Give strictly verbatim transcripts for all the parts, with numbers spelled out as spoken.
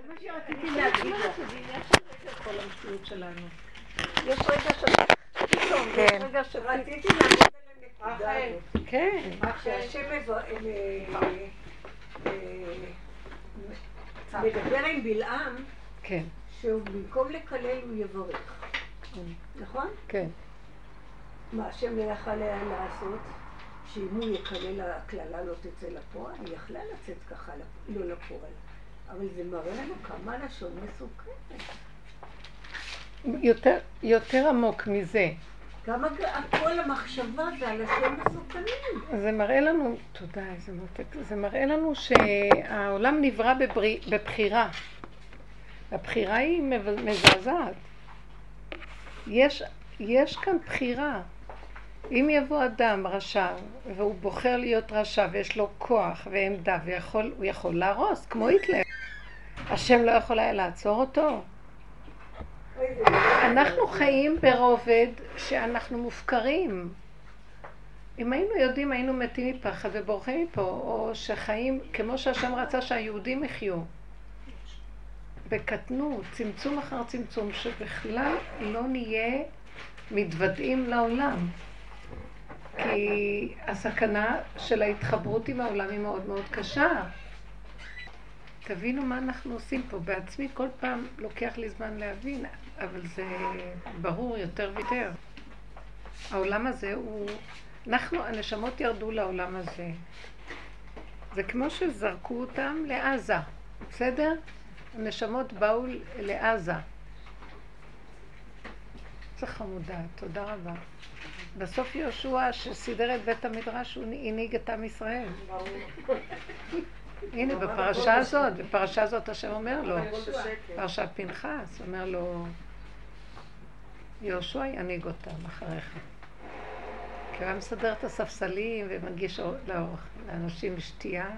מה שרציתי להגיד לך. יש כל המציאות שלנו. יש רגע של פתאום, יש רגע שרציתי להגיד על הנקודה הזאת. כן. שהשם מדבר עם בלעם, שבמקום לקלל הוא יברך. נכון? כן. מה השם לא יכל היה לעשות? שאם הוא יקלל הכללה לא תצא לפועל, היא יכלה לצאת ככה לא לפועל. אבל זה מראה לנו כמה לשון מסוכנת. יותר, יותר עמוק מזה. כמה כל המחשבה והלשון מסוכנים. זה מראה לנו, תודה, איזה מותק, זה מראה לנו שהעולם נברא בברי, בבחירה. הבחירה היא מזעזעת. יש, יש כאן בחירה. אם יבוא אדם רשע, והוא בוחר להיות רשע, ויש לו כוח ועמדה, ויכול, הוא יכול להרוס, כמו היטלר. השם לא יכול היה לעצור אותו. אנחנו חיים ברובד שאנחנו מופקרים. אם היינו יודעים, היינו מתים מפחד ובורחים מפה, או שחיים כמו שהשם רצה שהיהודים יחיו. בקטנות, צמצום אחר צמצום, שבכלל לא נהיה מתוודעים לעולם. כי הסכנה של ההתחברות עם העולם היא מאוד מאוד קשה. תבינו מה אנחנו עושים פה. בעצמי כל פעם לוקח לי זמן להבין, אבל זה ברור יותר ויותר. העולם הזה הוא... אנחנו, הנשמות ירדו לעולם הזה. זה כמו שזרקו אותם לעזה. בסדר? הנשמות באו לעזה. זה חמודה, תודה רבה. בסוף יהושע שסידר את בית המדרש, הוא הנהיג את עם ישראל. הנה, בפרשה הזאת, בפרשה הזאת השם אומר לו, פרשת פנחס, אומר לו, יהושע ינהיג אותם אחריך. כי הוא מסדר את הספסלים ומגיש לאנשים שתייה.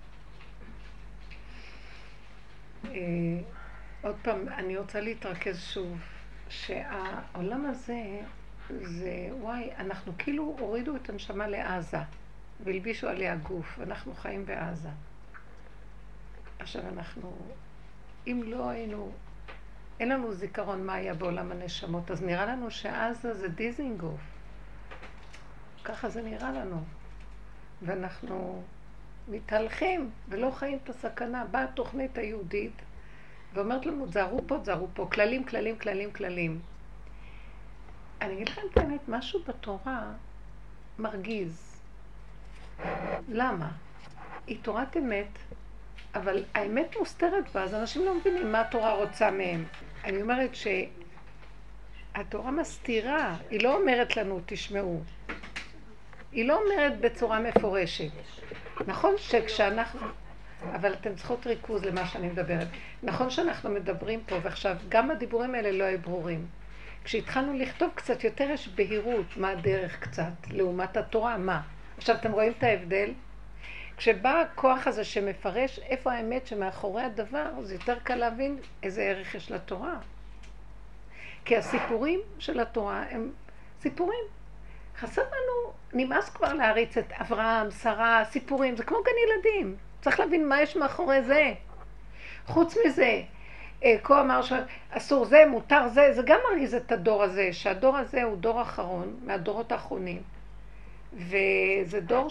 עוד פעם, אני רוצה להתרכז שוב, שהעולם הזה, זה, וואי, אנחנו כאילו הורידו את הנשמה לעזה, והלבישו עליה גוף, אנחנו חיים בעזה. עכשיו אנחנו, אם לא היינו, אין לנו זיכרון מה היה בעולם הנשמות, אז נראה לנו שעזה זה דיזינגוף. ככה זה נראה לנו. ואנחנו מתהלכים ולא חיים את הסכנה. באה התוכנית היהודית ואומרת לנו, תזהרו פה, תזהרו פה, כללים, כללים, כללים, כללים. אני אגיד לכם את האמת, משהו בתורה מרגיז. למה? היא תורת אמת, אבל האמת מוסתרת בה, אז אנשים לא מבינים מה התורה רוצה מהם. אני אומרת שהתורה מסתירה, היא לא אומרת לנו, תשמעו. היא לא אומרת בצורה מפורשת. נכון שכשאנחנו... אבל אתם צריכות ריכוז למה שאני מדברת. נכון שאנחנו מדברים פה, ועכשיו גם הדיבורים האלה לא היו ברורים. כשהתחלנו לכתוב קצת יותר יש בהירות, מה הדרך קצת, לעומת התורה, מה. עכשיו אתם רואים את ההבדל? כשבא הכוח הזה שמפרש איפה האמת שמאחורי הדבר, זה יותר קל להבין איזה ערך יש לתורה. כי הסיפורים של התורה הם סיפורים. חסר לנו, נמאס כבר להריץ את אברהם, שרה, סיפורים, זה כמו גן ילדים. צריך להבין מה יש מאחורי זה. חוץ מזה, כה אמר שאסור זה, מותר זה, זה גם מרגיז את הדור הזה, שהדור הזה הוא דור אחרון, מהדורות האחרונים. וזה דור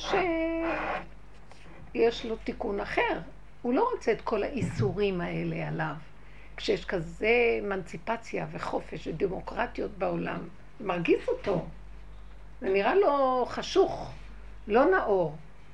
שיש לו תיקון אחר. הוא לא רוצה את כל האיסורים האלה עליו. כשיש כזה אמנציפציה וחופש ודמוקרטיות בעולם, זה מרגיז אותו. זה נראה לו חשוך, לא נאור.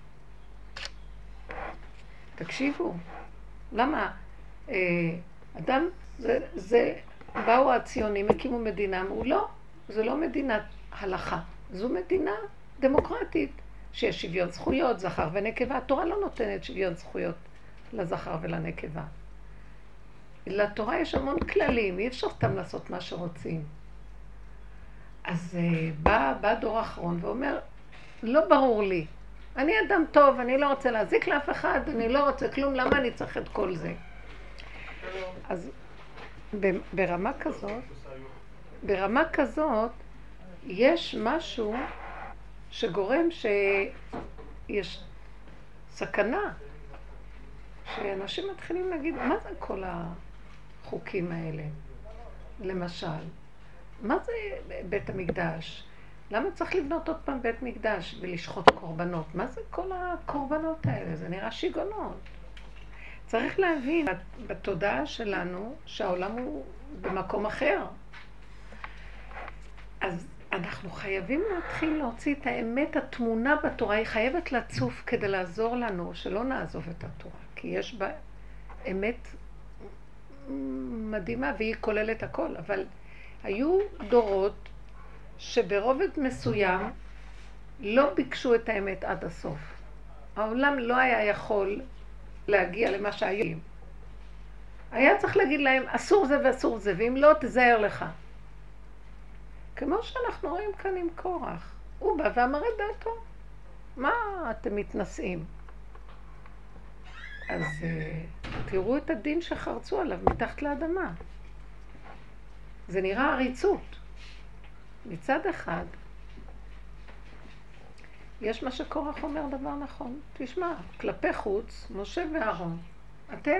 תקשיבו, למה? אה, אדם, זה, זה, באו הציונים, הקימו מדינה, אמרו לא, זה לא מדינת הלכה, זו מדינה דמוקרטית, שיש שוויון זכויות, זכר ונקבה. התורה לא נותנת שוויון זכויות לזכר ולנקבה. לתורה יש המון כללים, אי אפשר סתם לעשות מה שרוצים. אז uh, בא, בא דור האחרון ואומר, לא ברור לי, אני אדם טוב, אני לא רוצה להזיק לאף אחד, אני לא רוצה כלום, למה אני צריך את כל זה? אז ברמה כזאת, ברמה כזאת, יש משהו שגורם שיש סכנה. שאנשים מתחילים להגיד, מה זה כל החוקים האלה? למשל, מה זה בית המקדש? למה צריך לבנות עוד פעם בית מקדש ולשחוט קורבנות? מה זה כל הקורבנות האלה? זה נראה שיגונות. צריך להבין בתודעה שלנו שהעולם הוא במקום אחר. אז אנחנו חייבים להתחיל להוציא את האמת התמונה בתורה. היא חייבת לצוף כדי לעזור לנו שלא נעזוב את התורה. כי יש בה אמת מדהימה והיא כוללת הכל. אבל היו דורות שברובד מסוים לא ביקשו את האמת עד הסוף. העולם לא היה יכול להגיע למה שהיו. היה צריך להגיד להם, אסור זה ואסור זה, ואם לא, תזהר לך. כמו שאנחנו רואים כאן עם קורח. הוא בא ואמר את דעתו. מה אתם מתנשאים? אז תראו את הדין שחרצו עליו מתחת לאדמה. זה נראה עריצות. מצד אחד, יש מה שקורח אומר דבר נכון. תשמע, כלפי חוץ, משה ואהרון, אתם...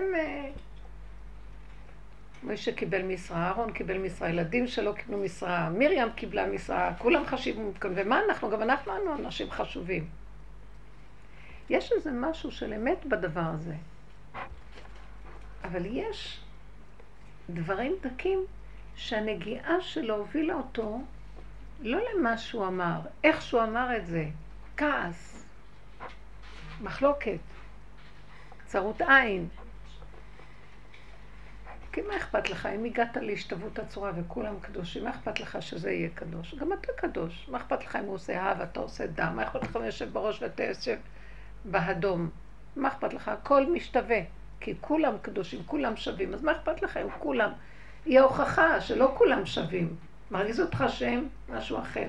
משה קיבל משרה, אהרון קיבל משרה, ילדים שלו קיבלו משרה, מרים קיבלה משרה, כולם חשיבים כאן, ומה אנחנו? גם אנחנו אנו אנשים חשובים. יש איזה משהו של אמת בדבר הזה. אבל יש דברים דקים שהנגיעה שלו הובילה אותו לא למה שהוא אמר, איך שהוא אמר את זה, כעס, מחלוקת, צרות עין. כי מה אכפת לך? אם הגעת להשתוות הצורה וכולם קדושים, מה אכפת לך שזה יהיה קדוש? גם אתה קדוש. מה אכפת לך אם הוא עושה אהב, אתה עושה דם? מה אכפת לך אם יושב בראש ואתה יושב באדום? מה אכפת לך? הכל משתווה. כי כולם קדושים, כולם שווים. אז מה אכפת לך אם כולם? היא ההוכחה שלא כולם שווים. מרגיז אותך שהם משהו אחר.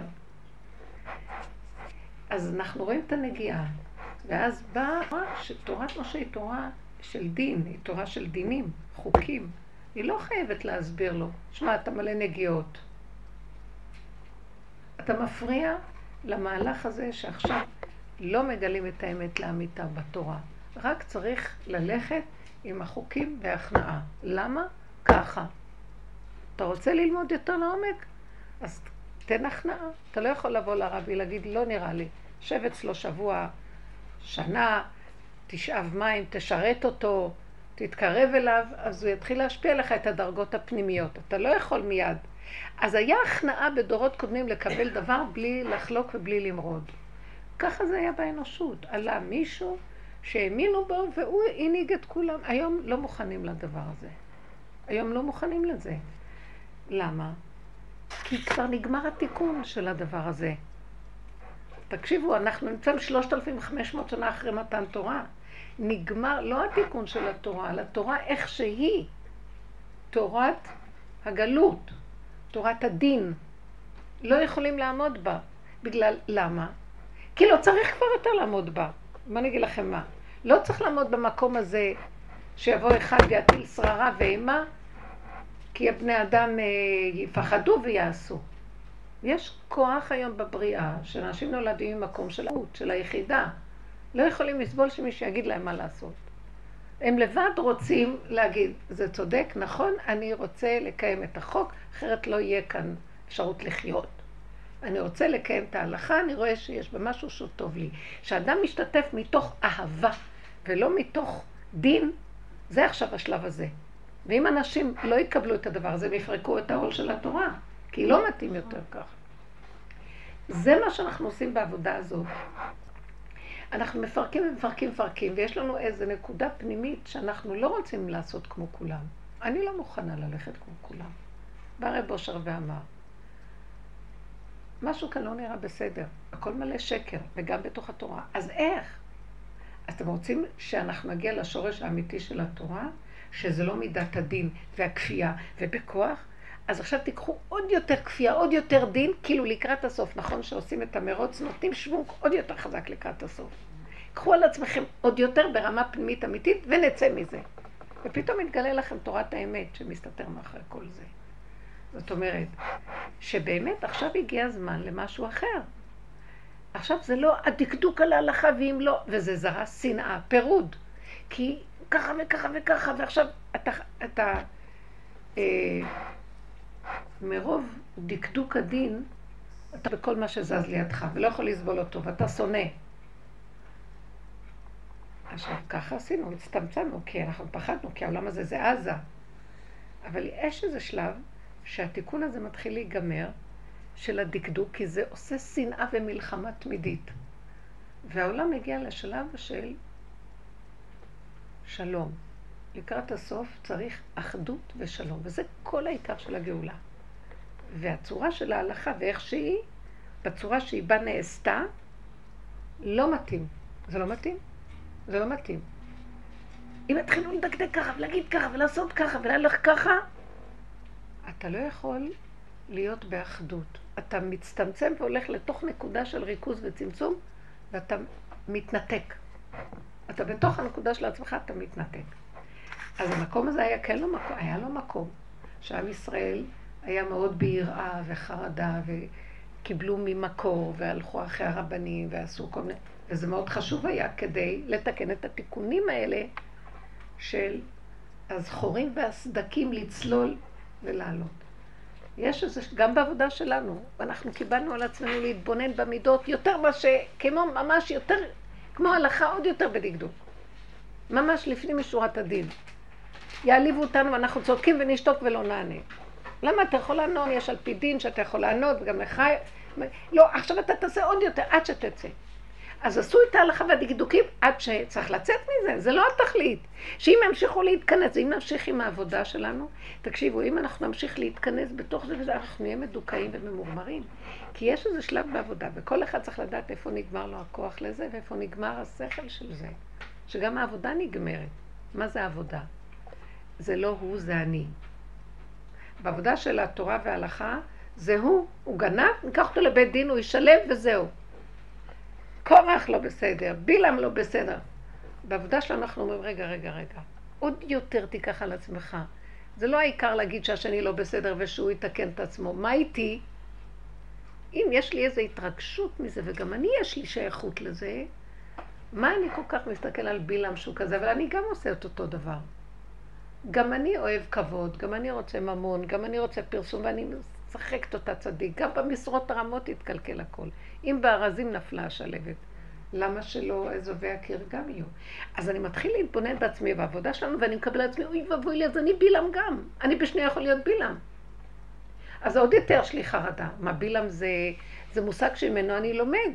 אז אנחנו רואים את הנגיעה. ואז באה שתורת משה היא תורה של דין, היא תורה של דינים, חוקים. היא לא חייבת להסביר לו. שמע, אתה מלא נגיעות. אתה מפריע למהלך הזה שעכשיו לא מגלים את האמת לאמיתה בתורה. רק צריך ללכת עם החוקים וההכנעה. למה? ככה. אתה רוצה ללמוד יותר לעומק? אז תן הכנעה. אתה לא יכול לבוא לרבי להגיד, לא נראה לי. שב אצלו שבוע, שנה, תשאב מים, תשרת אותו, תתקרב אליו, אז הוא יתחיל להשפיע לך את הדרגות הפנימיות. אתה לא יכול מיד. אז היה הכנעה בדורות קודמים לקבל דבר בלי לחלוק ובלי למרוד. ככה זה היה באנושות. עלה מישהו שהאמינו בו והוא הנהיג את כולם. היום לא מוכנים לדבר הזה. היום לא מוכנים לזה. למה? כי כבר נגמר התיקון של הדבר הזה. תקשיבו, אנחנו נמצאים שלושת אלפים וחמש מאות שנה אחרי מתן תורה. נגמר לא התיקון של התורה, אלא תורה איך שהיא. תורת הגלות, תורת הדין. לא יכולים לעמוד בה. בגלל, למה? כי לא צריך כבר יותר לעמוד בה. מה אני אגיד לכם מה? לא צריך לעמוד במקום הזה שיבוא אחד ויטיל שררה ואימה, כי הבני אדם יפחדו ויעשו. יש כוח היום בבריאה, שאנשים נולדים ממקום של האות, של היחידה. לא יכולים לסבול שמישהו יגיד להם מה לעשות. הם לבד רוצים להגיד, זה צודק, נכון, אני רוצה לקיים את החוק, אחרת לא יהיה כאן אפשרות לחיות. אני רוצה לקיים את ההלכה, אני רואה שיש במשהו שהוא טוב לי. שאדם משתתף מתוך אהבה, ולא מתוך דין, זה עכשיו השלב הזה. ואם אנשים לא יקבלו את הדבר הזה, הם יפרקו את העול של התורה, כי היא לא מתאים יותר כך. זה מה שאנחנו עושים בעבודה הזאת. אנחנו מפרקים ומפרקים ומפרקים, ויש לנו איזו נקודה פנימית שאנחנו לא רוצים לעשות כמו כולם. אני לא מוכנה ללכת כמו כולם. בא רב אושר ואמר, משהו כאן לא נראה בסדר, הכל מלא שקר, וגם בתוך התורה. אז איך? אתם רוצים שאנחנו נגיע לשורש האמיתי של התורה, שזה לא מידת הדין והכפייה ובכוח? אז עכשיו תיקחו עוד יותר כפייה, עוד יותר דין, כאילו לקראת הסוף. נכון שעושים את המרוץ, נותנים שוונק עוד יותר חזק לקראת הסוף. קחו על עצמכם עוד יותר ברמה פנימית אמיתית ונצא מזה. ופתאום מתגלה לכם תורת האמת שמסתתר מאחורי כל זה. זאת אומרת, שבאמת עכשיו הגיע הזמן למשהו אחר. עכשיו זה לא הדקדוק על ההלכה ואם לא, וזה זרה שנאה, פירוד. כי ככה וככה וככה, ועכשיו אתה, אתה אה, מרוב דקדוק הדין, אתה בכל מה שזז לידך, ולא יכול לסבול אותו, ואתה שונא. עכשיו, ככה עשינו, הצטמצמנו, כי אנחנו פחדנו, כי העולם הזה זה עזה. אבל יש איזה שלב שהתיקון הזה מתחיל להיגמר, של הדקדוק, כי זה עושה שנאה ומלחמה תמידית. והעולם מגיע לשלב של שלום. לקראת הסוף צריך אחדות ושלום, וזה כל העיקר של הגאולה. והצורה של ההלכה ואיך שהיא, בצורה שהיא בה נעשתה, לא מתאים. זה לא מתאים? זה לא מתאים. אם התחילו לדקדק ככה ולהגיד ככה ולעשות ככה ולהלך ככה, אתה לא יכול להיות באחדות. אתה מצטמצם והולך לתוך נקודה של ריכוז וצמצום, ואתה מתנתק. אתה בתוך הנקודה של עצמך, אתה מתנתק. אז המקום הזה היה כן לו מקום, היה לו מקום, שעם ישראל היה מאוד ביראה וחרדה, וקיבלו ממקור, והלכו אחרי הרבנים, ועשו כל מיני, וזה מאוד חשוב היה כדי לתקן את התיקונים האלה, של הזכורים והסדקים לצלול ולעלות. יש איזה, גם בעבודה שלנו, ואנחנו קיבלנו על עצמנו להתבונן במידות יותר מה ש... כמו ממש יותר, כמו הלכה עוד יותר בדקדוק. ממש לפני משורת הדין. יעליבו אותנו ואנחנו צודקים ונשתוק ולא נענה. למה אתה יכול לענות? יש על פי דין שאתה יכול לענות וגם לך... לא, עכשיו אתה תעשה עוד יותר עד שתצא. אז עשו את ההלכה והדקדוקים עד שצריך לצאת מזה, זה לא התכלית. שאם ימשיכו להתכנס, אם נמשיך עם העבודה שלנו, תקשיבו, אם אנחנו נמשיך להתכנס בתוך זה וזה, אנחנו נהיה מדוכאים וממורמרים. כי יש איזה שלב בעבודה, וכל אחד צריך לדעת איפה נגמר לו הכוח לזה, ואיפה נגמר השכל של זה. שגם העבודה נגמרת. מה זה העבודה? זה לא הוא, זה אני. בעבודה של התורה וההלכה, זה הוא, הוא גנב, ניקח אותו לבית דין, הוא ישלם וזהו. קורח לא בסדר, בילם לא בסדר. בעבודה שלנו אנחנו אומרים, רגע, רגע, רגע. עוד יותר תיקח על עצמך. זה לא העיקר להגיד שהשני לא בסדר ושהוא יתקן את עצמו. מה איתי? אם יש לי איזו התרגשות מזה, וגם אני יש לי שייכות לזה, מה אני כל כך מסתכל על בילם שהוא כזה? אבל אני גם עושה את אותו דבר. גם אני אוהב כבוד, גם אני רוצה ממון, גם אני רוצה פרסום, ואני משחקת אותה צדיק. גם במשרות הרמות יתקלקל הכל. אם בארזים נפלה השלבת, למה שלא אזובי הקיר גם יהיו? אז אני מתחיל להתבונן בעצמי בעבודה שלנו, ואני מקבל לעצמי, אוי ואבוי לי, אז אני בילם גם. אני בשנייה יכול להיות בילם. אז עוד יותר יש לי חרדה. מה בילם זה, זה מושג שממנו אני לומד.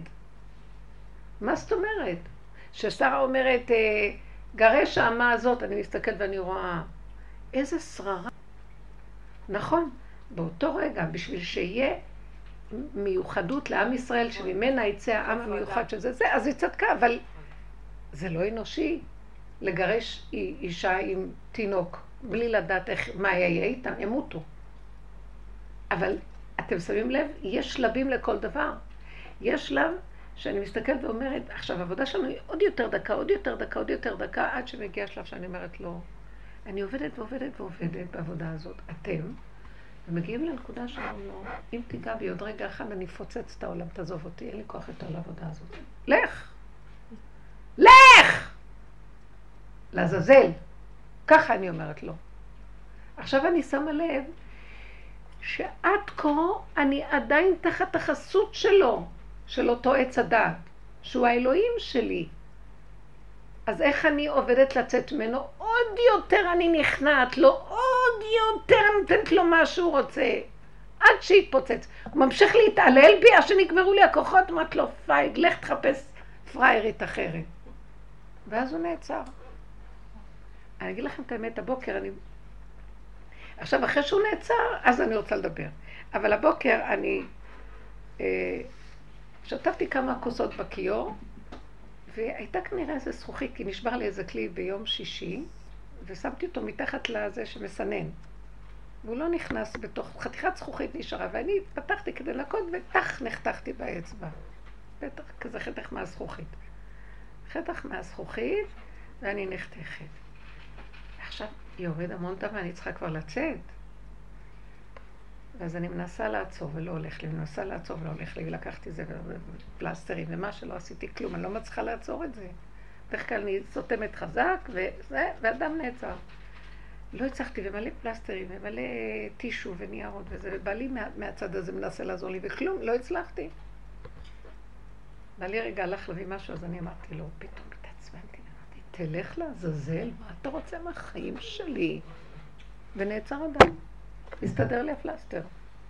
מה זאת אומרת? ששרה אומרת, גרש האמה הזאת, אני מסתכלת ואני רואה, איזה שררה. נכון, באותו רגע, בשביל שיהיה מיוחדות לעם ישראל, שממנה יצא העם המיוחד שזה זה, אז היא צדקה, אבל זה לא אנושי לגרש אישה עם תינוק, בלי לדעת איך, מה יהיה איתם, ימותו. אבל אתם שמים לב, יש שלבים לכל דבר. יש שלב שאני מסתכלת ואומרת, עכשיו העבודה שלנו היא עוד יותר דקה, עוד יותר דקה, עוד יותר דקה, עד שמגיע שלב שאני אומרת לו, אני עובדת ועובדת ועובדת בעבודה הזאת, אתם, ומגיעים לנקודה שאומרים לו, אם תיגע בי עוד רגע אחד, אני פוצץ את העולם, תעזוב אותי, אין לי כוח יותר לעבודה הזאת. לך! לך! לעזאזל. ככה אני אומרת לו. עכשיו אני שמה לב, שעד כה אני עדיין תחת החסות שלו, של אותו עץ הדעת, שהוא האלוהים שלי. אז איך אני עובדת לצאת ממנו? עוד יותר אני נכנעת לו, עוד יותר נותנת לו מה שהוא רוצה, עד שיתפוצץ. הוא ממשיך להתעלל בי, עד שנגמרו לי הכוחות, אמרת לו, פייג, לך תחפש פריירית אחרת. ואז הוא נעצר. אני אגיד לכם את האמת, הבוקר אני... עכשיו, אחרי שהוא נעצר, אז אני רוצה לדבר. אבל הבוקר אני... אה, שתפתי כמה כוסות בכיור, והייתה כנראה איזה זכוכית, כי נשבר לי איזה כלי ביום שישי, ושמתי אותו מתחת לזה שמסנן. והוא לא נכנס בתוך, חתיכת זכוכית נשארה, ואני פתחתי כדי לנקות, ותח נחתכתי באצבע. בטח כזה חתך מהזכוכית. חתך מהזכוכית, ואני נחתכת. עכשיו יורד המון דם, ואני צריכה כבר לצאת. ואז אני מנסה לעצור ולא הולך לי, מנסה לעצור ולא הולך לי, ולקחתי זה ופלסטרים, ומה שלא עשיתי כלום, אני לא מצליחה לעצור את זה. בדרך כלל אני סותמת חזק, וזה, ואדם נעצר. לא הצלחתי, ומלא פלסטרים, ומלא טישו וניירות וזה, ובעלי מה, מהצד הזה מנסה לעזור לי, וכלום, לא הצלחתי. בעלי רגע הלך להביא משהו, אז אני אמרתי לו, פתאום התעצבנתי, אמרתי, תלך לעזאזל, מה אתה רוצה מהחיים שלי? ונעצר אדם, הסתדר לי הפלסטר.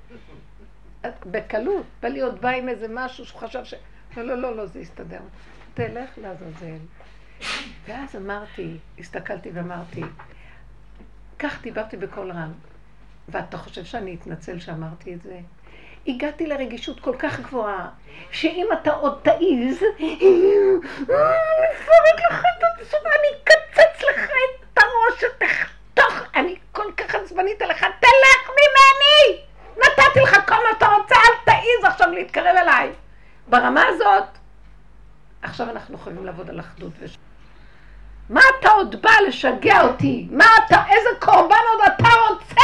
בקלות, בא לי עוד בא עם איזה משהו שהוא חשב ש... לא, לא, לא, לא, זה הסתדר. תלך לעזאזל. ואז אמרתי, הסתכלתי ואמרתי, כך דיברתי בקול רם, ואתה חושב שאני אתנצל שאמרתי את זה? הגעתי לרגישות כל כך גבוהה, שאם אתה עוד תעיז, נפרק לך את הצורה, אני אקצץ לך את הראש, תחתוך, אני כל כך עצבנית עליך, תלך ממני! נתתי לך כל מה אתה רוצה, אל תעיז עכשיו להתקרב אליי. ברמה הזאת, עכשיו אנחנו חייבים לעבוד על אחדות. וש... מה אתה עוד בא לשגע אותי? מה אתה, איזה קורבן עוד אתה רוצה?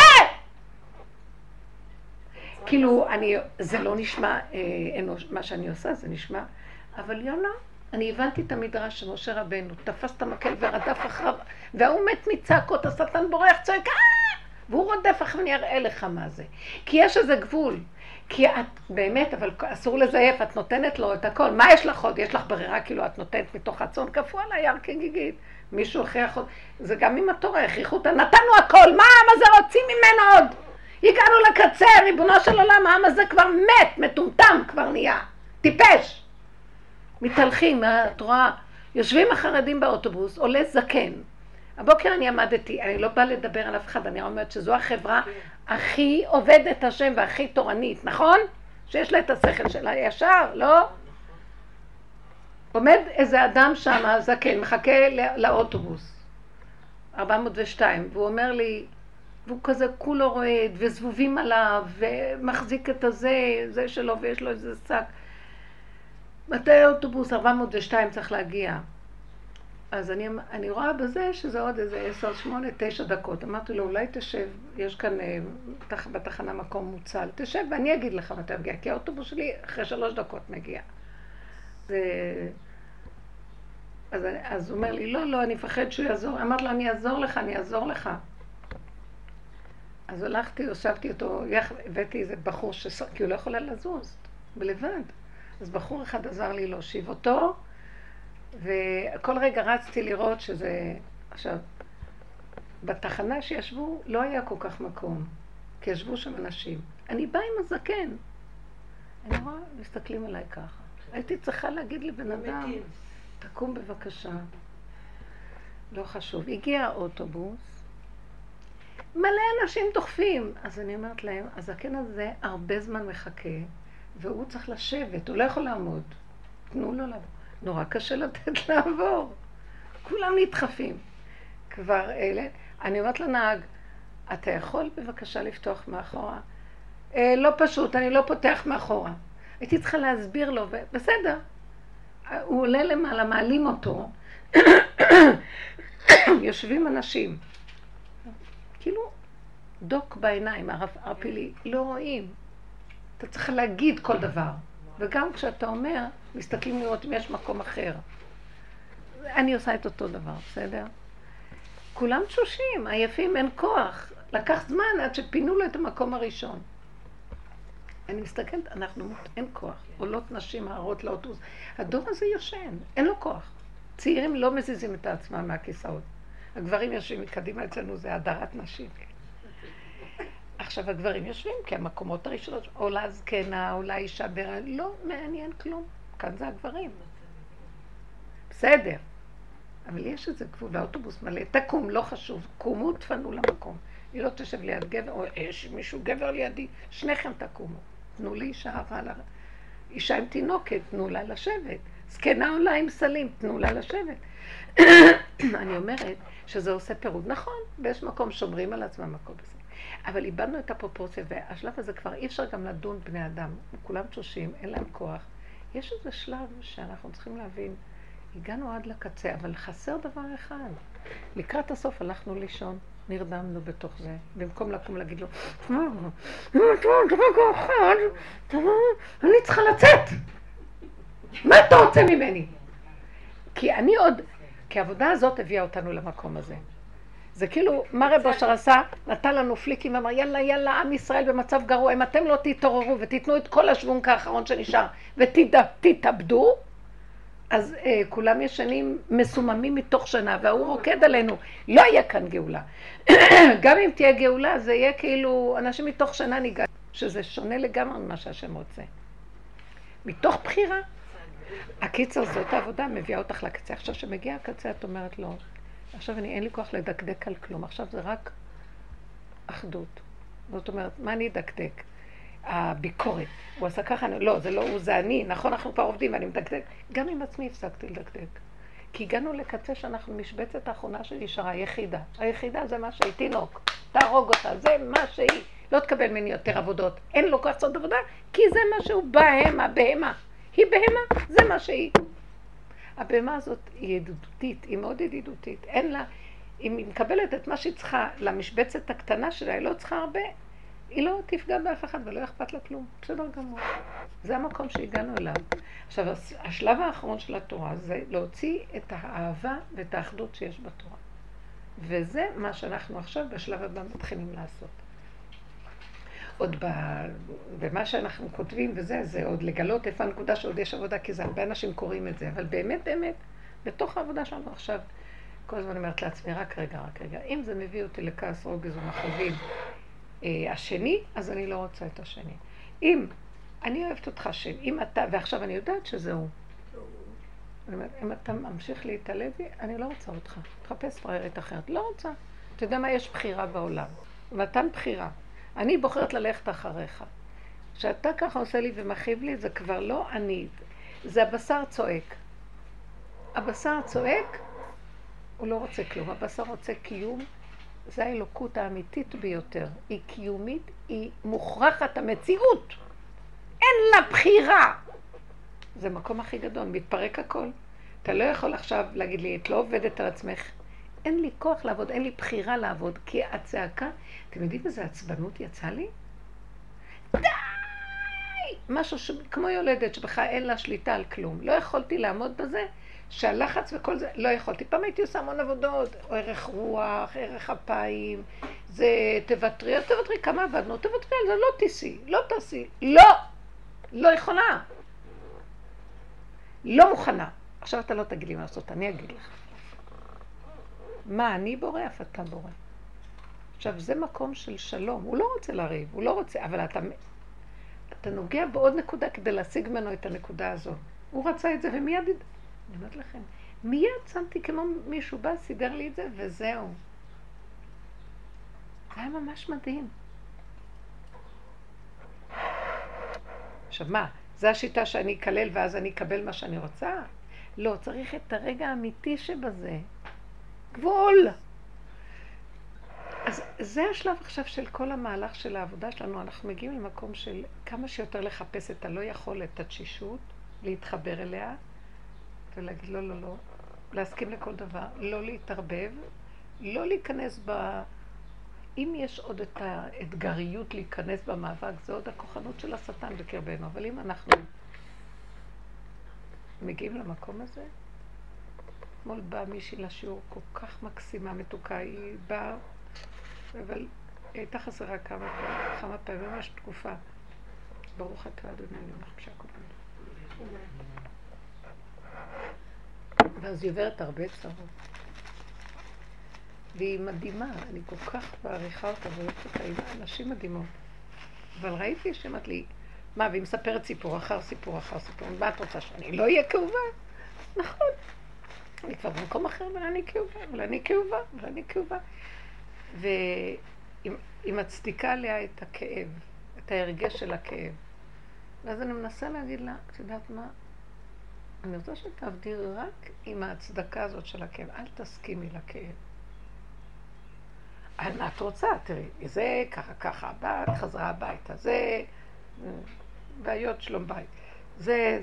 כאילו, אני, זה לא נשמע אה, אנוש, מה שאני עושה, זה נשמע, אבל יונה, אני הבנתי את המדרש של משה רבנו, תפס את המקל ורדף אחריו, והוא מת מצעקות, השטן בורח, צועק, אה! והוא רודף אחריו ואני אראה לך מה זה. כי יש איזה גבול, כי את באמת, אבל אסור לזייף, את נותנת לו את הכל. מה יש לך עוד? יש לך ברירה, כאילו את נותנת מתוך הצאן, כפו על היער כגיגית. מישהו הכריח עוד, זה גם עם התורה, הכריחו אותה, נתנו הכל, מה העם הזה רוצים ממנו עוד? הגענו לקצה, ריבונו של עולם, העם הזה כבר מת, מטומטם כבר נהיה, טיפש. מתהלכים, את רואה, יושבים החרדים באוטובוס, עולה זקן. הבוקר אני עמדתי, אני לא באה לדבר על אף אחד, אני אומרת שזו החברה הכי עובדת השם והכי תורנית, נכון? שיש לה את השכל שלה ישר, לא? עומד איזה אדם שם, זקן, מחכה לאוטובוס, ארבע מאות ושתיים, והוא אומר לי, והוא כזה כולו רועד, וזבובים עליו, ומחזיק את הזה, זה שלו, ויש לו איזה שק. מתי האוטובוס, ארבע מאות ושתיים צריך להגיע. אז אני, אני רואה בזה שזה עוד איזה עשר, שמונה, תשע דקות. אמרתי לו, אולי תשב, יש כאן תח, בתחנה מקום מוצל, תשב ואני אגיד לך מתי מגיע, כי האוטובוס שלי אחרי שלוש דקות מגיע. זה... אז, אז הוא אומר לי, לא, לא, אני מפחד שהוא יעזור. אמרתי לו, אני אעזור לך, אני אעזור לך. אז הלכתי, הושבתי אותו, הבאתי איזה בחור, שס... כי הוא לא יכולה לזוז, בלבד. אז בחור אחד עזר לי להושיב אותו, וכל רגע רצתי לראות שזה... עכשיו, בתחנה שישבו לא היה כל כך מקום, כי ישבו שם אנשים. אני באה עם הזקן. אני רואה, מסתכלים עליי ככה. הייתי צריכה להגיד לבן אדם, תקום בבקשה. לא חשוב. הגיע האוטובוס, מלא אנשים דוחפים. אז אני אומרת להם, הזקן הזה הרבה זמן מחכה, והוא צריך לשבת, הוא לא יכול לעמוד. תנו לו לעבור. נורא קשה לתת לעבור. כולם נדחפים. כבר אלה. אני אומרת לנהג, אתה יכול בבקשה לפתוח מאחורה? אה, לא פשוט, אני לא פותח מאחורה. הייתי צריכה להסביר לו, ובסדר. הוא עולה למעלה, מעלים אותו. יושבים אנשים. כאילו, דוק בעיניים, הרפילי, לא רואים. אתה צריך להגיד כל דבר. וגם כשאתה אומר, מסתכלים לראות אם יש מקום אחר. אני עושה את אותו דבר, בסדר? כולם תשושים, עייפים, אין כוח. לקח זמן עד שפינו לו את המקום הראשון. אני מסתכלת, אנחנו, אין כוח. עולות נשים הערות לאוטובוס. הדור הזה יושן, אין לו כוח. צעירים לא מזיזים את העצמם מהכיסאות. הגברים יושבים מקדימה, אצלנו זה הדרת נשים. עכשיו הגברים יושבים, כי המקומות הראשונות, עולה זקנה, עולה אישה בהיריון, לא מעניין כלום. כאן זה הגברים. בסדר. אבל יש איזה גבול, והאוטובוס מלא, תקום, לא חשוב, קומו, תפנו למקום. היא לא תשב ליד גבר, או יש מישהו גבר לידי, שניכם תקומו. תנו לי אישה רעה, אישה עם תינוקת, תנו לה לשבת. זקנה עולה עם סלים, תנו לה לשבת. אני אומרת שזה עושה פירוד. נכון, ויש מקום שומרים על עצמם מקום בזה. אבל איבדנו את הפרופורציה, והשלב הזה כבר אי אפשר גם לדון בני אדם. כולם תשושים, אין להם כוח. יש איזה שלב שאנחנו צריכים להבין, הגענו עד לקצה, אבל חסר דבר אחד. לקראת הסוף הלכנו לישון, נרדמנו בתוך זה, במקום לקום להגיד לו, אני צריכה לצאת. מה אתה רוצה ממני? כי אני עוד, כי העבודה הזאת הביאה אותנו למקום הזה. זה כאילו, מה רב אושר עשה? נתן לנו פליקים, אמר יאללה יאללה, עם ישראל במצב גרוע, אם אתם לא תתעוררו ותיתנו את כל השוונק האחרון שנשאר ותתאבדו, אז אה, כולם ישנים מסוממים מתוך שנה, והוא רוקד עלינו, לא יהיה כאן גאולה. גם אם תהיה גאולה, זה יהיה כאילו, אנשים מתוך שנה ניגע, שזה שונה לגמרי ממה שהשם רוצה. מתוך בחירה. הקיצר זאת העבודה, מביאה אותך לקצה. עכשיו שמגיע הקצה, את אומרת לו, עכשיו אני אין לי כוח לדקדק על כלום, עכשיו זה רק אחדות. זאת אומרת, מה אני אדקדק? הביקורת. הוא עשה ככה, לא, זה לא הוא, זה אני, נכון, אנחנו כבר עובדים ואני מדקדק. גם עם עצמי הפסקתי לדקדק. כי הגענו לקצה שאנחנו משבצת האחרונה שנשארה, היחידה. היחידה זה מה שהיא, תינוק, תהרוג אותה, זה מה שהיא. לא תקבל ממני יותר עבודות, אין לו כוח לעשות עבודה, כי זה מה שהוא בהמה, בהמה. היא בהמה, זה מה שהיא. הבהמה הזאת היא ידידותית, היא מאוד ידידותית. אין לה, אם היא מקבלת את מה שהיא צריכה למשבצת הקטנה שלה, היא לא צריכה הרבה, היא לא תפגע באף אחד ולא אכפת לה כלום. בסדר גמור. זה המקום שהגענו אליו. עכשיו, השלב האחרון של התורה זה להוציא את האהבה ואת האחדות שיש בתורה. וזה מה שאנחנו עכשיו בשלב הבא מתחילים לעשות. עוד ב... במה שאנחנו כותבים וזה, זה עוד לגלות איפה הנקודה שעוד יש עבודה, כי זה הרבה אנשים קוראים את זה, אבל באמת, באמת, בתוך העבודה שלנו עכשיו, כל הזמן אומרת לעצמי, רק רגע, רק רגע, אם זה מביא אותי לכעס, רוגז ומחלבים אה, השני, אז אני לא רוצה את השני. אם אני אוהבת אותך שם, אם אתה, ועכשיו אני יודעת שזהו, אני אומרת, אם אתה ממשיך להתעלב בי, אני לא רוצה אותך, תחפש פריירית אחרת, לא רוצה. אתה יודע מה, יש בחירה בעולם, מתן בחירה. אני בוחרת ללכת אחריך. כשאתה ככה עושה לי ומחיב לי, זה כבר לא אני. זה הבשר צועק. הבשר צועק, הוא לא רוצה כלום. הבשר רוצה קיום. זה האלוקות האמיתית ביותר. היא קיומית, היא מוכרחת המציאות. אין לה בחירה. זה מקום הכי גדול, מתפרק הכל. אתה לא יכול עכשיו להגיד לי, את לא עובדת על עצמך. אין לי כוח לעבוד, אין לי בחירה לעבוד, כי הצעקה, אתם יודעים איזה עצבנות יצא לי? די! משהו ש... כמו יולדת שבך אין לה שליטה על כלום. לא יכולתי לעמוד בזה, שהלחץ וכל זה, לא יכולתי. פעם הייתי עושה המון עבודות, ערך רוח, ערך אפיים, זה תוותרי, תוותרי, כמה עבדנו, תוותרי על זה, לא תיסי, לא תעשי, לא! לא יכולה. לא מוכנה. עכשיו אתה לא תגיד לי מה לעשות, אני אגיד לך. מה, אני בורא, אף אתה בורא. עכשיו, זה מקום של שלום. הוא לא רוצה לריב, הוא לא רוצה, אבל אתה, אתה נוגע בעוד נקודה כדי להשיג ממנו את הנקודה הזאת. הוא רצה את זה, ומיד, אני אומרת לכם, מיד שמתי כמו מישהו בא, סידר לי את זה, וזהו. זה היה ממש מדהים. עכשיו, מה? זו השיטה שאני אקלל ואז אני אקבל מה שאני רוצה? לא, צריך את הרגע האמיתי שבזה. גבול. אז זה השלב עכשיו של כל המהלך של העבודה שלנו. אנחנו מגיעים למקום של כמה שיותר לחפש את הלא יכול, את התשישות, להתחבר אליה, ולהגיד לא, לא, לא, להסכים לכל דבר, לא להתערבב, לא להיכנס ב... אם יש עוד את האתגריות להיכנס במאבק, זה עוד הכוחנות של השטן בקרבנו, אבל אם אנחנו מגיעים למקום הזה, אתמול באה מישהי לשיעור כל כך מקסימה, מתוקה, היא באה, אבל היא הייתה חסרה כמה פעמים, כמה פעמים, ממש תקופה. ברוך אתה אדוני, אני אומר לך שהכל בנו. ואז היא עוברת הרבה צרות. והיא מדהימה, אני כל כך מעריכה אותה ואוהבת אותה, היא אנשים מדהימות. אבל ראיתי שאמרת לי, מה, והיא מספרת סיפור אחר סיפור אחר סיפור, מה את רוצה שאני לא אהיה כאובה? נכון. אני כבר במקום אחר, אבל אני כאובה, אבל אני כאובה, אבל אני כאובה. והיא מצדיקה עליה את הכאב, את ההרגש של הכאב. ואז אני מנסה להגיד לה, את יודעת מה? אני רוצה שתעבדי רק עם ההצדקה הזאת של הכאב, אל תסכימי לכאב. את רוצה, תראי, זה ככה ככה, הבת חזרה הביתה, זה בעיות שלום בית, זה...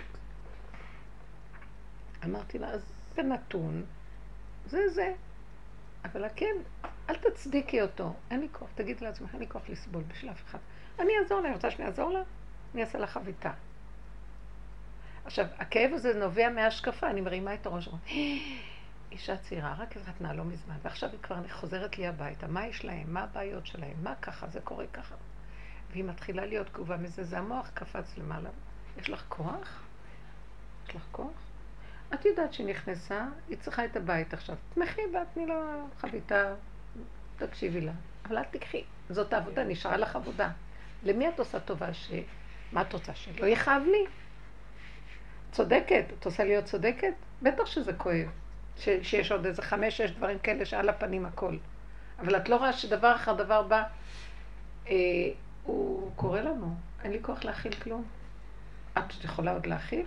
אמרתי לה, אז זה נתון, זה זה, אבל הכאב, אל תצדיקי אותו, אין לי כוח, תגידי לעצמך, אין לי כוח לסבול בשביל אף אחד. אני אעזור לה, אני רוצה שאני אעזור לה, אני אעשה לה חביתה. עכשיו, הכאב הזה נובע מהשקפה, אני מרימה את הראש, אישה צעירה, רק התחתנה לא מזמן, ועכשיו היא כבר חוזרת לי הביתה. מה יש להם? מה הבעיות שלהם? מה ככה? זה קורה ככה. והיא מתחילה להיות תגובה מזה, זה המוח קפץ למעלה. יש לך כוח? יש לך כוח? את יודעת שהיא נכנסה, היא צריכה את הבית עכשיו. תמכי ואת תני לה חביתה, תקשיבי לה. אבל את תקחי, זאת העבודה, נשארה לך עבודה. למי את עושה טובה ש... מה את רוצה? שלא יכאב לי? צודקת, את עושה להיות צודקת? בטח שזה כואב. ש... שיש עוד איזה חמש, שש דברים כאלה שעל הפנים הכל. אבל את לא רואה שדבר אחר דבר בא, אה, הוא קורא לנו. אין לי כוח להכיל כלום. את יכולה עוד להכיל?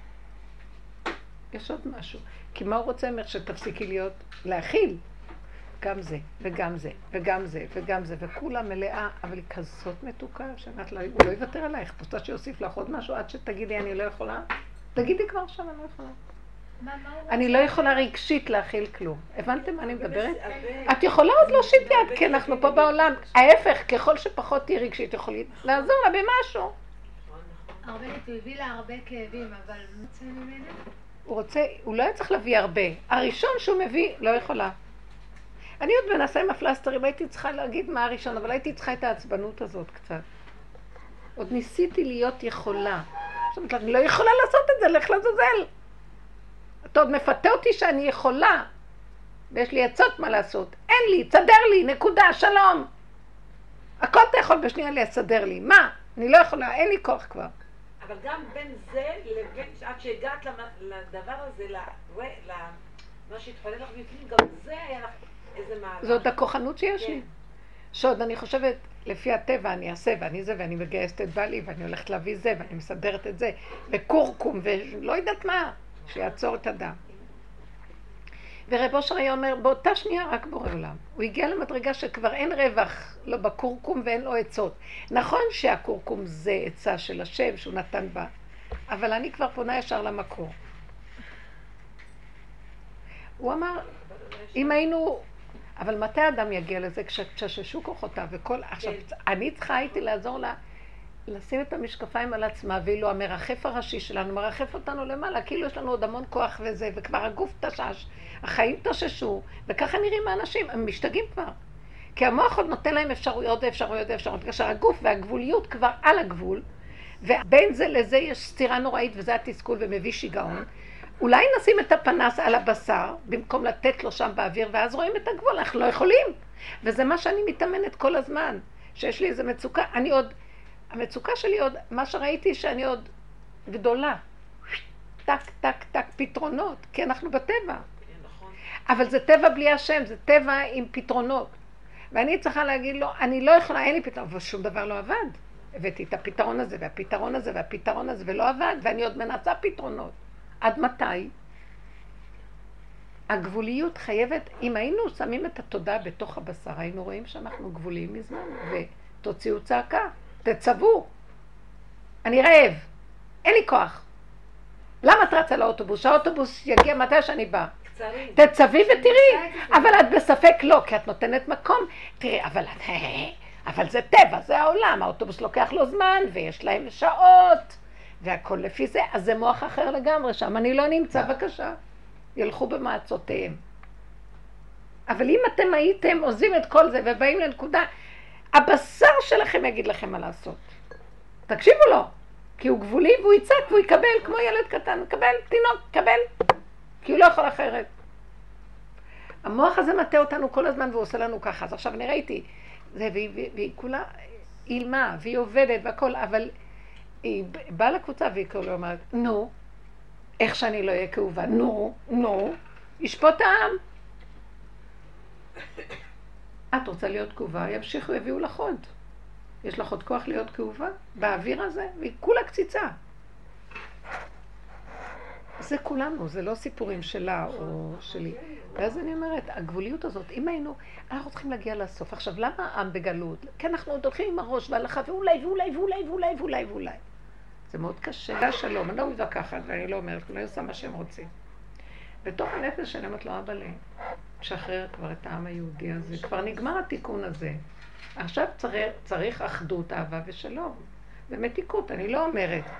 יש עוד משהו. כי מה הוא רוצה ממך שתפסיקי להיות? להכיל. גם זה, וגם זה, וגם זה, וגם זה, וכולה מלאה, אבל היא כזאת מתוקה, שאומרת לה, הוא לא יוותר עלייך, את רוצה שיוסיף לך עוד משהו עד שתגידי, אני לא יכולה? תגידי כבר עכשיו, אני לא יכולה. אני לא יכולה רגשית להכיל כלום. הבנתם מה אני מדברת? את יכולה עוד להושיט יד, כי אנחנו פה בעולם. ההפך, ככל שפחות תהיה רגשית, יכולית לעזור לה במשהו. הרבה, הוא הביא לה הרבה כאבים, אבל מה רוצה ממנה? הוא רוצה, הוא לא היה צריך להביא הרבה. הראשון שהוא מביא, לא יכולה. אני עוד מנסה עם הפלסטרים, הייתי צריכה להגיד מה הראשון, אבל הייתי צריכה את העצבנות הזאת קצת. עוד ניסיתי להיות יכולה. זאת אומרת, אני לא יכולה לעשות את זה, לך לזוזל. אתה עוד מפתה אותי שאני יכולה, ויש לי עצות מה לעשות. אין לי, תסדר לי, נקודה, שלום. הכל אתה יכול בשנייה לסדר לי. מה? אני לא יכולה, אין לי כוח כבר. אבל גם בין זה לבין, עד שהגעת לדבר הזה, למה שהתחולל לך בפנים, גם זה היה לך איזה מעלה. זאת הכוחנות שיש לי. שעוד אני חושבת, לפי הטבע אני אעשה ואני זה, ואני מגייסת את בעלי, ואני הולכת להביא זה, ואני מסדרת את זה, וקורקום, ולא יודעת מה, שיעצור את הדם. ורב אושר היה אומר, באותה שנייה רק בורא עולם. הוא הגיע למדרגה שכבר אין רווח, לא בקורקום ואין לו עצות. נכון שהקורקום זה עצה של השם שהוא נתן בה, אבל אני כבר פונה ישר למקור. הוא אמר, אם היינו... אבל מתי האדם יגיע לזה כששששו כוחותיו וכל... עכשיו, אני צריכה הייתי לעזור לה, לשים את המשקפיים על עצמה, ואילו המרחף הראשי שלנו מרחף אותנו למעלה, כאילו יש לנו עוד המון כוח וזה, וכבר הגוף תשש, החיים תששו, וככה נראים האנשים, הם משתגעים כבר. כי המוח עוד נותן להם אפשרויות ואפשרויות ואפשרויות, כאשר הגוף והגבוליות כבר על הגבול, ובין זה לזה יש סתירה נוראית, וזה התסכול ומביא שיגעון. אולי נשים את הפנס על הבשר, במקום לתת לו שם באוויר, ואז רואים את הגבול, אנחנו לא יכולים. וזה מה שאני מתאמנת כל הזמן, שיש לי איזו מצוקה, אני עוד... המצוקה שלי עוד, מה שראיתי שאני עוד גדולה. טק, טק, טק, פתרונות, כי אנחנו בטבע. אבל זה טבע בלי השם, זה טבע עם פתרונות. ואני צריכה להגיד לו, אני לא יכולה, אין לי פתרון, אבל שום דבר לא עבד. הבאתי את הפתרון הזה, והפתרון הזה, והפתרון הזה, ולא עבד, ואני עוד מנסה פתרונות. עד מתי? הגבוליות חייבת, אם היינו שמים את התודעה בתוך הבשר, היינו רואים שאנחנו גבוליים מזמן, ותוציאו צעקה. תצבו. אני רעב. אין לי כוח. למה את רצה לאוטובוס? שהאוטובוס יגיע מתי שאני באה. קצרים. תצבי ותראי. אבל את בספק לא, כי את נותנת מקום. תראי, אבל, אבל זה טבע, זה העולם. האוטובוס לוקח לו זמן, ויש להם שעות, והכל לפי זה. אז זה מוח אחר לגמרי שם. אני לא נמצא, בבקשה. ילכו במעצותיהם. אבל אם אתם הייתם עוזבים את כל זה ובאים לנקודה, הבשר שלכם יגיד לכם מה לעשות. תקשיבו לו, כי הוא גבולי והוא יצעק והוא יקבל כמו ילד קטן, יקבל, תינוק, יקבל, כי הוא לא יכול אחרת. המוח הזה מטה אותנו כל הזמן והוא עושה לנו ככה. אז עכשיו אני ראיתי, זה, והיא, והיא, והיא כולה אילמה, והיא עובדת והכל, אבל היא באה לקבוצה והיא כולה אומרת, נו, איך שאני לא אהיה כאובה, נו, נו, ישפוט העם. את רוצה להיות כאובה, ימשיכו, יביאו לך עוד. יש לך עוד כוח להיות כאובה באוויר הזה, והיא כולה קציצה. זה כולנו, זה לא סיפורים שלה או שלי. ואז אני אומרת, הגבוליות הזאת, אם היינו, אנחנו צריכים להגיע לסוף. עכשיו, למה העם בגלות? כי אנחנו עוד הולכים עם הראש והלכה, ואולי, ואולי, ואולי, ואולי, ואולי, ואולי. זה מאוד קשה. זה השלום, אני לא מתווכחת, ואני לא אומרת, אולי עושה מה שהם רוצים. בתוך הנפש שאני אומרת לו, אבא לי, שחרר כבר את העם היהודי הזה, כבר נגמר התיקון הזה. עכשיו צריך, צריך אחדות, אהבה ושלום. זה מתיקות, אני לא אומרת.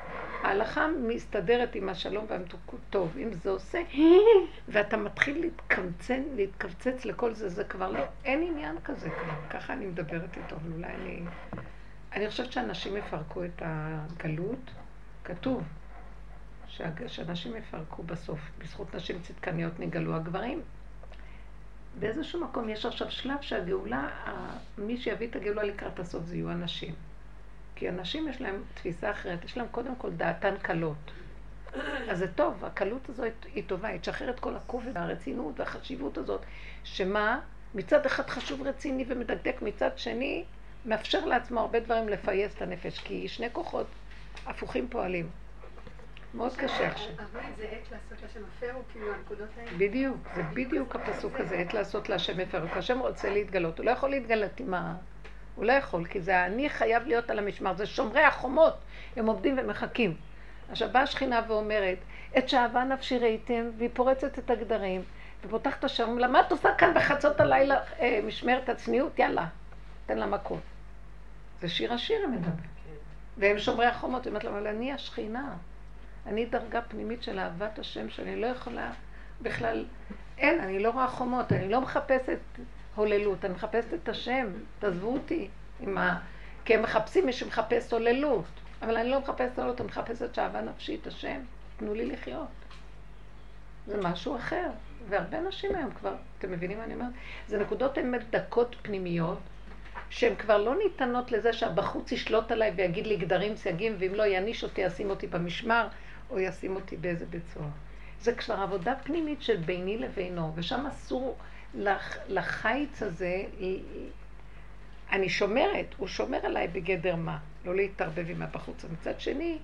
ההלכה מסתדרת עם השלום והמתוקות טוב. אם זה עושה, ואתה מתחיל להתקמצן, להתכווצץ לכל זה, זה כבר לא, אין עניין כזה כבר. ככה אני מדברת איתו, אבל אולי אני... אני חושבת שאנשים יפרקו את הגלות. כתוב שאנשים יפרקו בסוף. בזכות נשים צדקניות נגלו הגברים. באיזשהו מקום יש עכשיו שלב שהגאולה, מי שיביא את הגאולה לקראת הסוף זה יהיו אנשים. כי אנשים יש להם תפיסה אחרת, יש להם קודם כל דעתן קלות. אז זה טוב, הקלות הזו היא טובה, היא תשחרר את כל הכובד והרצינות והחשיבות הזאת, שמה, מצד אחד חשוב רציני ומדקדק, מצד שני מאפשר לעצמו הרבה דברים לפייס את הנפש, כי שני כוחות הפוכים פועלים. מאוד קשה עכשיו. אבל זה עת לעשות לשם הפרו, כאילו הנקודות האלה. בדיוק, זה בדיוק הפסוק הזה, עת לעשות להשם הפרו. כי השם רוצה להתגלות, הוא לא יכול להתגלות עם ה... הוא לא יכול, כי זה אני חייב להיות על המשמר, זה שומרי החומות, הם עובדים ומחכים. עכשיו באה השכינה ואומרת, את שאהבה נפשי ראיתם, והיא פורצת את הגדרים, ופותחת את השערים, למה את עושה כאן בחצות הלילה אה, משמרת הצניעות? יאללה, תן לה מקום. זה שיר השיר הם מדבר. והם שומרי החומות, הם אומרים, אבל אני השכינה, אני דרגה פנימית של אהבת השם, שאני לא יכולה בכלל, אין, אני לא רואה חומות, אני לא מחפשת הוללות, אני מחפשת את השם, תעזבו אותי עם ה... כי הם מחפשים מי שמחפש הוללות, אבל אני לא מחפשת הוללות, אני מחפשת שאהבה נפשית, השם, תנו לי לחיות. זה משהו אחר, והרבה נשים היום כבר, אתם מבינים מה אני אומרת? זה נקודות אמת דקות פנימיות, שהן כבר לא ניתנות לזה שהבחוץ ישלוט עליי ויגיד לי גדרים סייגים, ואם לא יעניש אותי, ישים אותי במשמר, או ישים אותי באיזה בית סוהר. זה כבר עבודה פנימית של ביני לבינו, ושם אסור לח, לחיץ הזה, אני שומרת, הוא שומר עליי בגדר מה, לא להתערבב עם הבחוץ. מצד שני,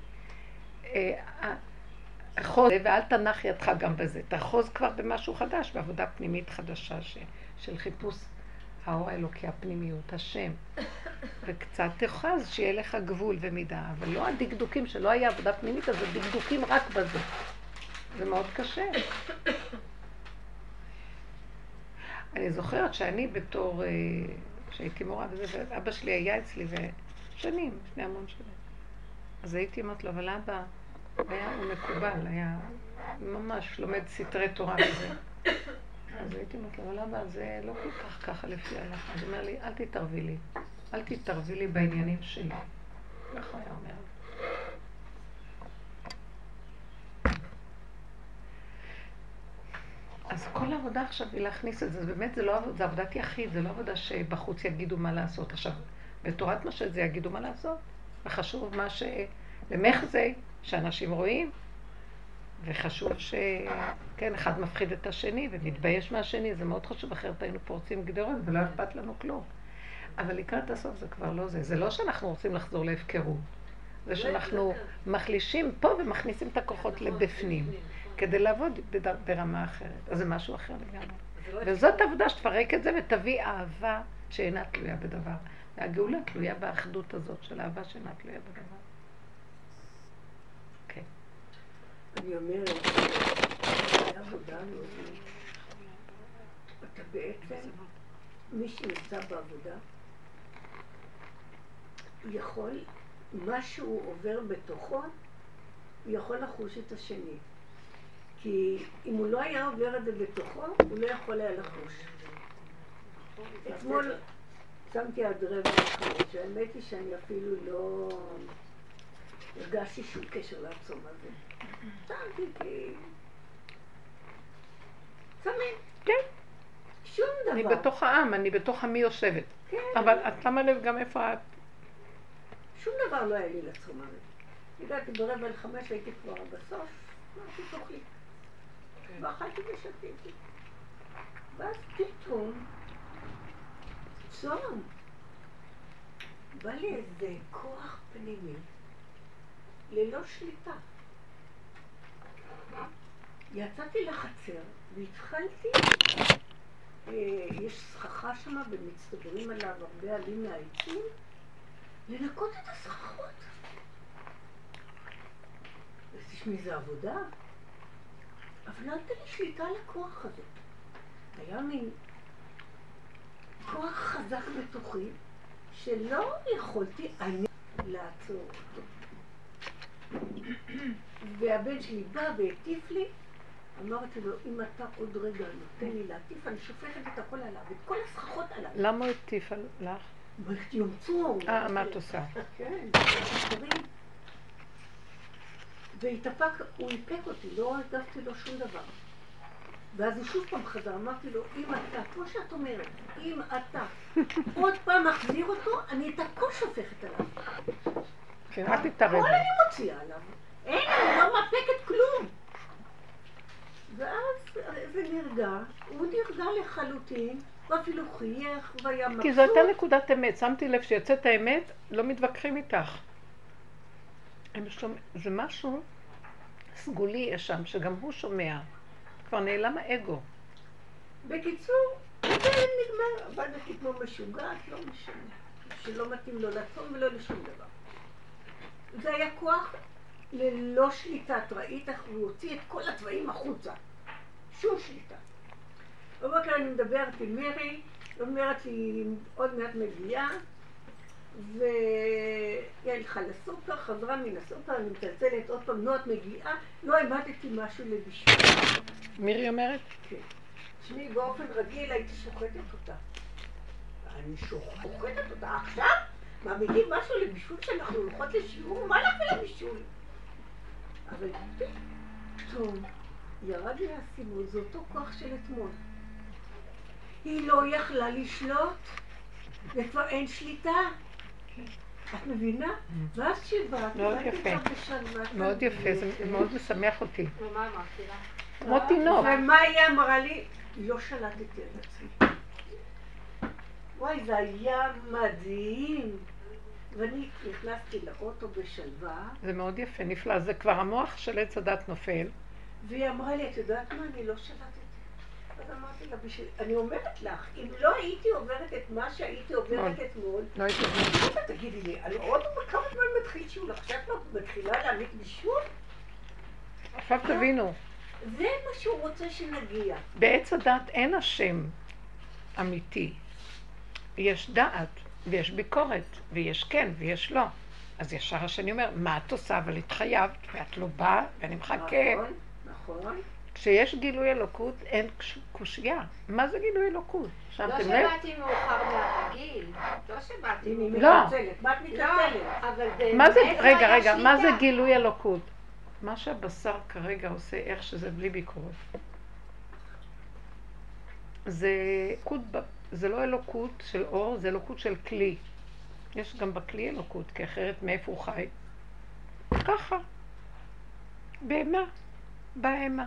אחוז, ואל תנח ידך גם בזה, תאחוז כבר במשהו חדש, בעבודה פנימית חדשה ש, של חיפוש האור האלוקי, הפנימיות, השם. וקצת תאחז שיהיה לך גבול ומידה, אבל לא הדקדוקים שלא היה עבודה פנימית, אז הדקדוקים רק בזה. זה מאוד קשה. אני זוכרת שאני בתור, שהייתי מורה וזה, ואבא שלי היה אצלי ושנים, לפני המון שנים. אז הייתי אומרת לו, אבל אבא היה הוא מקובל, היה ממש לומד סתרי תורה וזה. אז הייתי אומרת לו, אבל אבא זה לא כל כך ככה לפי הלכה. אז הוא אומר לי, אל תתערבי לי, אל תתערבי לי בעניינים שלי. ככה היה אומר. אז כל העבודה עכשיו היא להכניס את זה, באמת זה לא עבודה, זה עבודת יחיד, זה לא עבודה שבחוץ יגידו מה לעשות. עכשיו, בתורת משה זה יגידו מה לעשות, וחשוב מה ש... למח זה שאנשים רואים, וחשוב ש... כן, אחד מפחיד את השני ומתבייש מהשני, זה מאוד חשוב, אחרת היינו פורצים גדרות ולא אכפת לנו כלום. אבל לקראת הסוף זה כבר לא זה, זה לא שאנחנו רוצים לחזור להפקרות, זה שאנחנו מחלישים פה ומכניסים את הכוחות לבפנים. כדי לעבוד ברמה אחרת. אז זה משהו אחר לגמרי. וזאת עבודה שתפרק את זה ותביא אהבה שאינה תלויה בדבר. והגאולה תלויה באחדות הזאת של אהבה שאינה תלויה בדבר. כן. אני אומרת, העבודה הזאת, אתה בעצם, מי שנמצא בעבודה, יכול, משהו עובר בתוכו, הוא יכול לחוש את השני. כי אם הוא לא היה עובר את זה בתוכו, הוא לא יכול היה לחוש. אתמול שמתי עד רבע לחמש, והאמת היא שאני אפילו לא הרגשתי שום קשר לעצום הזה. שמתי כי... שמים. כן. שום דבר. אני בתוך העם, אני בתוך עמי יושבת. כן. אבל את שמה לב גם איפה את? שום דבר לא היה לי לעצום הזה. הגעתי ברבע לחמש, הייתי כבר בסוף, אמרתי תוכלי. ואכלתי ושתיתי. ואז פתאום, צום, בא לי איזה כוח פנימי, ללא שליטה. יצאתי לחצר והתחלתי, אה, יש סככה שם ומצטברים עליו הרבה עלים מהעצים, לנקות את הסככות. ותשמעי, זה עבודה. אבל לא הייתה לי שליטה על הכוח הזה. היה מין כוח חזק בתוכי, שלא יכולתי אני לעצור אותו. והבן שלי בא והטיף לי, אמרתי לו, אם אתה עוד רגע נותן לי להטיף, אני שופכת את הכל עליו, את כל הסככות עליו. למה הוא הטיף לך? יומצאו. אה, מה את עושה? כן, דברים. והתאפק, הוא איפק אותי, לא הגבתי לו שום דבר. ואז הוא שוב פעם חזר, אמרתי לו, אם אתה, כמו שאת אומרת, אם אתה עוד פעם מחזיר אותו, אני את הכל שופכת עליו. כן, אל תתערב. הכל אני מוציאה עליו. אין, אני לא מפקת כלום. ואז זה נרגע, הוא נרגע לחלוטין, ואפילו חייך והיה מבסוט. כי זו הייתה נקודת אמת, שמתי לב שיוצאת האמת, לא מתווכחים איתך. זה משהו סגולי יש שם, שגם הוא שומע. כבר נעלם האגו. בקיצור, זה נגמר, עבדתי כמו משוגעת, לא משנה. שלא מתאים לו לצום ולא לשום דבר. זה היה כוח ללא שליטה, את ראית איך הוא הוציא את כל הצבעים החוצה. שום שליטה. בבוקר אני מדברת עם מירי, אומרת לי עוד מעט מגיעה, והיא הלכה לסופר, חזרה מן הסופר, אני מצלצלת עוד פעם, נו את מגיעה, לא העמדתי משהו לבישול. מירי אומרת? כן. שמי באופן רגיל הייתי שוחטת אותה. אני שוחטת אותה עכשיו? מעמידים משהו לבישול שאנחנו הולכות לשיעור? מה לך לבישול? אבל פתאום ירד לי הסימון, זה אותו כוח של אתמול. היא לא יכלה לשלוט, וכבר אין שליטה. את מבינה? ואז שבאת, מאוד יפה. מאוד יפה, זה מאוד משמח אותי. ומה אמרתי לה? כמו תינוק. ומה היא אמרה לי? לא שלטתי על עצמי. וואי, זה היה מדהים. ואני נכנסתי לאוטו בשלווה. זה מאוד יפה, נפלא. זה כבר המוח של עץ הדת נופל. והיא אמרה לי, את יודעת מה? אני לא שלטתי. אז אמרתי לה, בשביל... אני אומרת לך, אם לא הייתי עוברת את מה שהייתי עוברת אתמול, לא הייתי עוברת. תגידי לי, על אוטו בכמה זמן מתחיל שיעול? עכשיו לא מתחילה להעמיד בישול? עכשיו תבינו. זה מה שהוא רוצה שנגיע. בעץ הדת אין השם אמיתי. יש דעת, ויש ביקורת, ויש כן, ויש לא. אז ישר השני אומר, מה את עושה? אבל התחייבת, ואת לא באה, ואני מחכה. נכון, נכון. כשיש גילוי אלוקות, אין קושייה. מה זה גילוי אלוקות? לא שבאתי מאוחר מהרגיל. לא שבאתי מאוחר. לא. מה את מתנצלת? אבל מה זה, באמת רגע, לא היה רגע, מה זה שליטה. גילוי אלוקות? מה שהבשר כרגע עושה, איך שזה בלי ביקורת. זה, זה לא אלוקות של אור, זה אלוקות של כלי. יש גם בכלי אלוקות, כי אחרת מאיפה הוא חי? ככה. בהמה. בהמה.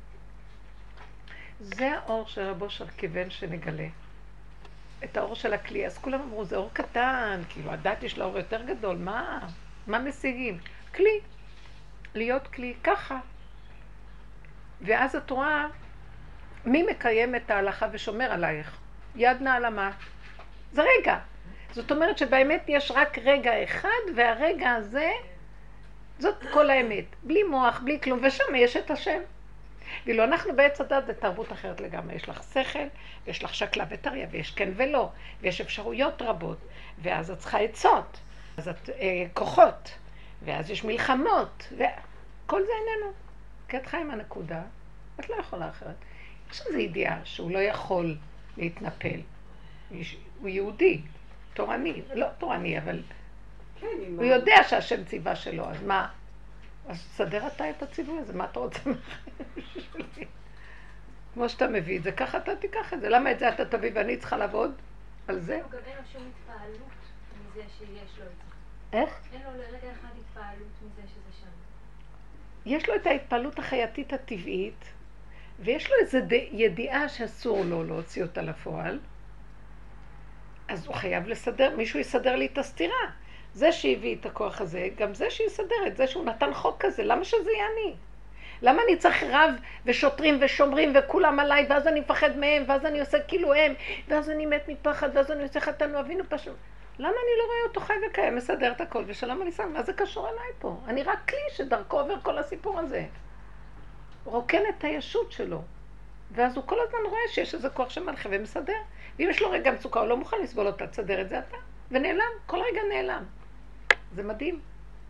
זה האור של רבו של כיוון שנגלה. את האור של הכלי. אז כולם אמרו, זה אור קטן, כאילו, הדת יש לה אור יותר גדול. מה? מה משיגים? כלי. להיות כלי ככה. ואז את רואה, מי מקיים את ההלכה ושומר עלייך? יד נעלמה. זה רגע. זאת אומרת שבאמת יש רק רגע אחד, והרגע הזה, זאת כל האמת. בלי מוח, בלי כלום, ושם יש את השם. ואילו אנחנו בעץ הדת זה תרבות אחרת לגמרי. יש לך שכל, ויש לך שקלה וטריה, ויש כן ולא, ויש אפשרויות רבות. ואז את צריכה עצות, אז את אה, כוחות, ואז יש מלחמות, וכל זה איננו. כי את חי עם הנקודה, את לא יכולה אחרת. יש איזו ידיעה שהוא לא יכול להתנפל. הוא יהודי, תורני, לא תורני, אבל כן, הוא יודע שהשם ציווה שלו, אז מה? אז סדר אתה את הציווי הזה, מה אתה רוצה מהחיים שלי? כמו שאתה מביא את זה, ככה אתה תיקח את זה. למה את זה אתה תביא ואני צריכה לעבוד על זה? גם אין לו שום התפעלות מזה שיש לו את זה. איך? אין לו לרגע אחד התפעלות מזה שזה שם. יש לו את ההתפעלות החייתית הטבעית, ויש לו איזו ידיעה שאסור לו להוציא אותה לפועל, אז הוא חייב לסדר, מישהו יסדר לי את הסתירה. זה שהביא את הכוח הזה, גם זה שיסדר את זה שהוא נתן חוק כזה, למה שזה יהיה אני? למה אני צריך רב ושוטרים ושומרים וכולם עליי, ואז אני מפחד מהם, ואז אני עושה כאילו הם, ואז אני מת מפחד, ואז אני עושה חתנו אבינו פשוט. למה אני לא רואה אותו חי וקיים, מסדר את הכל, ושלום אני שם, מה זה קשור אליי פה? אני רק כלי שדרכו עובר כל הסיפור הזה. רוקן את הישות שלו, ואז הוא כל הזמן רואה שיש איזה כוח שמנחה ומסדר, ואם יש לו רגע מצוקה, הוא לא מוכן לסבול אותה, תסדר את זה אתה, ונעלם, כל רגע נעלם. זה מדהים.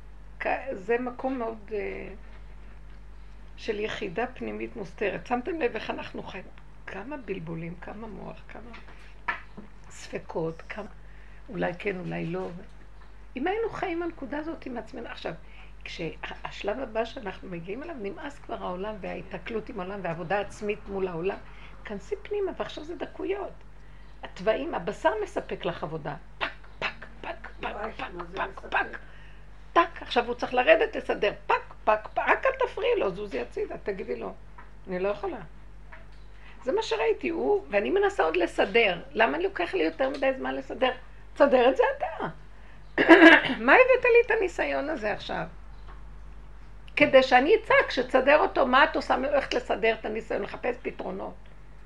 זה מקום מאוד uh, של יחידה פנימית מוסתרת. שמתם לב איך אנחנו חיים? כמה בלבולים, כמה מוח, כמה ספקות, כמה... אולי כן, אולי לא. אם היינו חיים בנקודה הזאת עם עצמנו, עכשיו, כשהשלב הבא שאנחנו מגיעים אליו, נמאס כבר העולם וההתקלות עם העולם והעבודה עצמית מול העולם. כנסי פנימה, ועכשיו זה דקויות. הטבעים, הבשר מספק לך עבודה. פק, פק, פק, פק, פק, פק, פק. טק, עכשיו הוא צריך לרדת לסדר. פק, פק, פק, רק אל תפריעי לו, זוזי הצידה, תגידי לו. אני לא יכולה. זה מה שראיתי, הוא, ואני מנסה עוד לסדר. למה אני לוקח לי יותר מדי זמן לסדר? תסדר את זה אתה. מה הבאת לי את הניסיון הזה עכשיו? כדי שאני אצעק, שתסדר אותו, מה את עושה? הולכת לסדר את הניסיון, לחפש פתרונות.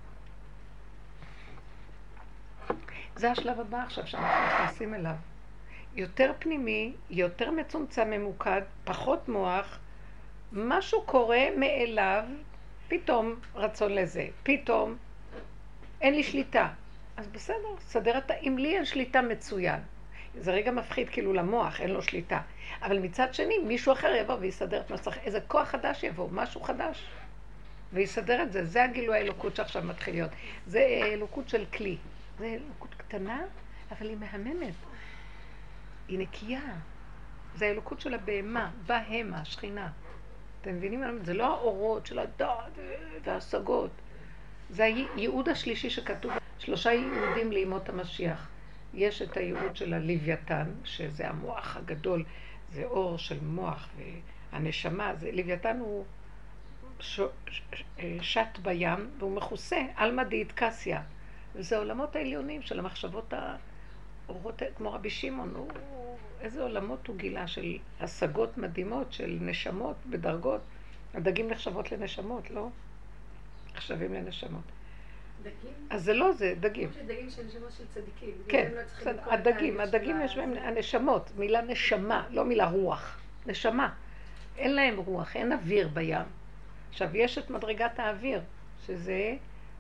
זה השלב הבא עכשיו שאנחנו נכנסים אליו. יותר פנימי, יותר מצומצם ממוקד, פחות מוח, משהו קורה מאליו, פתאום רצון לזה, פתאום אין לי שליטה. אז בסדר, סדר אתה, אם לי אין שליטה מצוין. זה רגע מפחיד כאילו למוח, אין לו שליטה. אבל מצד שני, מישהו אחר יבוא ויסדר את מסך, איזה כוח חדש יבוא, משהו חדש. ויסדר את זה, זה הגילוי האלוקות שעכשיו מתחיל להיות. זה אלוקות של כלי. זה אלוקות קטנה, אבל היא מהממת. היא נקייה. זה האלוקות של הבהמה, בהמה, שכינה. אתם מבינים? זה לא האורות של הדעת וההשגות. זה הייעוד השלישי שכתוב. שלושה ייעודים לימות המשיח. יש את הייעוד של הלוויתן, שזה המוח הגדול, זה אור של מוח והנשמה. זה, לוויתן הוא ש, ש, שט בים והוא מכוסה על מדעית קסיה. וזה עולמות העליונים של המחשבות האורות, כמו רבי שמעון. הוא, איזה עולמות הוא גילה של השגות מדהימות, של נשמות בדרגות. הדגים נחשבות לנשמות, לא? נחשבים לנשמות. דגים? אז זה לא זה, דגים. יש דגים של נשמות של צדיקים. כן, הדגים, הדגים יש בהם הנשמות, מילה נשמה, לא מילה רוח. נשמה. אין להם רוח, אין אוויר בים. עכשיו, יש את מדרגת האוויר, שזה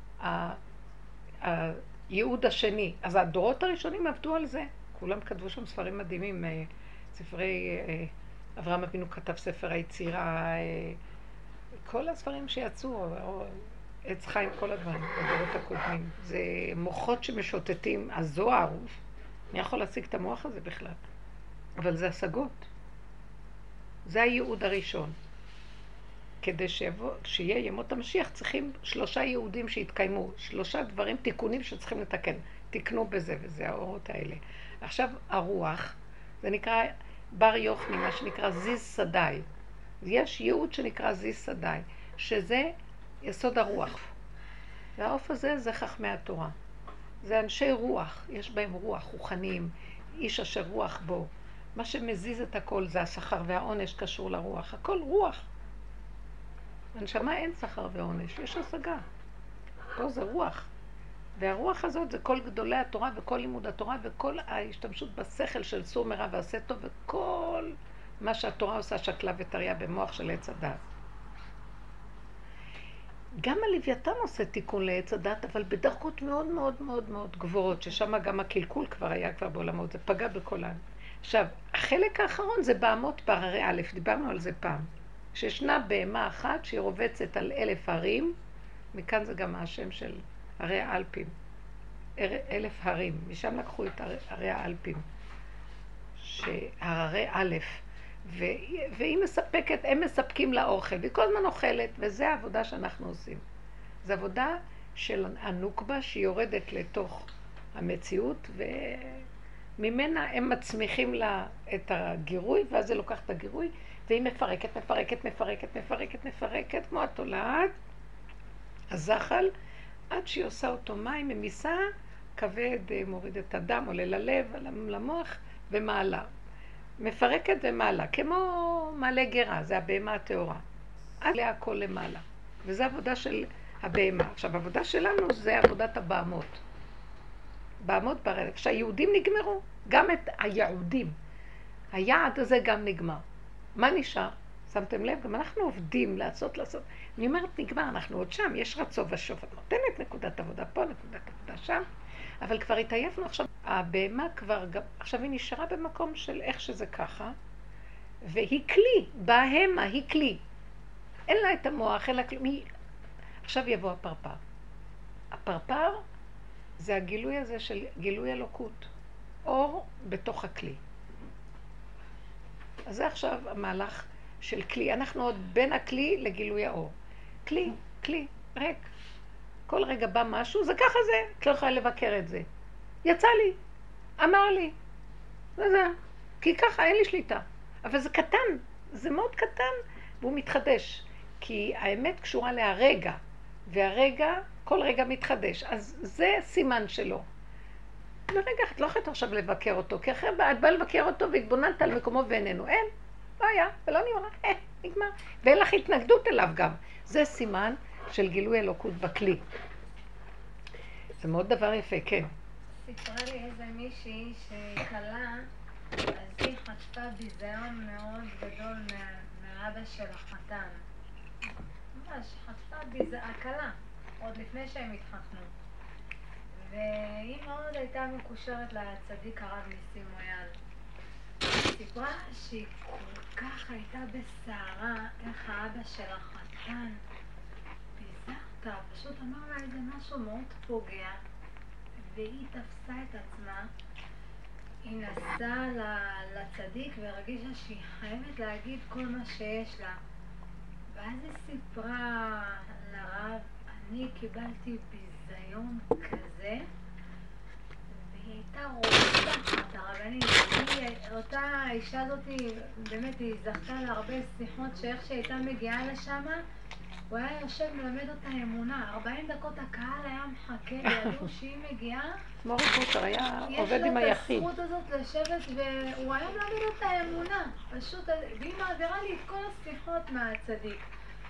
הייעוד השני. אז הדורות הראשונים עבדו על זה. כולם כתבו שם ספרים מדהימים, ספרי, אברהם אבינו כתב ספר היצירה, כל הספרים שיצאו, עץ חיים, כל הדברים, בדורות הקודמים. זה מוחות שמשוטטים, הזוהר, אני יכול להשיג את המוח הזה בכלל. אבל זה השגות. זה הייעוד הראשון. כדי שיבוא, שיהיה ימות המשיח, צריכים שלושה ייעודים שהתקיימו, שלושה דברים, תיקונים שצריכים לתקן. תקנו בזה וזה, האורות האלה. עכשיו הרוח, זה נקרא בר יוחני, מה שנקרא זיז סדאי. יש ייעוד שנקרא זיז סדאי, שזה יסוד הרוח. והעוף הזה זה חכמי התורה. זה אנשי רוח, יש בהם רוח, רוחניים, איש אשר רוח בו. מה שמזיז את הכל זה השכר והעונש קשור לרוח. הכל רוח. בנשמה אין שכר ועונש, יש השגה. פה זה רוח. והרוח הזאת זה כל גדולי התורה וכל לימוד התורה וכל ההשתמשות בשכל של סור מרע ועשה טוב וכל מה שהתורה עושה שקלה וטריה במוח של עץ הדת. גם הלוויתן עושה תיקון לעץ הדת, אבל בדרגות מאוד מאוד מאוד מאוד גבוהות, ששם גם הקלקול כבר היה כבר בעולמות, זה פגע בכולן. עכשיו, החלק האחרון זה בהמות בהרי א', דיברנו על זה פעם, שישנה בהמה אחת שהיא רובצת על אלף הרים, מכאן זה גם השם של הרי האלפים, אלף הרים, משם לקחו את הרי האלפים, שהרי א', והיא מספקת, הם מספקים לה אוכל, והיא כל הזמן אוכלת, וזה העבודה שאנחנו עושים. זו עבודה של הנוקבה שיורדת לתוך המציאות, וממנה הם מצמיחים לה את הגירוי, ואז זה לוקח את הגירוי, והיא מפרקת, מפרקת, מפרקת, מפרקת, מפרקת, כמו התולעת, הזחל, עד שהיא עושה אותו מים, ממיסה, כבד, מוריד את הדם, עולה ללב, למוח, ומעלה. מפרקת ומעלה, כמו מעלה גרה, זה הבהמה הטהורה. עד לה הכל למעלה. וזו עבודה של הבהמה. עכשיו, העבודה שלנו זה עבודת הבהמות. בהמות ברלב. כשהיהודים נגמרו, גם את היהודים. היעד הזה גם נגמר. מה נשאר? שמתם לב? גם אנחנו עובדים לעשות, לעשות. אני אומרת, נגמר, אנחנו עוד שם, יש רצו ושוב. את נותנת נקודת עבודה פה, נקודת עבודה שם. אבל כבר התעייפנו עכשיו, הבהמה כבר, עכשיו היא נשארה במקום של איך שזה ככה, והיא כלי, בהמה היא כלי. אין לה את המוח, אין לה כלום. היא... עכשיו יבוא הפרפר. הפרפר זה הגילוי הזה של גילוי אלוקות. אור בתוך הכלי. אז זה עכשיו המהלך של כלי. אנחנו עוד בין הכלי לגילוי האור. כלי, כלי, ריק. כל רגע בא משהו, זה ככה זה. את לא יכולה לבקר את זה. יצא לי, אמר לי. זה זה. כי ככה אין לי שליטה. אבל זה קטן, זה מאוד קטן, והוא מתחדש. כי האמת קשורה להרגע, והרגע, כל רגע מתחדש. אז זה סימן שלו. לרגע, את לא יכולת עכשיו לבקר אותו, כי אחרי את באה לבקר אותו והתבוננת על מקומו ואיננו. אין, לא היה, ולא נראה, אה, נגמר. ואין לך התנגדות אליו גם. זה סימן של גילוי אלוקות בכלי. זה מאוד דבר יפה, כן. סיפרה לי איזה מישהי שקלה, אז היא חטפה ביזיון מאוד גדול מהאבא של החתן. ממש, חטפה ביזיון, הקלה, עוד לפני שהם התחתנו. והיא מאוד הייתה מקושרת לצדיק הרב ניסים מויאל. סיפרה שהיא כל כך הייתה בסערה, איך האבא של החתן ביזה אותה, פשוט אמר לה איזה משהו מאוד פוגע, והיא תפסה את עצמה. היא נסעה לצדיק והרגישה שהיא חייבת להגיד כל מה שיש לה. ואז היא סיפרה לרב, אני קיבלתי ביזיון כזה, והיא הייתה רוצחת הרבנית. אותה האישה הזאת, באמת היא זכתה להרבה שיחות שאיך שהייתה מגיעה לשם, הוא היה יושב מלמד אותה אמונה. ארבעים דקות הקהל היה מחכה, וידעו שהיא מגיעה. מורי בושר היה עובד עם היחיד. יש לה את הזכות הזאת לשבת, והוא היה מלמד אותה אמונה. פשוט, והיא מעבירה לי את כל השיחות מהצדיק.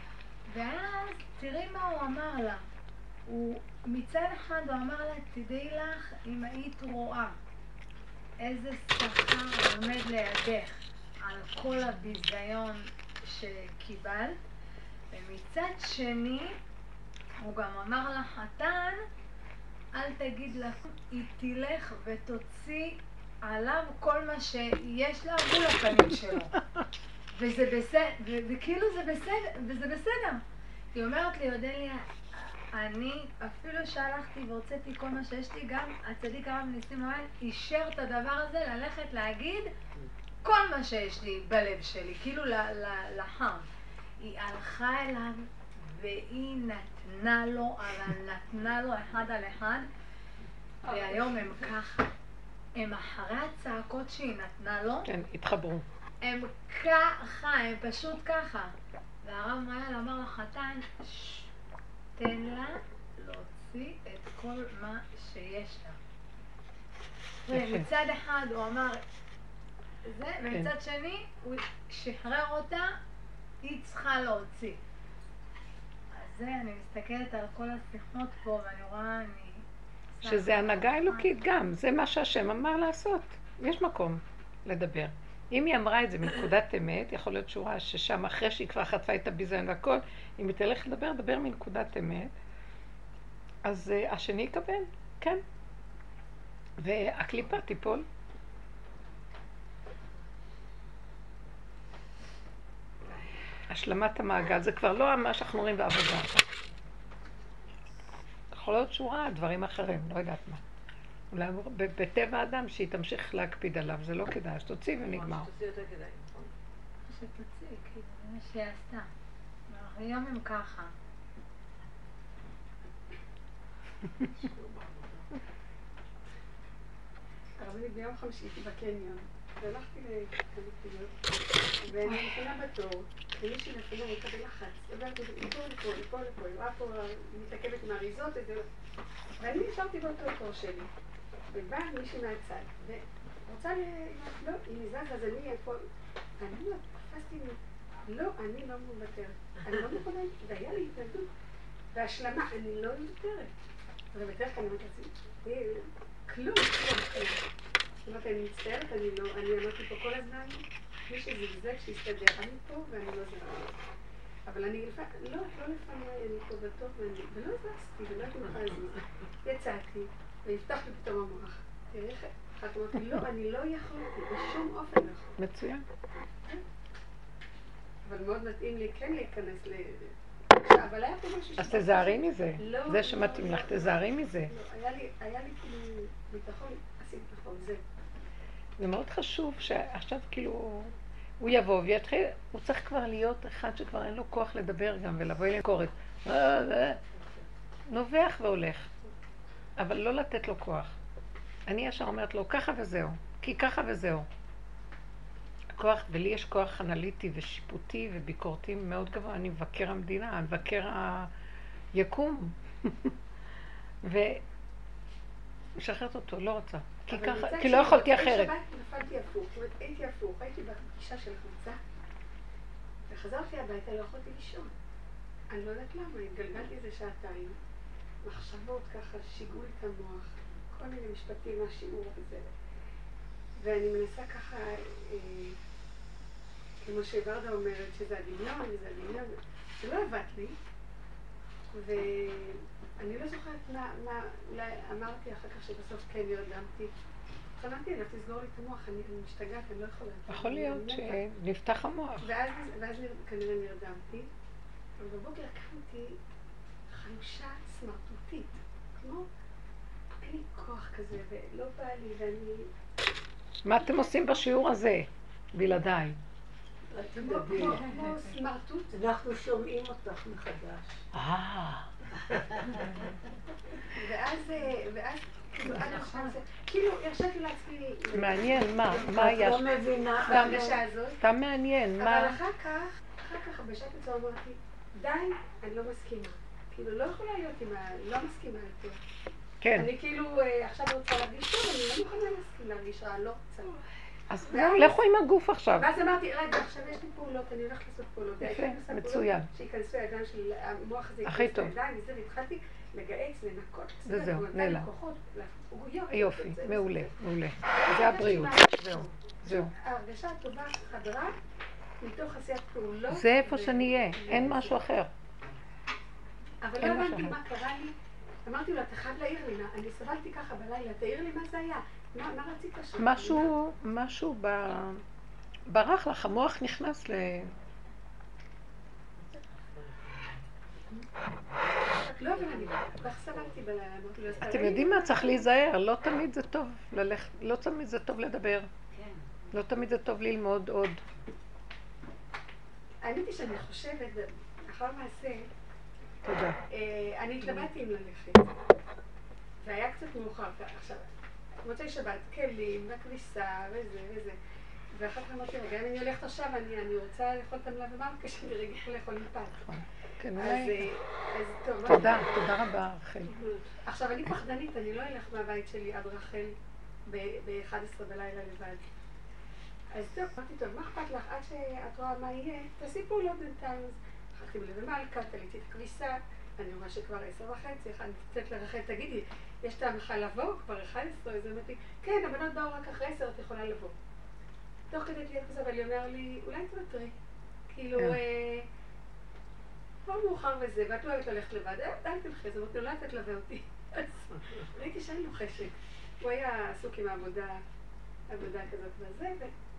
ואז תראי מה הוא אמר לה. הוא מצד אחד הוא אמר לה, תדעי לך אם היית רואה איזה שכר עומד לידך על כל הביזיון שקיבלת, ומצד שני הוא גם אמר לחתן, אל תגיד לה, היא תלך ותוציא עליו כל מה שיש לה מול הפנים שלו. וזה בסדר, וכאילו זה בסדר, וזה בסדר. היא אומרת לי, אודליה, אני אפילו שהלכתי והוצאתי כל מה שיש לי, גם הצדיק הרב ניסים מויאל אישר את הדבר הזה ללכת להגיד כל מה שיש לי בלב שלי, כאילו לחם. היא הלכה אליו והיא נתנה לו, אבל נתנה לו אחד על אחד, והיום הם ככה. הם אחרי הצעקות שהיא נתנה לו, כן, התחברו. הם ככה, הם פשוט ככה. והרב מויאל אמר לחתן, תן לה להוציא את כל מה שיש לה. ומצד אחד הוא אמר זה, ומצד שני הוא שחרר אותה, היא צריכה להוציא. אז זה, אני מסתכלת על כל השיחות פה ואני רואה, אני... שזה הנהגה אלוקית גם, זה מה שהשם אמר לעשות. יש מקום לדבר. אם היא אמרה את זה מנקודת אמת, יכול להיות שורה ששם אחרי שהיא כבר חטפה את הביזיון והכל, אם היא תלך לדבר, דבר מנקודת אמת, אז uh, השני יקבל, כן. והקליפה תיפול. השלמת המעגל, זה כבר לא מה שאנחנו רואים בעבודה. יכול להיות שורה, דברים אחרים, לא יודעת מה. אולי בטבע האדם שהיא תמשיך להקפיד עליו, זה לא כדאי, שתוציא ונגמר. שתוציא יותר כדאי, נכון? שתוציא, כי זה מה שהיא עשתה. היום הם ככה. הרבנית, ביום חמישי הייתי בקניון, והלכתי לקניות, ואני נכונה בתור, ומישהי נכונה, אני אקבל לחץ, עברתי לפה, לפה, לפה, לפה, היא רואה פה, מתעכבת עם האריזות, ואני נשארתי באותו תור שלי. ובאה מישהו מהצד, ורוצה ל... לא, היא נזז, אז אני איפה... אני לא, תפסתי לי, לא, אני לא מוותרת. אני לא מוכנה, והיה לי התנגדות. והשלמה, אני לא מוותרת. אבל בדרך כלל אני אומרת לעצמי, כלום, כלום, כלום. זאת אומרת, אני מצטערת, אני לא, אני אמרתי פה כל הזמן, מי שזגזג, שיסתדר, אני פה ואני לא זרה. אבל אני לא, לא לפני, אני פה בתוך, ולא זזתי, ולא הייתי מוכנה לזוז. יצאתי. והבטח לי פתאום המוח. תראי איך, אחת אומרת לי, לא, אני לא יכולתי, בשום אופן לא יכולתי. מצוין. אבל מאוד מתאים לי כן להיכנס ל... אבל היה פה משהו... אז תזהרי מזה. זה שמתאים לך, תזהרי מזה. לא, היה לי כאילו ביטחון, עשיתי נכון, זה. זה מאוד חשוב שעכשיו כאילו הוא יבוא ויתחיל, הוא צריך כבר להיות אחד שכבר אין לו כוח לדבר גם ולבוא אליהם קורת. נובח והולך, אבל לא לתת לו כוח. אני ישר אומרת לו ככה וזהו, כי ככה וזהו. כוח, ולי יש כוח אנליטי ושיפוטי וביקורתי מאוד גבוה, אני מבקר המדינה, אני מבקר היקום. ומשחררת אותו, לא רוצה. כי ככה, כי לא יכולתי אחרת. נפלתי הפוך, זאת אומרת, הייתי הפוך, הייתי בפגישה של החוצה, וחזרתי הביתה, לא יכולתי לישון. אני לא יודעת למה, התגלגלתי איזה שעתיים, מחשבות ככה, שיגעו את המוח, כל מיני משפטים מהשיעור וזה. ואני מנסה ככה, אה, כמו שוורדה אומרת, שזה הדמיון, וזה הדמיון, זה לא עבד לי, ואני לא זוכרת מה, מה, אולי אמרתי אחר כך שבסוף כן נרדמתי. חלמתי אליו, תסגור לי את המוח, אני, אני משתגעת, אני לא יכולה. יכול להיות שנפתח המוח. ואז, ואז כנראה נרדמתי, ובבוקר קמתי חלושה סמרטוטית, כמו, אין לי כוח כזה, ולא בא לי, ואני... מה אתם עושים בשיעור הזה, בלעדיי? כמו סמרטוט. אנחנו שומעים אותך מחדש. אה. ואז, ואז, כאילו, הרשיתי לעצמי... מעניין, מה? מה יש? את לא מבינה. בהרגשה הזאת. אתה מעניין, מה? אבל אחר כך, אחר כך, בשעת עצמו אמרתי, די, אני לא מסכימה. כאילו, לא יכולה להיות עם ה... לא מסכימה איתו. כן. אני כאילו, עכשיו רוצה להרגיש טוב, אני לא מוכנה להסכים להרגיש רע, לא רוצה. אז לכו עם הגוף עכשיו. ואז אמרתי, רגע, עכשיו יש לי פעולות, אני הולכת לעשות פעולות. יפה, מצוין. שיכנסו הידיים של המוח הזה, הכי טוב. הידיים, וזה, והתחלתי לגייס, לנקות, וזהו, נעלה. עוגויות. יופי, מעולה, מעולה. זה הבריאות, זהו, זהו. ההרגשה הטובה חדרה מתוך עשיית פעולות. זה איפה שנהיה, אין משהו אחר. אבל לא הבנתי מה קרה לי. אמרתי לו, אתה חייב להעיר לי, אני סבלתי ככה בלילה, תעיר לי מה זה היה. מה רצית שם? משהו, משהו ברח לך, המוח נכנס ל... לא, אבל אני כך סבלתי בלילה. אתם יודעים מה? צריך להיזהר, לא תמיד זה טוב ללכת, לא תמיד זה טוב לדבר. לא תמיד זה טוב ללמוד עוד. האמת היא שאני חושבת, אחר מעשה, תודה. אני התלבטתי עם ללכת, והיה קצת מאוחר. עכשיו, מוצאי שבת, כלים, בכביסה וזה וזה. ואחר כך אמרתי, רגע, אם אני הולכת עכשיו, אני רוצה לאכול את המלה ומרקה שאני רגע לאכול עם פת. כן, אז טוב. תודה, תודה רבה, רחל. עכשיו, אני פחדנית, אני לא אלך מהבית שלי עד רחל ב-אחת עשרה בלילה לבד. אז טוב, אמרתי, טוב, מה אכפת לך? עד שאת רואה מה יהיה, תעשי פעולות בינתיים. אז הלכתי מלא במלכה, תליתי את הכביסה, אני רואה שכבר עשר וחצי, אחד נצאת לרחל, תגידי, יש טעם לך לבוא? כבר אחד עשרה, אז אמרתי, כן, הבנות באו רק אחרי עשר, את יכולה לבוא. תוך כדי תהיה כזה, אבל היא אומר לי, אולי תוותרי. כאילו, כבר מאוחר וזה, ואת לא היית ללכת לבד, אל תלכי, אז אמרתי, אולי את תלווה אותי. אז ראיתי שאין לו חשק. הוא היה עסוק עם העבודה, עבודה כזאת וזה,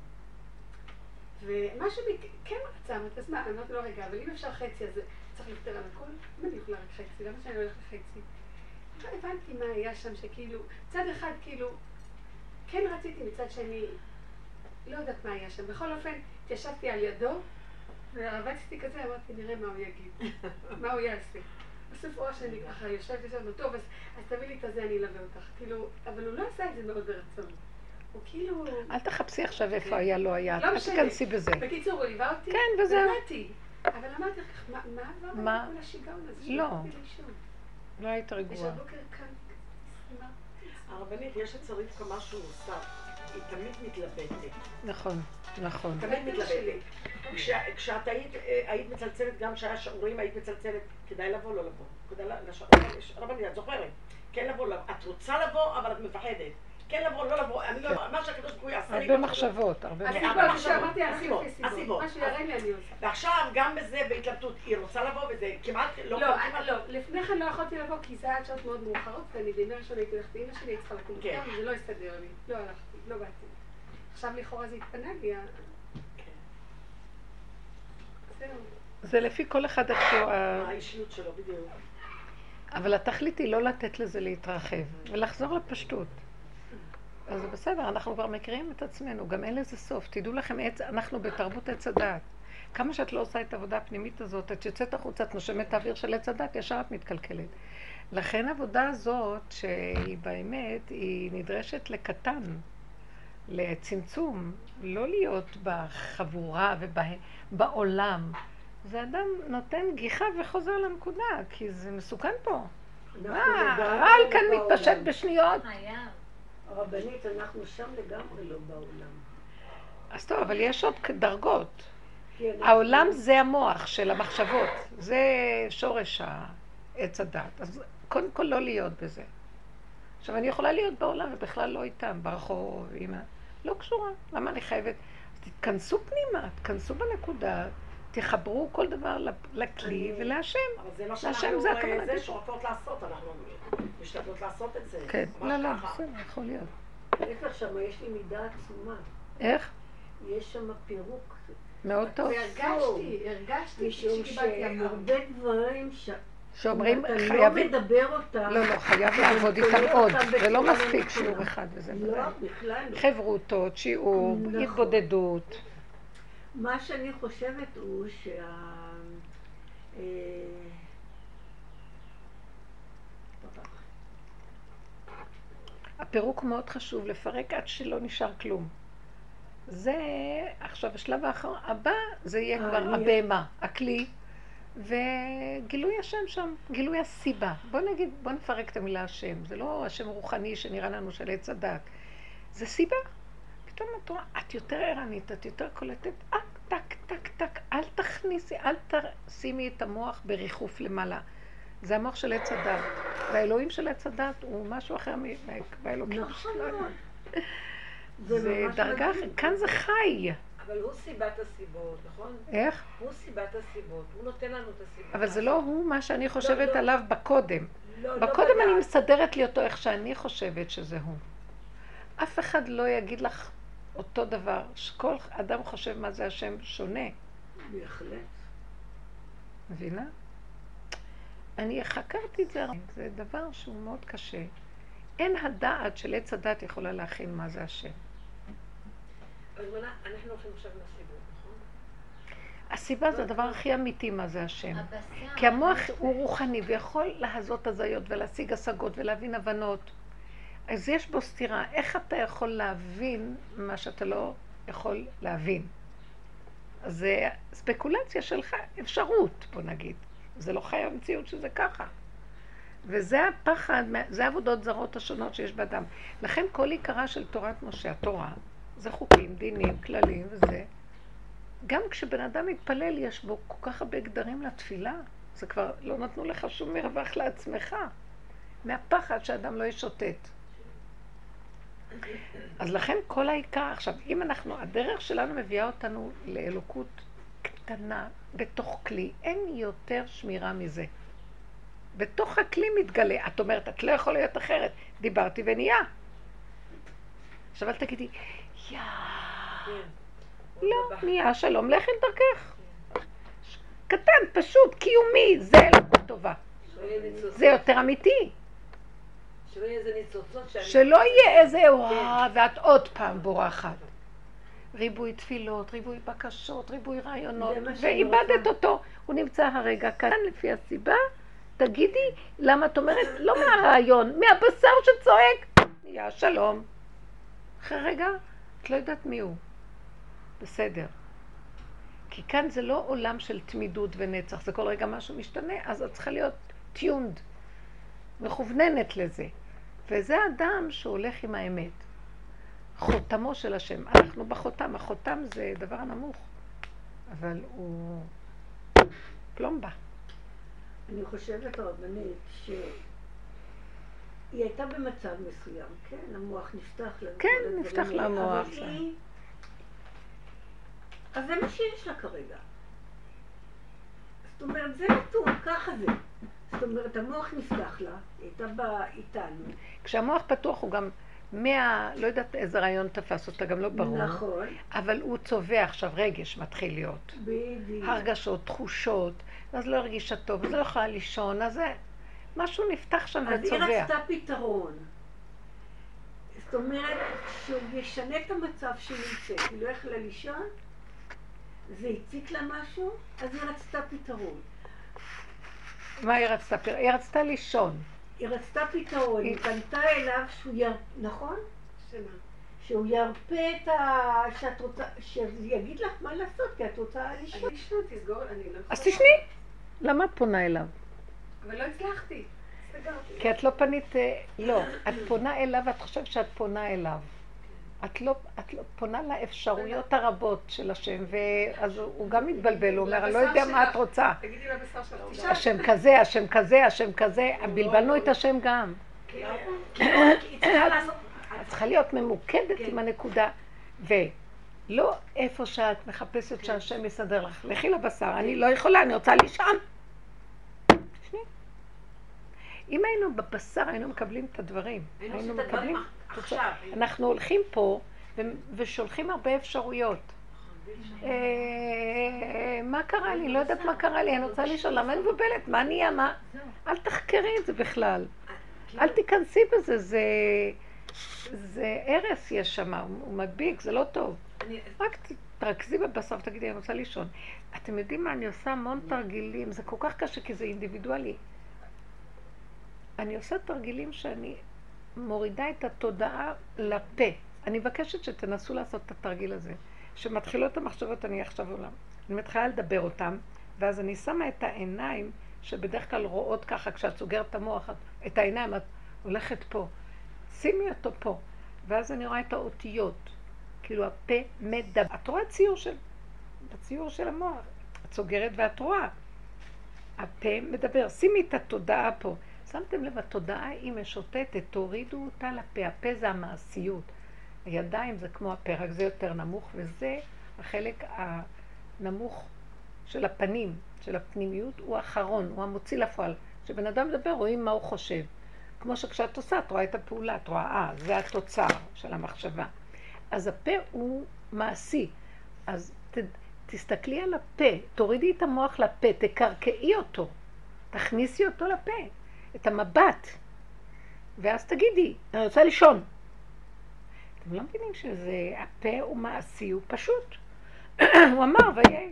ומשהו בי כן רצה, אז מה, אמרתי לו, רגע, אבל אם אפשר חצי, אז צריך לפתר על הכל, אם אני יכולה רק חצי, למה שאני הולכת לחצי? לא הבנתי מה היה שם, שכאילו, צד אחד כאילו, כן רציתי, מצד שני, לא יודעת מה היה שם. בכל אופן, התיישבתי על ידו, ורבצתי כזה, אמרתי, נראה מה הוא יגיד, מה הוא יעשה. בסוף רואה שאני ככה יושבת ושאלנו, טוב, אז תביא לי את הזה, אני אלווה אותך. כאילו, אבל הוא לא עשה את זה מאוד ברצון. הוא כאילו... אל תחפשי עכשיו איפה היה, לא היה, אל תכנסי בזה. בקיצור, הוא ליווה אותי, כן, וזה... ובאתי. אבל אמרתי לך, מה עבר מה? כל השיגעון הזה? לא. לא היית רגועה. ושהבוקר כאן, הרבנית, יש אצלית כמה שהוא עושה. היא תמיד מתלבטת. נכון, נכון. תמיד מתלבטת. כשאת היית מצלצלת, גם כשהיה שעורים, היית מצלצלת, כדאי לבוא, לא לבוא. כדאי לשעורים, הרבנית, את זוכרת? כן לבוא, את רוצה לבוא, אבל את מפחדת. כן לבוא, לא לבוא, אני לא... מה שהקדוש ברוך הוא יעשה לי... הרבה מחשבות, הרבה מחשבות. הסיבות, הסיבות. מה שיראה לי אני עושה. ועכשיו, גם בזה, בהתלבטות, היא רוצה לבוא, וזה כמעט לא... לא, לא, לפני כן לא יכולתי לבוא, כי זה היה שעות מאוד מאוחרות, ואני בימי ראשון הייתי הולכת לאמא שלי, צריכה לקום מוקדם, וזה לא הסתדר לי. לא הלכתי, לא באתי. עכשיו לכאורה זה התפנה לי. זהו. זה לפי כל אחד איכשהו. האישיות שלו, בדיוק. אבל התכלית היא לא לתת לזה להתרחב, ולחזור לפשטות. אז זה בסדר, אנחנו כבר מכירים את עצמנו, גם אין לזה סוף. תדעו לכם, אנחנו בתרבות עץ הדעת. כמה שאת לא עושה את העבודה הפנימית הזאת, את יוצאת החוצה, את נושמת האוויר של עץ הדעת, ישר את מתקלקלת. לכן העבודה הזאת, שהיא באמת, היא נדרשת לקטן, לצמצום, לא להיות בחבורה ובעולם. זה אדם נותן גיחה וחוזר לנקודה, כי זה מסוכן פה. מה? הרעל כאן מתפשט בשניות. הרבנית, אנחנו שם לגמרי לא בעולם. אז טוב, אבל יש עוד דרגות. העולם זה המוח של המחשבות, זה שורש העץ הדת. אז קודם כל לא להיות בזה. עכשיו, אני יכולה להיות בעולם ובכלל לא איתם, ברחוב, אמא. לא קשורה. למה אני חייבת? אז תתכנסו פנימה, תתכנסו בנקודה, תחברו כל דבר לכלי ולהשם. אבל זה מה שאנחנו זה שואפות לעשות, אנחנו משתדלות לעשות את זה. כן, לא, לא, בסדר, יכול להיות. איפה שם יש לי מידה עצומה. איך? יש שם פירוק. מאוד טוב. והרגשתי, הרגשתי שקיבלתי הרבה דברים ש... שאומרים חייבים... לא מדבר אותם. לא, לא, חייב לעבוד איתם עוד. זה לא מספיק שיעור אחד וזה לא, בכלל לא. חברותות, שיעור, התבודדות. מה שאני חושבת הוא שה... הפירוק מאוד חשוב, לפרק עד שלא נשאר כלום. זה, עכשיו השלב האחר, הבא זה יהיה כבר הבהמה, הכלי, וגילוי השם שם, גילוי הסיבה. בוא נגיד, בוא נפרק את המילה השם, זה לא השם רוחני שנראה לנו של עץ הדת, זה סיבה. פתאום את רואה, את יותר ערנית, את יותר קולטת, טק, טק, טק, טק, אל תכניסי, אל תשימי את המוח בריחוף למעלה. זה המוח של עץ הדת, והאלוהים של עץ הדת הוא משהו אחר מהאלוהים שלנו. זה דרגה, כאן זה חי. אבל הוא סיבת הסיבות, נכון? איך? הוא סיבת הסיבות, הוא נותן לנו את הסיבות. אבל זה לא הוא מה שאני חושבת עליו בקודם. בקודם אני מסדרת לי אותו איך שאני חושבת שזה הוא. אף אחד לא יגיד לך אותו דבר, שכל אדם חושב מה זה השם שונה. בהחלט. מבינה? אני חקרתי את זה, זה דבר שהוא מאוד קשה. אין הדעת של עץ הדת יכולה להכין מה זה השם. אז מנה, אנחנו הולכים עכשיו לסיבות, נכון? הסיבה זה הדבר הכי אמיתי מה זה השם. כי המוח הוא רוחני ויכול להזות הזיות ולהשיג השגות ולהבין הבנות. אז יש בו סתירה. איך אתה יכול להבין מה שאתה לא יכול להבין? אז זה ספקולציה שלך, אפשרות, בוא נגיד. זה לא חי המציאות שזה ככה. וזה הפחד, זה העבודות זרות השונות שיש באדם. לכן כל עיקרה של תורת משה, התורה, זה חוקים, דינים, כללים וזה. גם כשבן אדם מתפלל יש בו כל כך הרבה גדרים לתפילה. זה כבר לא נתנו לך שום מרווח לעצמך. מהפחד שאדם לא ישוטט. אז לכן כל העיקר, עכשיו, אם אנחנו, הדרך שלנו מביאה אותנו לאלוקות קטנה בתוך כלי, אין יותר שמירה מזה. בתוך הכלי מתגלה. את אומרת, את לא יכולה להיות אחרת. דיברתי ונהיה. עכשיו אל תגידי, יא, לא, נהיה שלום, לכי לדרכך. קטן, פשוט, קיומי, זה אלוקות טובה. זה יותר אמיתי. שלא יהיה איזה ניצוצות שאני... שלא יהיה איזה וואו, ואת עוד פעם בורחת. ריבוי תפילות, ריבוי בקשות, ריבוי רעיונות, ואיבדת אותו. הוא נמצא הרגע כאן לפי הסיבה. תגידי, למה את אומרת? לא מהרעיון, מהבשר שצועק. נהיה שלום. אחרי רגע, את לא יודעת מי הוא. בסדר. כי כאן זה לא עולם של תמידות ונצח, זה כל רגע משהו משתנה, אז את צריכה להיות טיונד, מכווננת לזה. וזה אדם שהולך עם האמת. חותמו של השם. אנחנו בחותם, החותם זה דבר נמוך, אבל הוא פלומבה. אני חושבת הרבנית שהיא הייתה במצב מסוים, כן? המוח נפתח לה. כן, נפתח לה המוח. אבל היא... אז זה מה שיש לה כרגע. זאת אומרת, זה נתון, ככה זה. זאת אומרת, המוח נפתח לה, היא הייתה בא איתנו. כשהמוח פתוח הוא גם מה... לא יודעת איזה רעיון תפס אותה, גם לא ברור. נכון. אבל הוא צובע עכשיו, רגש מתחיל להיות. בדיוק. הרגשות, תחושות, אז לא הרגישה טוב, אז לא יכולה לישון, אז זה... משהו נפתח שם וצובע. אז היא רצתה פתרון. זאת אומרת, שהוא ישנה את המצב שהיא נמצאת. היא לא יכלה לישון, זה הציק לה משהו, אז היא רצתה פתרון. מה היא רצתה? פתרון? היא רצתה לישון. היא רצתה פתרון, היא פנתה אליו שהוא יר... נכון? שמה? שהוא ירפא את ה... שאת רוצה... שיגיד לך מה לעשות, כי את רוצה לישון. אני לישון, תסגור, אני לא יכולה. אז תשני. למה את פונה אליו? אבל לא הצלחתי. סגרתי. כי את לא פנית... לא, את פונה אליו ואת חושבת שאת פונה אליו. את לא, את לא פונה לאפשרויות הרבות של השם, ואז הוא גם מתבלבל, הוא אומר, אני לא יודע מה את רוצה. תגידי לבשר שלך, תשאל. השם כזה, השם כזה, השם כזה, בלבלנו את השם גם. היא צריכה לעשות... את צריכה להיות ממוקדת עם הנקודה, ולא איפה שאת מחפשת שהשם יסדר לך. לכי לבשר, אני לא יכולה, אני רוצה לישון. אם היינו בבשר, היינו מקבלים את הדברים. היינו מקבלים... עכשיו. אנחנו הולכים פה ושולחים הרבה אפשרויות. מה קרה לי? לא יודעת מה קרה לי, אני רוצה לשאול, למה אני מבלבלת? מה נהיה? מה? אל תחקרי את זה בכלל. אל תיכנסי בזה, זה הרס יש שם, הוא מדביק, זה לא טוב. רק תרכזי בבשר ותגידי, אני רוצה לישון. אתם יודעים מה? אני עושה המון תרגילים, זה כל כך קשה כי זה אינדיבידואלי. אני עושה תרגילים שאני מורידה את התודעה לפה. אני מבקשת שתנסו לעשות את התרגיל הזה. שמתחילות המחשבות, אני עכשיו עולם. אני מתחילה לדבר אותם, ואז אני שמה את העיניים, שבדרך כלל רואות ככה, כשאת סוגרת את המוח, את העיניים, את הולכת פה. שימי אותו פה. ואז אני רואה את האותיות. כאילו הפה מדבר. את רואה ציור של, בציור של המוח. את סוגרת ואת רואה. הפה מדבר. שימי את התודעה פה. שמתם לב, התודעה היא משוטטת, תורידו אותה לפה. הפה זה המעשיות. הידיים זה כמו הפה, רק זה יותר נמוך, וזה החלק הנמוך של הפנים, של הפנימיות, הוא האחרון, הוא המוציא לפועל. כשבן אדם מדבר, רואים מה הוא חושב. כמו שכשאת עושה, את רואה את הפעולה, את רואה, אה, זה התוצר של המחשבה. אז הפה הוא מעשי. אז ת, תסתכלי על הפה, תורידי את המוח לפה, תקרקעי אותו, תכניסי אותו לפה. את המבט, ואז תגידי, אני רוצה לישון. אתם לא מבינים שזה, הפה הוא מעשי, הוא פשוט. הוא אמר, ויהיה.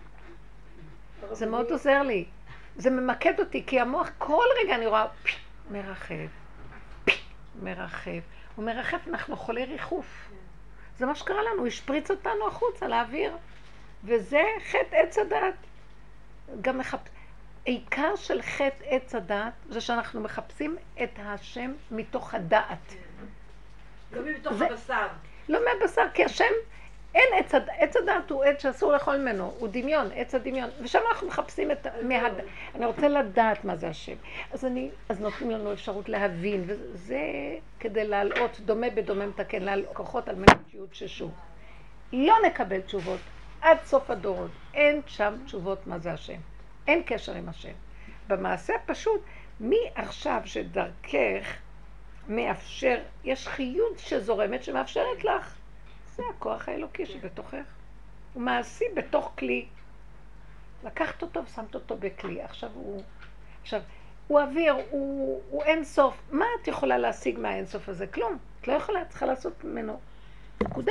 זה מאוד עוזר לי. זה ממקד אותי, כי המוח כל רגע אני רואה, פי, מרחב, פי, מרחב. הוא מרחב, אנחנו חולי ריחוף. זה מה שקרה לנו, הוא השפריץ אותנו החוצה לאוויר. וזה חטא עץ הדעת. גם מחפש. העיקר של חטא עץ הדעת זה שאנחנו מחפשים את השם מתוך הדעת. לא מתוך הבשר. לא מהבשר, כי השם, אין עץ הדעת. עץ הדעת הוא עץ שאסור לאכול ממנו, הוא דמיון, עץ הדמיון. ושם אנחנו מחפשים את... מהדעת. אני רוצה לדעת מה זה השם. אז, אני, אז נותנים לנו אפשרות להבין, וזה כדי להעלות, דומה בדומה מתקן, להעלות כוחות על מנת שיותששו. לא נקבל תשובות עד סוף הדורות. אין שם תשובות מה זה השם. אין קשר עם השם. במעשה הפשוט, מי עכשיו שדרכך מאפשר, יש חיות שזורמת שמאפשרת לך. זה הכוח האלוקי שבתוכך. הוא מעשי בתוך כלי. לקחת אותו ושמת אותו בכלי. עכשיו הוא, עכשיו, הוא אוויר, הוא, הוא אין סוף. מה את יכולה להשיג מהאין סוף הזה? כלום. את לא יכולה, את צריכה לעשות ממנו. נקודה.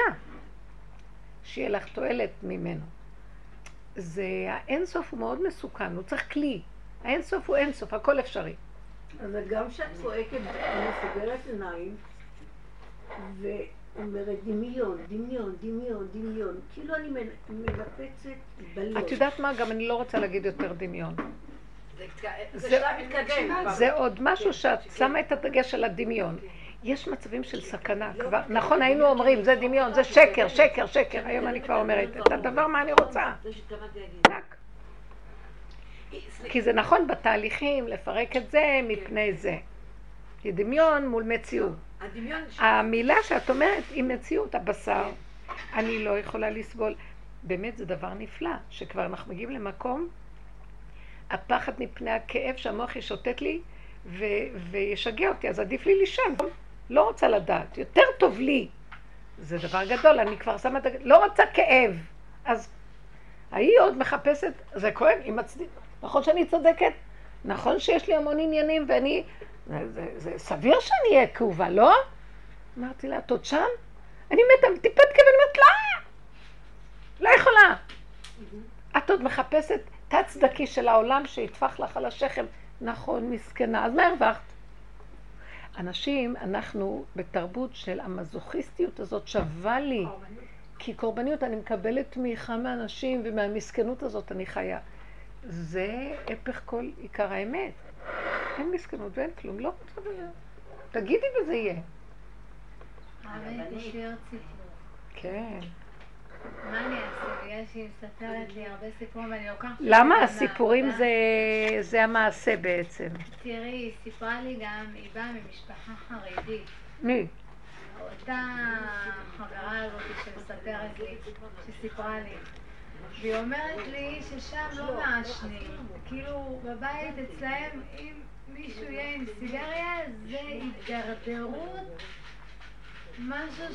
שיהיה לך תועלת ממנו. זה, האינסוף הוא מאוד מסוכן, הוא צריך כלי. האינסוף הוא אינסוף, הכל אפשרי. אז גם כשאת צועקת, אני סוגרת עיניים, ואומרת דמיון, דמיון, דמיון, דמיון. כאילו אני מנפצת בלון. את יודעת מה? גם אני לא רוצה להגיד יותר דמיון. זה שלב מתקדם. זה עוד משהו שאת שמה את הדגש על הדמיון. יש מצבים של סכנה כבר. נכון, היינו אומרים, זה דמיון, זה שקר, שקר, שקר. היום אני כבר אומרת, את הדבר מה אני רוצה. רק. כי זה נכון בתהליכים, לפרק את זה מפני זה. כי דמיון מול מציאות. המילה שאת אומרת היא מציאות, הבשר. אני לא יכולה לסבול. באמת זה דבר נפלא, שכבר אנחנו מגיעים למקום, הפחד מפני הכאב שהמוח ישוטט לי, ו- וישגע אותי, אז עדיף לי לישון. לא רוצה לדעת, יותר טוב לי. זה דבר גדול, אני כבר שמה את... לא רוצה כאב. אז היא עוד מחפשת, זה כואב, היא מצדיק. נכון שאני צודקת? נכון שיש לי המון עניינים ואני... זה, זה, זה סביר שאני אהיה כאובה, לא? אמרתי לה, את עוד שם? אני מתה, טיפת כאב, אני אומרת, לא! לא יכולה. את עוד מחפשת תת צדקי של העולם שיטפח לך על השכם. נכון, מסכנה. אז מה הרווחת? אנשים, אנחנו בתרבות של המזוכיסטיות הזאת שווה לי. כי קורבניות, אני מקבלת תמיכה מאנשים ומהמסכנות הזאת אני חיה. זה הפך כל עיקר האמת. אין מסכנות ואין כלום, לא רוצה בזה. תגידי וזה יהיה. האמת היא שיר ציפור. כן. מה אני אעשה? בגלל שהיא מספרת לי הרבה סיפורים ואני לוקחת... למה הסיפורים זה, זה המעשה בעצם? תראי, היא סיפרה לי גם, היא באה ממשפחה חרדית. מי? אותה חברה הזאת שמספרת לי, שסיפרה לי. והיא אומרת לי ששם לא מעשנים. כאילו בבית אצלהם, אם מישהו יהיה עם סיגריה, זה הידרדרות, משהו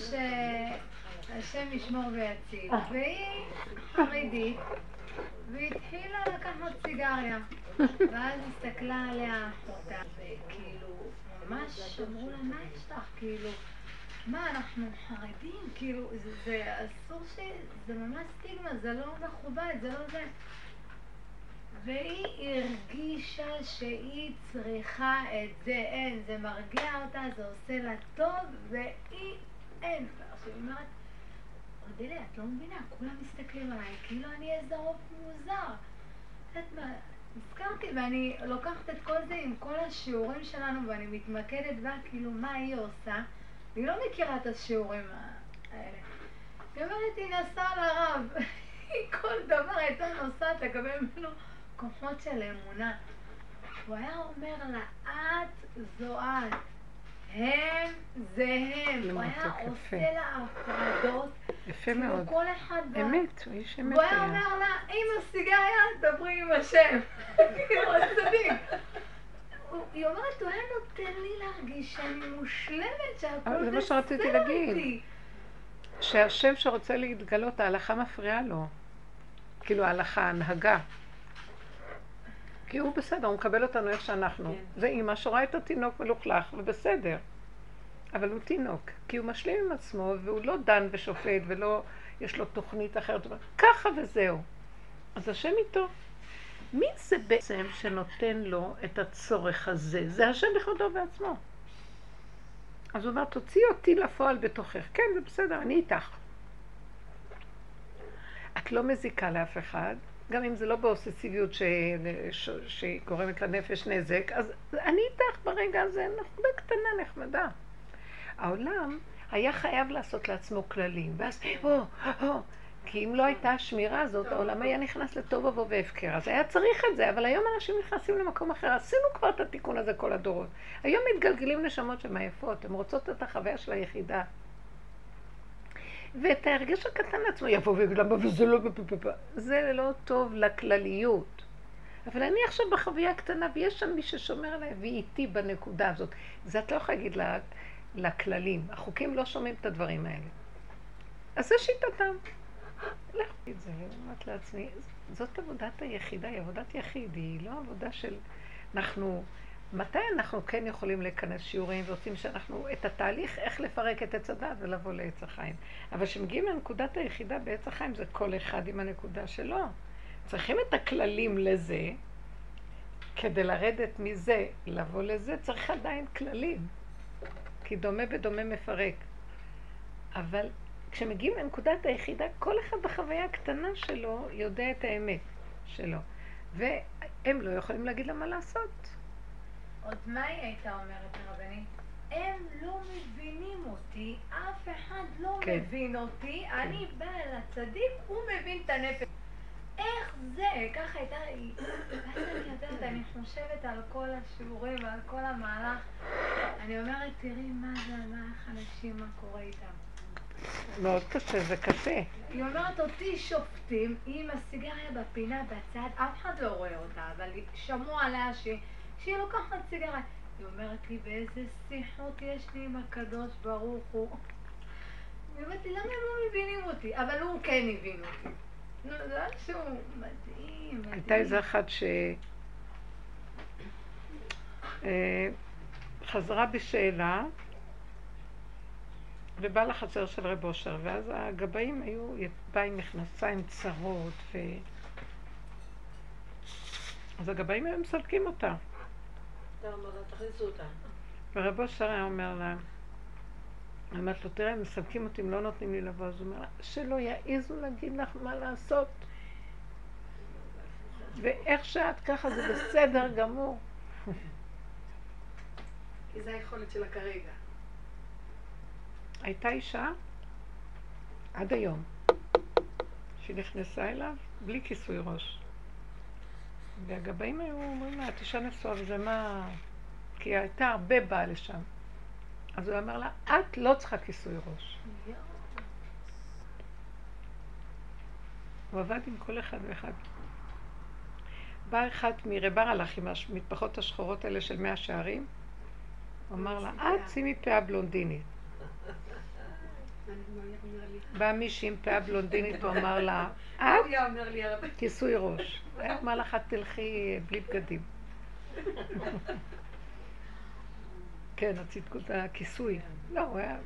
שהשם ישמור ויציל. והיא חרדית, והיא התחילה לקחת סיגריה. ואז הסתכלה עליה אחותה, וכאילו, ממש אמרו לה, מה יש לך? כאילו, מה, אנחנו חרדים? כאילו, זה, זה אסור ש... זה ממש סטיגמה, זה לא מכובד, זה לא זה. והיא הרגישה שהיא צריכה את זה, אין, זה מרגיע אותה, זה עושה לה טוב, והיא אין. עכשיו היא אומרת, אודליה, את לא מבינה, כולם מסתכלים עליי, כאילו אני איזה רוב מוזר. את מה, הזכרתי, ואני לוקחת את כל זה עם כל השיעורים שלנו, ואני מתמקדת בה, כאילו, מה היא עושה. היא לא מכירה את השיעורים האלה. היא אומרת, היא נסעה לרב. היא כל דבר הייתה נוסעת, תקבל ממנו כוחות של אמונה. הוא היה אומר לה, את זו את. הם זה הם. הוא היה עושה לה הפרדות. יפה מאוד. כל אחד בא. אמת, הוא איש אמת. הוא היה אומר לה, עם הסיגריה, דברי עם השם. כאילו, הצדיק. היא אומרת, הוא היה נותן לי להרגיש שאני מושלמת, שהכל בסדר. זה מה שרציתי להגיד. שהשם שרוצה להתגלות, ההלכה מפריעה לו. כאילו ההלכה, ההנהגה. כי הוא בסדר, הוא מקבל אותנו איך שאנחנו. זה אמא שרואה את התינוק מלוכלך, ובסדר. אבל הוא תינוק, כי הוא משלים עם עצמו, והוא לא דן ושופט, ולא יש לו תוכנית אחרת. ככה וזהו. אז השם איתו. מי זה בעצם שנותן לו את הצורך הזה? זה השם בכבודו בעצמו. אז הוא אומר, תוציא אותי לפועל בתוכך. כן, זה בסדר, אני איתך. את לא מזיקה לאף אחד, גם אם זה לא באובססיביות ש... ש... שגורמת לנפש נזק, אז אני איתך ברגע הזה, נקודה קטנה נחמדה. העולם היה חייב לעשות לעצמו כללים, ואז, או, או, כי אם לא הייתה השמירה הזאת, העולם היה נכנס לטוב ובוא והפקר, אז היה צריך את זה, אבל היום אנשים נכנסים למקום אחר, עשינו כבר את התיקון הזה כל הדורות. היום מתגלגלים נשמות שמעייפות, הן רוצות את החוויה של היחידה. ואת ההרגש הקטן לעצמו יבוא ויגלם, וזה לא... זה לא טוב לכלליות. אבל אני עכשיו בחוויה הקטנה, ויש שם מי ששומר עליי, והיא איתי בנקודה הזאת. זה את לא יכולה להגיד לכללים. החוקים לא שומעים את הדברים האלה. אז זה שיטתם. לך את זה, אמרת לעצמי, זאת עבודת היחידה, היא עבודת יחיד, היא לא עבודה של... אנחנו... מתי אנחנו כן יכולים להיכנס שיעורים ועושים שאנחנו את התהליך איך לפרק את עץ הדת ולבוא לעץ החיים. אבל כשמגיעים לנקודת היחידה בעץ החיים זה כל אחד עם הנקודה שלו. צריכים את הכללים לזה, כדי לרדת מזה לבוא לזה צריך עדיין כללים. כי דומה בדומה מפרק. אבל כשמגיעים לנקודת היחידה כל אחד בחוויה הקטנה שלו יודע את האמת שלו. והם לא יכולים להגיד לה מה לעשות. עוד מה היא הייתה אומרת הרבנית? הם לא מבינים אותי, אף אחד לא כן. מבין אותי, כן. אני באה לצדיק, הוא מבין את הנפש. איך זה? ככה הייתה היא. אז אני יודעת, אני חושבת על כל השיעורים ועל כל המהלך. אני אומרת, תראי מה זה, מה איך אנשים, מה קורה איתם. מאוד קשה, זה קשה. היא אומרת, אותי שופטים עם הסיגריה בפינה בצד, אף אחד לא רואה אותה, אבל שמעו עליה שהיא... שהיא לוקחת סיגריה. היא אומרת לי, באיזה שיחות יש לי עם הקדוש ברוך הוא. היא אומרת לי, למה הם לא מבינים אותי? אבל הוא כן הבין אותי. נו, זה משהו מדהים, מדהים. הייתה איזה אחת ש... חזרה בשאלה ובאה לחצר של רב אושר, ואז הגבאים היו, באה עם מכנסיים צרות ו... אז הגבאים היו מסלקים אותה. אתה אומר לה, תכניסו אותה. ורב אושר היה אומר לה, אמרת לו, תראה, הם מסלקים אותי, הם לא נותנים לי לבוא. אז הוא אומר לה, שלא יעיזו להגיד לך מה לעשות. ואיך שאת ככה זה בסדר גמור. כי זה היכולת שלה כרגע. הייתה אישה, עד היום, שהיא נכנסה אליו בלי כיסוי ראש. והגבאים היו אומרים לה, את אישה נשואה וזה מה... כי הייתה הרבה באה לשם. אז הוא אמר לה, את לא צריכה כיסוי ראש. הוא עבד עם כל אחד ואחד. בא אחד מרבר הלך עם המטפחות השחורות האלה של מאה שערים, הוא אמר לה, את שימי פאה בלונדינית. בא מישהי עם פאה בלונדינית, הוא אמר לה, את כיסוי ראש. הוא אמר לך, את תלכי בלי בגדים. כן, הצדקות הכיסוי. לא, הוא היה...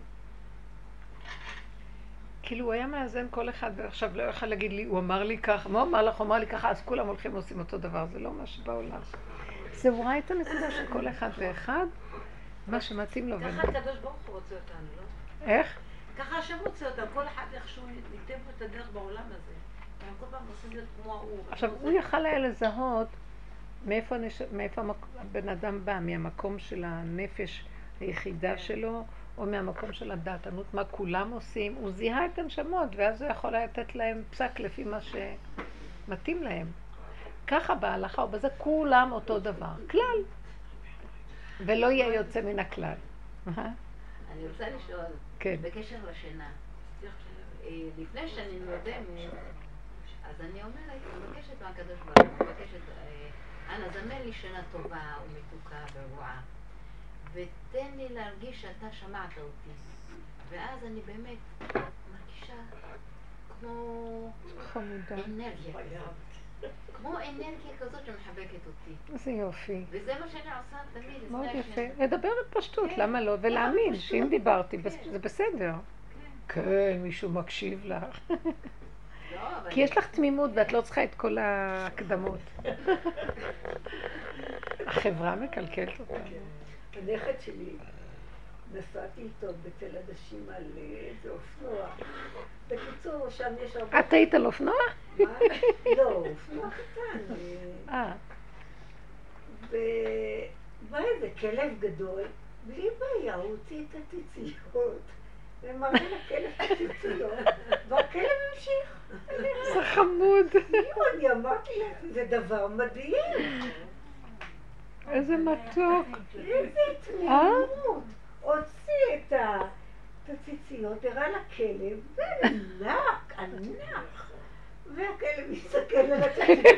כאילו הוא היה מאזן כל אחד, ועכשיו לא יכול להגיד לי, הוא אמר לי ככה, מה אמר לך, הוא אמר לי ככה, אז כולם הולכים ועושים אותו דבר, זה לא מה שבעולם. זה הוא ראה את הנקודה של כל אחד ואחד, מה שמתאים לו. ככה הקדוש ברוך הוא רוצה אותנו, לא? איך? ככה השם רוצה אותנו, כל אחד איכשהו ניתן לו את הדרך בעולם הזה. הם כל פעם עושים את זה כמו ההוא. עכשיו, הוא יכל היה לזהות מאיפה הבן אדם בא, מהמקום של הנפש היחידה שלו, או מהמקום של הדעתנות, מה כולם עושים. הוא זיהה את הנשמות, ואז הוא יכול לתת להם פסק לפי מה שמתאים להם. ככה בהלכה, ובזה כולם אותו דבר. כלל. ולא יהיה יוצא מן הכלל. אני רוצה לשאול, בקשר לשינה. לפני שאני נרדמת, אז אני אומרת, אני מבקשת מהקדוש ברוך הוא, מבקשת, אנא זמן לי שינה טובה ומתוקה ורועה. ותן לי להרגיש שאתה שמעת אותי. ואז אני באמת מרגישה כמו אנרגיה כזאת. כמו אנרגיה כזאת שמחבקת אותי. איזה יופי. וזה מה שאני עושה תמיד. מאוד יפה. מדברת פשטות, למה לא? ולהאמין שאם דיברתי, זה בסדר. כן, מישהו מקשיב לך. כי יש לך תמימות ואת לא צריכה את כל ההקדמות. החברה מקלקלת אותה. הנכד שלי, נסעתי איתו בתל עדשים על איזה אופנוע. בקיצור, שם יש הרבה... את היית על אופנוע? מה? לא, אופנוע קטן. אה. ובא איזה כלב גדול, בלי בעיה, הוא הוציא את הציציות. ומראה לכלב את הציציות, והכלב המשיך. זה חמוד. אני אמרתי לה, זה דבר מדהים. איזה מתוק. איזה תמימות. הוציא את הציציות, הראה לכלב, וענק, ענק. והכלב מסתכל על הציציות.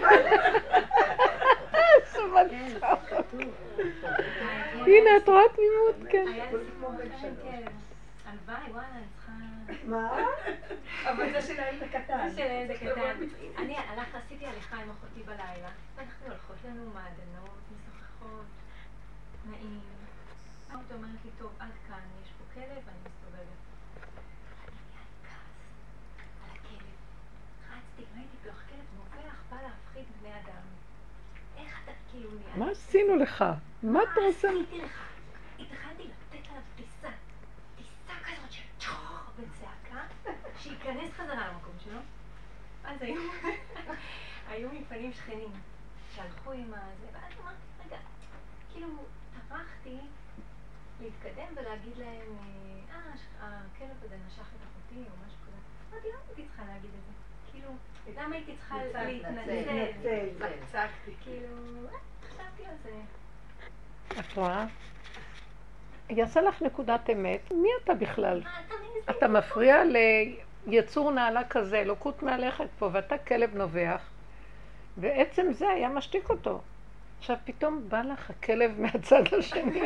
איזה מתוק. הנה, את רואה תמימות, כן. היה לי סיפור קטן כלב. הלוואי, וואלה, אני צריכה... מה? אבל זה של הילד הקטן. זה של הילד הקטן. אני הלכת, עשיתי הליכה עם אחותי בלילה, ואנחנו הולכות לנו מעדנות, משוחחות, נעים. אחותי אומרת לי, טוב, עד כאן, יש פה כלב, ואני מסתובבת. אני מיד כעס על הכלב. רצתי, ראיתי פלוח כלב נובח, בא להפחיד בני אדם. איך אתה כאילו נהיה? מה עשינו לך? מה אתה עושה? מה עשיתי לך? התחלתי לתת עליו טיסה. טיסה כזאת של צ'וח וצעקה, שייכנס חזרה למקום שלו. אז היו, היו מפנים שכנים שהלכו עם הזה, ואז אמרתי, רגע, כאילו טרחתי להתקדם ולהגיד להם, אה, הכלב הזה נשך את אחותי או משהו כזה. אמרתי, למה הייתי צריכה להגיד את זה? כאילו, למה הייתי צריכה להתנצל? צעקתי. כאילו, חשבתי על זה. את רואה? יעשה לך נקודת אמת. מי אתה בכלל? אתה מפריע ליצור נעלה כזה, אלוקות מהלכת פה, ואתה כלב נובח, ועצם זה היה משתיק אותו. עכשיו פתאום בא לך הכלב מהצד השני.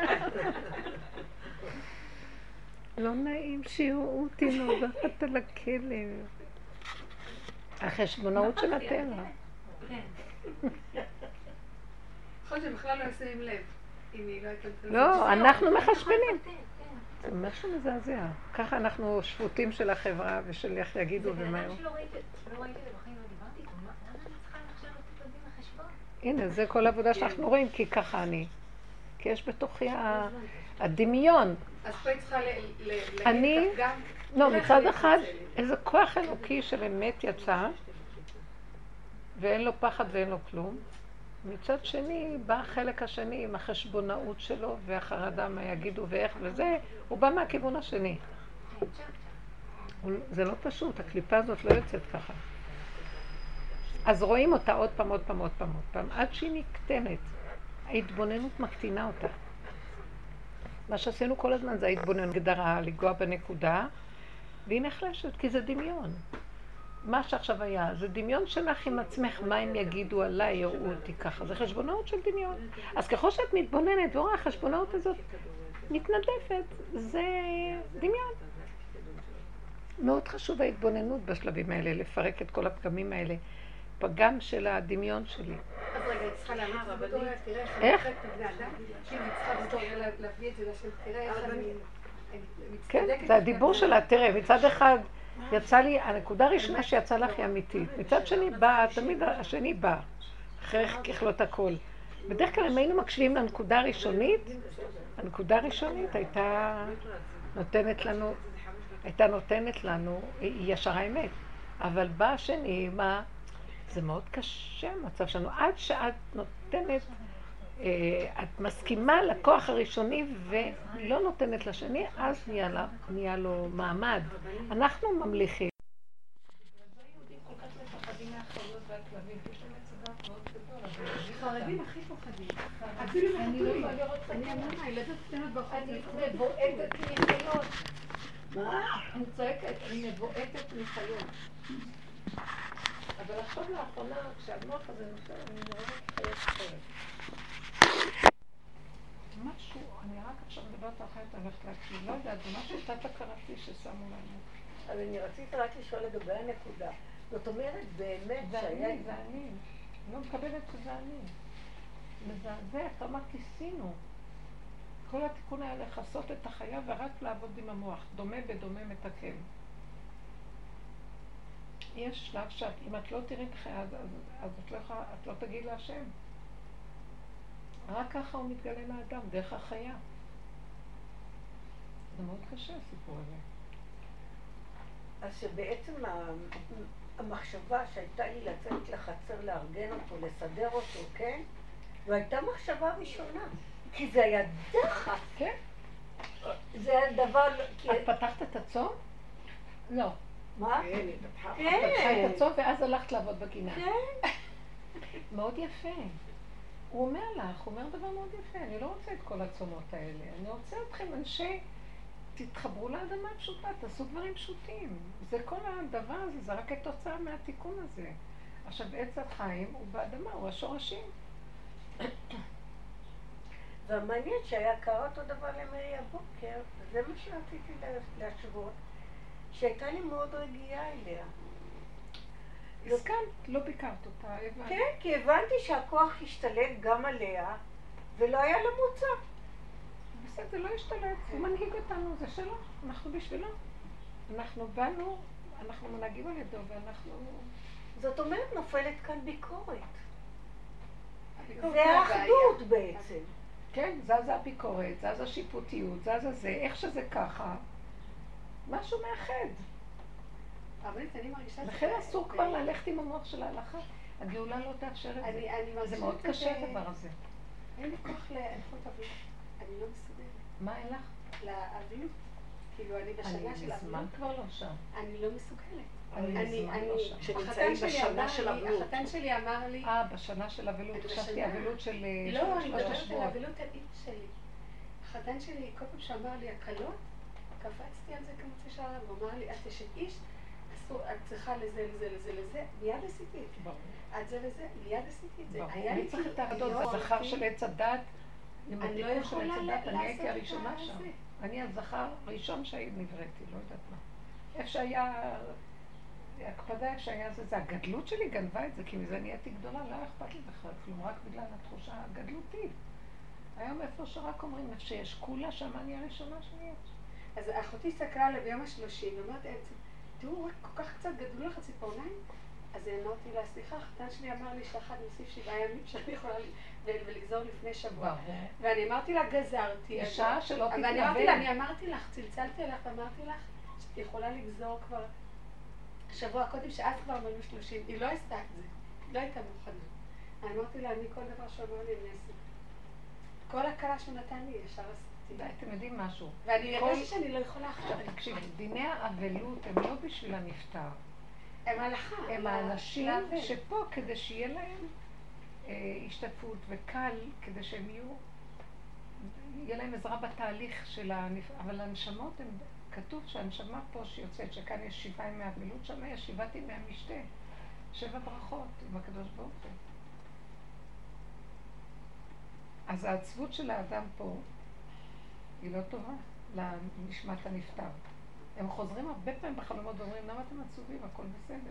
לא נעים שיראו אותי נובחת על הכלב. החשבונאות של הטבע. יכול להיות שבכלל לא ישים לב. אם היא לא הייתה... לא, אנחנו מחשבנים. זה משהו מזעזע. ככה אנחנו שפוטים של החברה ושל איך יגידו ומה יהיו. לא ראיתי את זה בחיים, לא דיברתי איתו, למה אני צריכה עכשיו לתת לדין החשבון? הנה, זה כל העבודה שאנחנו רואים, כי ככה אני. כי יש בתוכי הדמיון. אז פה היא צריכה אני, להגיד לך גם... לא, מצד אחד, איזה כוח אלוקי של אמת יצא, ואין לו פחד ואין לו כלום. מצד שני, בא החלק השני עם החשבונאות שלו והחרדה מה יגידו ואיך וזה, הוא בא מהכיוון השני. זה לא פשוט, הקליפה הזאת לא יוצאת ככה. אז רואים אותה עוד פעם, עוד פעם, עוד פעם, עוד פעם, עד שהיא נקטנת. ההתבוננות מקטינה אותה. מה שעשינו כל הזמן זה ההתבוננות גדרה, לגוע בנקודה, והיא נחלשת, כי זה דמיון. מה שעכשיו היה, זה דמיון שלך עם עצמך, מה הם יגידו עליי, יראו אותי ככה. זה חשבונאות של דמיון. אז ככל שאת מתבוננת ורואה, החשבונאות הזאת מתנדפת, זה דמיון. מאוד חשוב ההתבוננות בשלבים האלה, לפרק את כל הפגמים האלה. פגם של הדמיון שלי. אז רגע, היא צריכה להגיד, אבל תראה איך איך? אני מתחלקת בבני אדם, שהיא צריכה בתור להביא את זה לשם, תראה איך אני מצטדקת. כן, זה הדיבור שלה, תראה, מצד אחד יצא לי, הנקודה הראשונה שיצא לך היא אמיתית. מצד שני בא, תמיד השני בא, אחרי ככלות הכל. בדרך כלל אם היינו מקשיבים לנקודה הראשונית, הנקודה הראשונית הייתה נותנת לנו, הייתה נותנת לנו, היא ישר האמת. אבל בא השני, מה? זה מאוד קשה המצב שלנו. עד שאת נותנת, את מסכימה לכוח הראשוני ולא נותנת לשני, אז נהיה, לה, נהיה לו מעמד. אנחנו ממליכים. חרדים הכי פוחדים. אפילו בחתולים. אני אמרה, הילדות קטנות בחוץ. אני מבועטת מחיות. מה? אני צועקת, אני מבועטת מחיות. אבל עכשיו לאחרונה, כשהמוח הזה נושא, אני נראית חיות אחרת. משהו, אני רק עכשיו מדברת אחרת, הלכת להקשיב, לא יודעת, זה משהו קצת הכרתי ששמו לנו. אז אני רציתי רק לשאול לגבי הנקודה. זאת אומרת, באמת שהיה... זה אני, זה אני. לא מקבלת שזה אני. מזעזע, כמה כיסינו. כל התיקון היה לחסות את החיה ורק לעבוד עם המוח. דומה בדומה מתקן. יש שלב שאת, אם את לא תראי את החיה, אז, אז את, לא, את לא תגיד להשם. רק ככה הוא מתגלה לאדם, דרך החיה. זה מאוד קשה הסיפור הזה. אז שבעצם המחשבה שהייתה לי לצאת לחצר, לארגן אותו, לסדר אותו, כן? והייתה מחשבה ראשונה. כי זה היה דחף. כן? זה היה דבר... את פתחת את הצום? לא. מה? כן, היא פתחה. פתחה את הצום ואז הלכת לעבוד בגינה. כן. מאוד יפה. הוא אומר לך, הוא אומר דבר מאוד יפה, אני לא רוצה את כל הצומות האלה. אני רוצה אתכם אנשי, תתחברו לאדמה פשוטה, תעשו דברים פשוטים. זה כל הדבר הזה, זה רק התוצאה מהתיקון הזה. עכשיו, עץ החיים הוא באדמה, הוא השורשים. והמעניין שהיה קרה אותו דבר למרי הבוקר, וזה מה שרציתי להשוות, שהייתה לי מאוד רגיעה אליה. הסכמת, לא ביקרת אותה, הבנת. כן, כי הבנתי שהכוח השתלט גם עליה, ולא היה לה מוצא. בסדר, זה לא השתלט, הוא מנהיג אותנו, זה שלו, אנחנו בשבילו. אנחנו באנו, אנחנו מנהגים על ידו, ואנחנו... זאת אומרת, נופלת כאן ביקורת. זה האחדות בעצם. כן, זזה הביקורת, זזה השיפוטיות, זזה זה, איך שזה ככה, משהו מאחד. אבל אני מרגישה... לכן אסור כבר ללכת עם המוח של ההלכה. הגאולה לא תאפשר את זה. זה מאוד קשה הדבר הזה. אין לי כוח לאנחות אבלות. אני לא מסוגלת. מה אין לך? לאבלות. כאילו, אני בשנה של אבלות. אני מזמן כבר לא שם. אני לא מסוגלת. אני מזמן לא שם. שנמצאים בשנה של אבלות. החתן שלי אמר לי... אה, בשנה של אבלות. חשבתי אבלות של... לא, אני מדברת על אבלות על אימא שלי. החתן שלי, כל פעם שאמר לי הקלות, קפצתי על זה כמוצא שערה, הוא אמר לי, את אשת איש, אסור, את צריכה לזה, לזה, לזה, לזה, מיד עשיתי את זה. את זה לזה, מיד עשיתי את זה. ברור, אני צריך את העבודות, הזכר של עץ הדת, אני לא יכולה לעשות אני הייתי הראשונה שם. אני הזכר ראשון שנבראתי, לא יודעת מה. איפה שהיה, הקפדה איפה שהיה זה, זה הגדלות שלי גנבה את זה, כי מזה נהייתי גדולה, לא אכפת לי בכלל, כלום, רק בגלל התחושה הגדלותית. היום איפה שרק אומרים, איפה שיש כולה, שם אני הראשונה שיש. אז אחותי הסתכלה עליו ביום השלושים, ואמרת, תראו, רק כל כך קצת גדלו לך ציפורניים. אז אמרתי לה, סליחה, החתן שלי אמר לי שאחד נוסיף שבעה ימים שאני יכולה ולגזור לפני שבוע. ואני אמרתי לה, גזרתי. אישה שלא תתנבל. ואני אמרתי לה, אני אמרתי לך, צלצלתי אליך ואמרתי לך, שאת יכולה לגזור כבר שבוע קודם, שאז כבר מלאו שלושים. היא לא עשתה את זה, היא לא הייתה מוכנה. אני אמרתי לה, אני כל דבר שאומר לי, אני אעשה. כל הקלה שהוא נתן לי, ישר עשיתי. אתם יודעים משהו. ואני הרגשתי שאני לא יכולה אחרת. תקשיב, דיני האבלות הם לא בשביל הנפטר. הם הלכה. הם האנשים שפה כדי שיהיה להם השתתפות וקל, כדי שהם יהיו, יהיה להם עזרה בתהליך של הנפטר. אבל הנשמות, כתוב שהנשמה פה שיוצאת, שכאן יש שבעה ימי אבלות, שם יש שבעת ימי המשתה. שבע ברכות עם הקדוש ברוך הוא. אז העצבות של האדם פה היא לא טובה לנשמת הנפטר. הם חוזרים הרבה פעמים בחלומות ואומרים, למה אתם עצובים? הכל בסדר.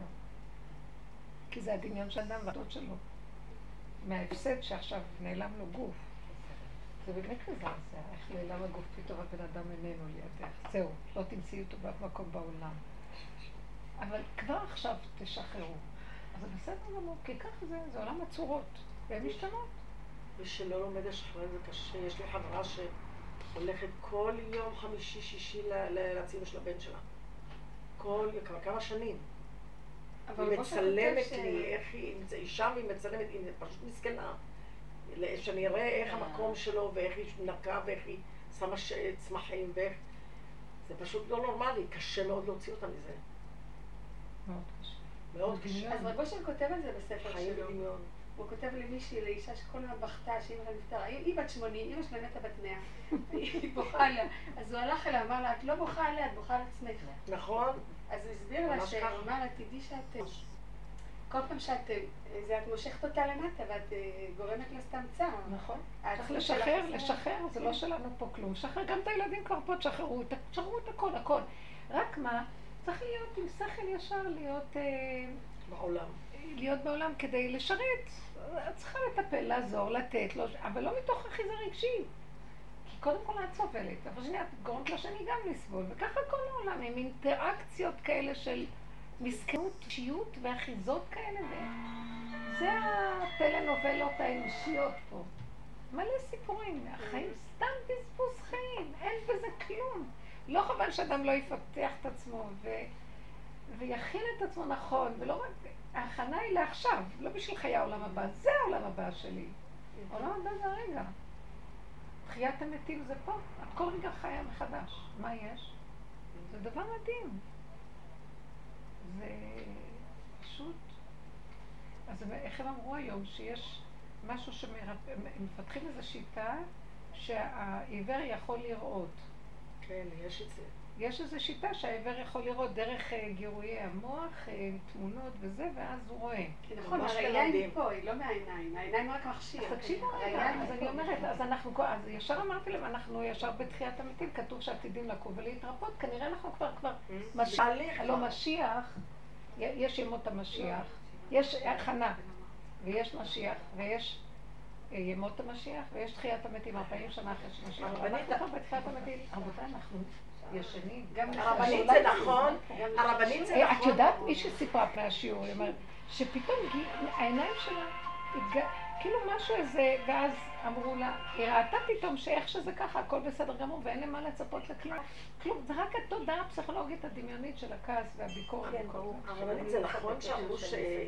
כי זה הדמיון של האדם והדוד שלו. מההפסד שעכשיו נעלם לו גוף. זה באמת מזעזע, איך נעלם הגוף פתאום הבן אדם איננו לידך. זהו, לא תמצאי אותו באף מקום בעולם. אבל כבר עכשיו תשחררו. אז זה בסדר גמור, כי ככה זה, זה עולם הצורות, והן משתנות. ושלא לומד לשחרר זה קשה. יש לי חברה שהולכת כל יום חמישי, שישי לצימר של הבן שלה. כל, כבר כמה שנים. היא מצלמת לי, איך היא, היא שם והיא מצלמת, היא פשוט מסכנה. שאני אראה איך המקום שלו ואיך היא נקה ואיך היא שמה צמחים ואיך... זה פשוט לא נורמלי, קשה מאוד להוציא אותה מזה. מאוד קשה. מאוד קשה. אז רב אושר כותב על זה בספר חיים שלו. בדמיון. הוא כותב למישהי, לאישה שכל הזמן בכתה, שאמא לה נפטרה. היא בת שמונים, אמא שלה מתה בת מאה. היא בוכה עליה. אז הוא הלך אליה, אמר לה, את לא בוכה עליה, את בוכה על עצמך. נכון. אז הוא הסביר לה, שהוא אמר לה, תדעי שאת... כל פעם שאת... זה את מושכת אותה למטה, ואת גורמת לה סתם צער. נכון. צריך לשחרר, לשחרר, זה לא שלנו פה כלום. לשחרר גם את הילדים כבר פה, תשחררו, תשחררו את הכל, הכל. רק מה, צריך להיות עם שכל ישר, להיות... בעולם. להיות בעולם כדי לשרת. את צריכה לטפל, לעזור, לתת, לא, אבל לא מתוך אחיזה רגשי. כי קודם כל את סובלת, אבל שנייה, את גורמת לשני גם לסבול, וככה כל העולם, עם אינטראקציות כאלה של מסכנות, אישיות ואחיזות כאלה, זה הטלנובלות האנושיות פה. מלא סיפורים, החיים סתם בזבוז חיים, אין בזה כלום. לא חבל שאדם לא יפתח את עצמו ו... ויכין את עצמו נכון, ולא רק... ההכנה היא לעכשיו, לא בשביל חיי העולם הבא, זה העולם הבא שלי. העולם הבא זה הרגע. תחיית המתים זה פה, את כל רגע חיה מחדש. מה יש? זה דבר מדהים. זה פשוט... אז איך הם אמרו היום שיש משהו שמפתחים איזו שיטה שהעיוור יכול לראות. כן, יש את זה. יש איזו שיטה שהעיוור יכול לראות דרך גירויי המוח, תמונות וזה, ואז הוא רואה. נכון, הראייה היא פה, היא לא מהעיניים, העיניים רק מכשיר. אז תקשיבו רגע, אז אני אומרת, אז אנחנו, אז ישר אמרתי להם, אנחנו ישר בתחיית המתים, כתוב שעתידים לקום ולהתרפות, כנראה אנחנו כבר כבר משיח, לא משיח, יש ימות המשיח, יש הכנה, ויש משיח, ויש ימות המשיח, ויש תחיית המתים, ארבעים שנה אחרי שמשיח. אנחנו כבר בתחיית המתים, רבותיי, אנחנו... ישנים. הרבנית זה נכון, הרבנית זה נכון. את יודעת, מי שסיפרה פני השיעור, היא אומרת, שפתאום העיניים שלה, כאילו משהו איזה, ואז אמרו לה, היא ראתה פתאום שאיך שזה ככה, הכל בסדר גמור, ואין למה לצפות לכלום. כלום, זה רק התודעה הפסיכולוגית הדמיונית של הכעס והביקורת. הרבנית זה נכון שאמרו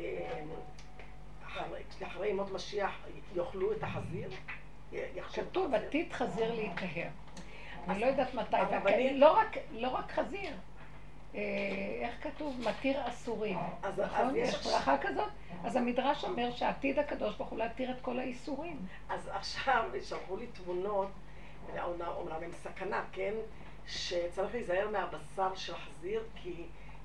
שאחרי ימות משיח יאכלו את החזיר? כתוב, עתיד חזיר להיטהר. אני לא יודעת מתי, לא רק חזיר, איך כתוב? מתיר אסורים, נכון? יש ברכה כזאת? אז המדרש אומר שהעתיד הקדוש ברוך הוא להתיר את כל האיסורים. אז עכשיו שלחו לי תמונות, אומנם הם סכנה, כן? שצריך להיזהר מהבשר של החזיר, כי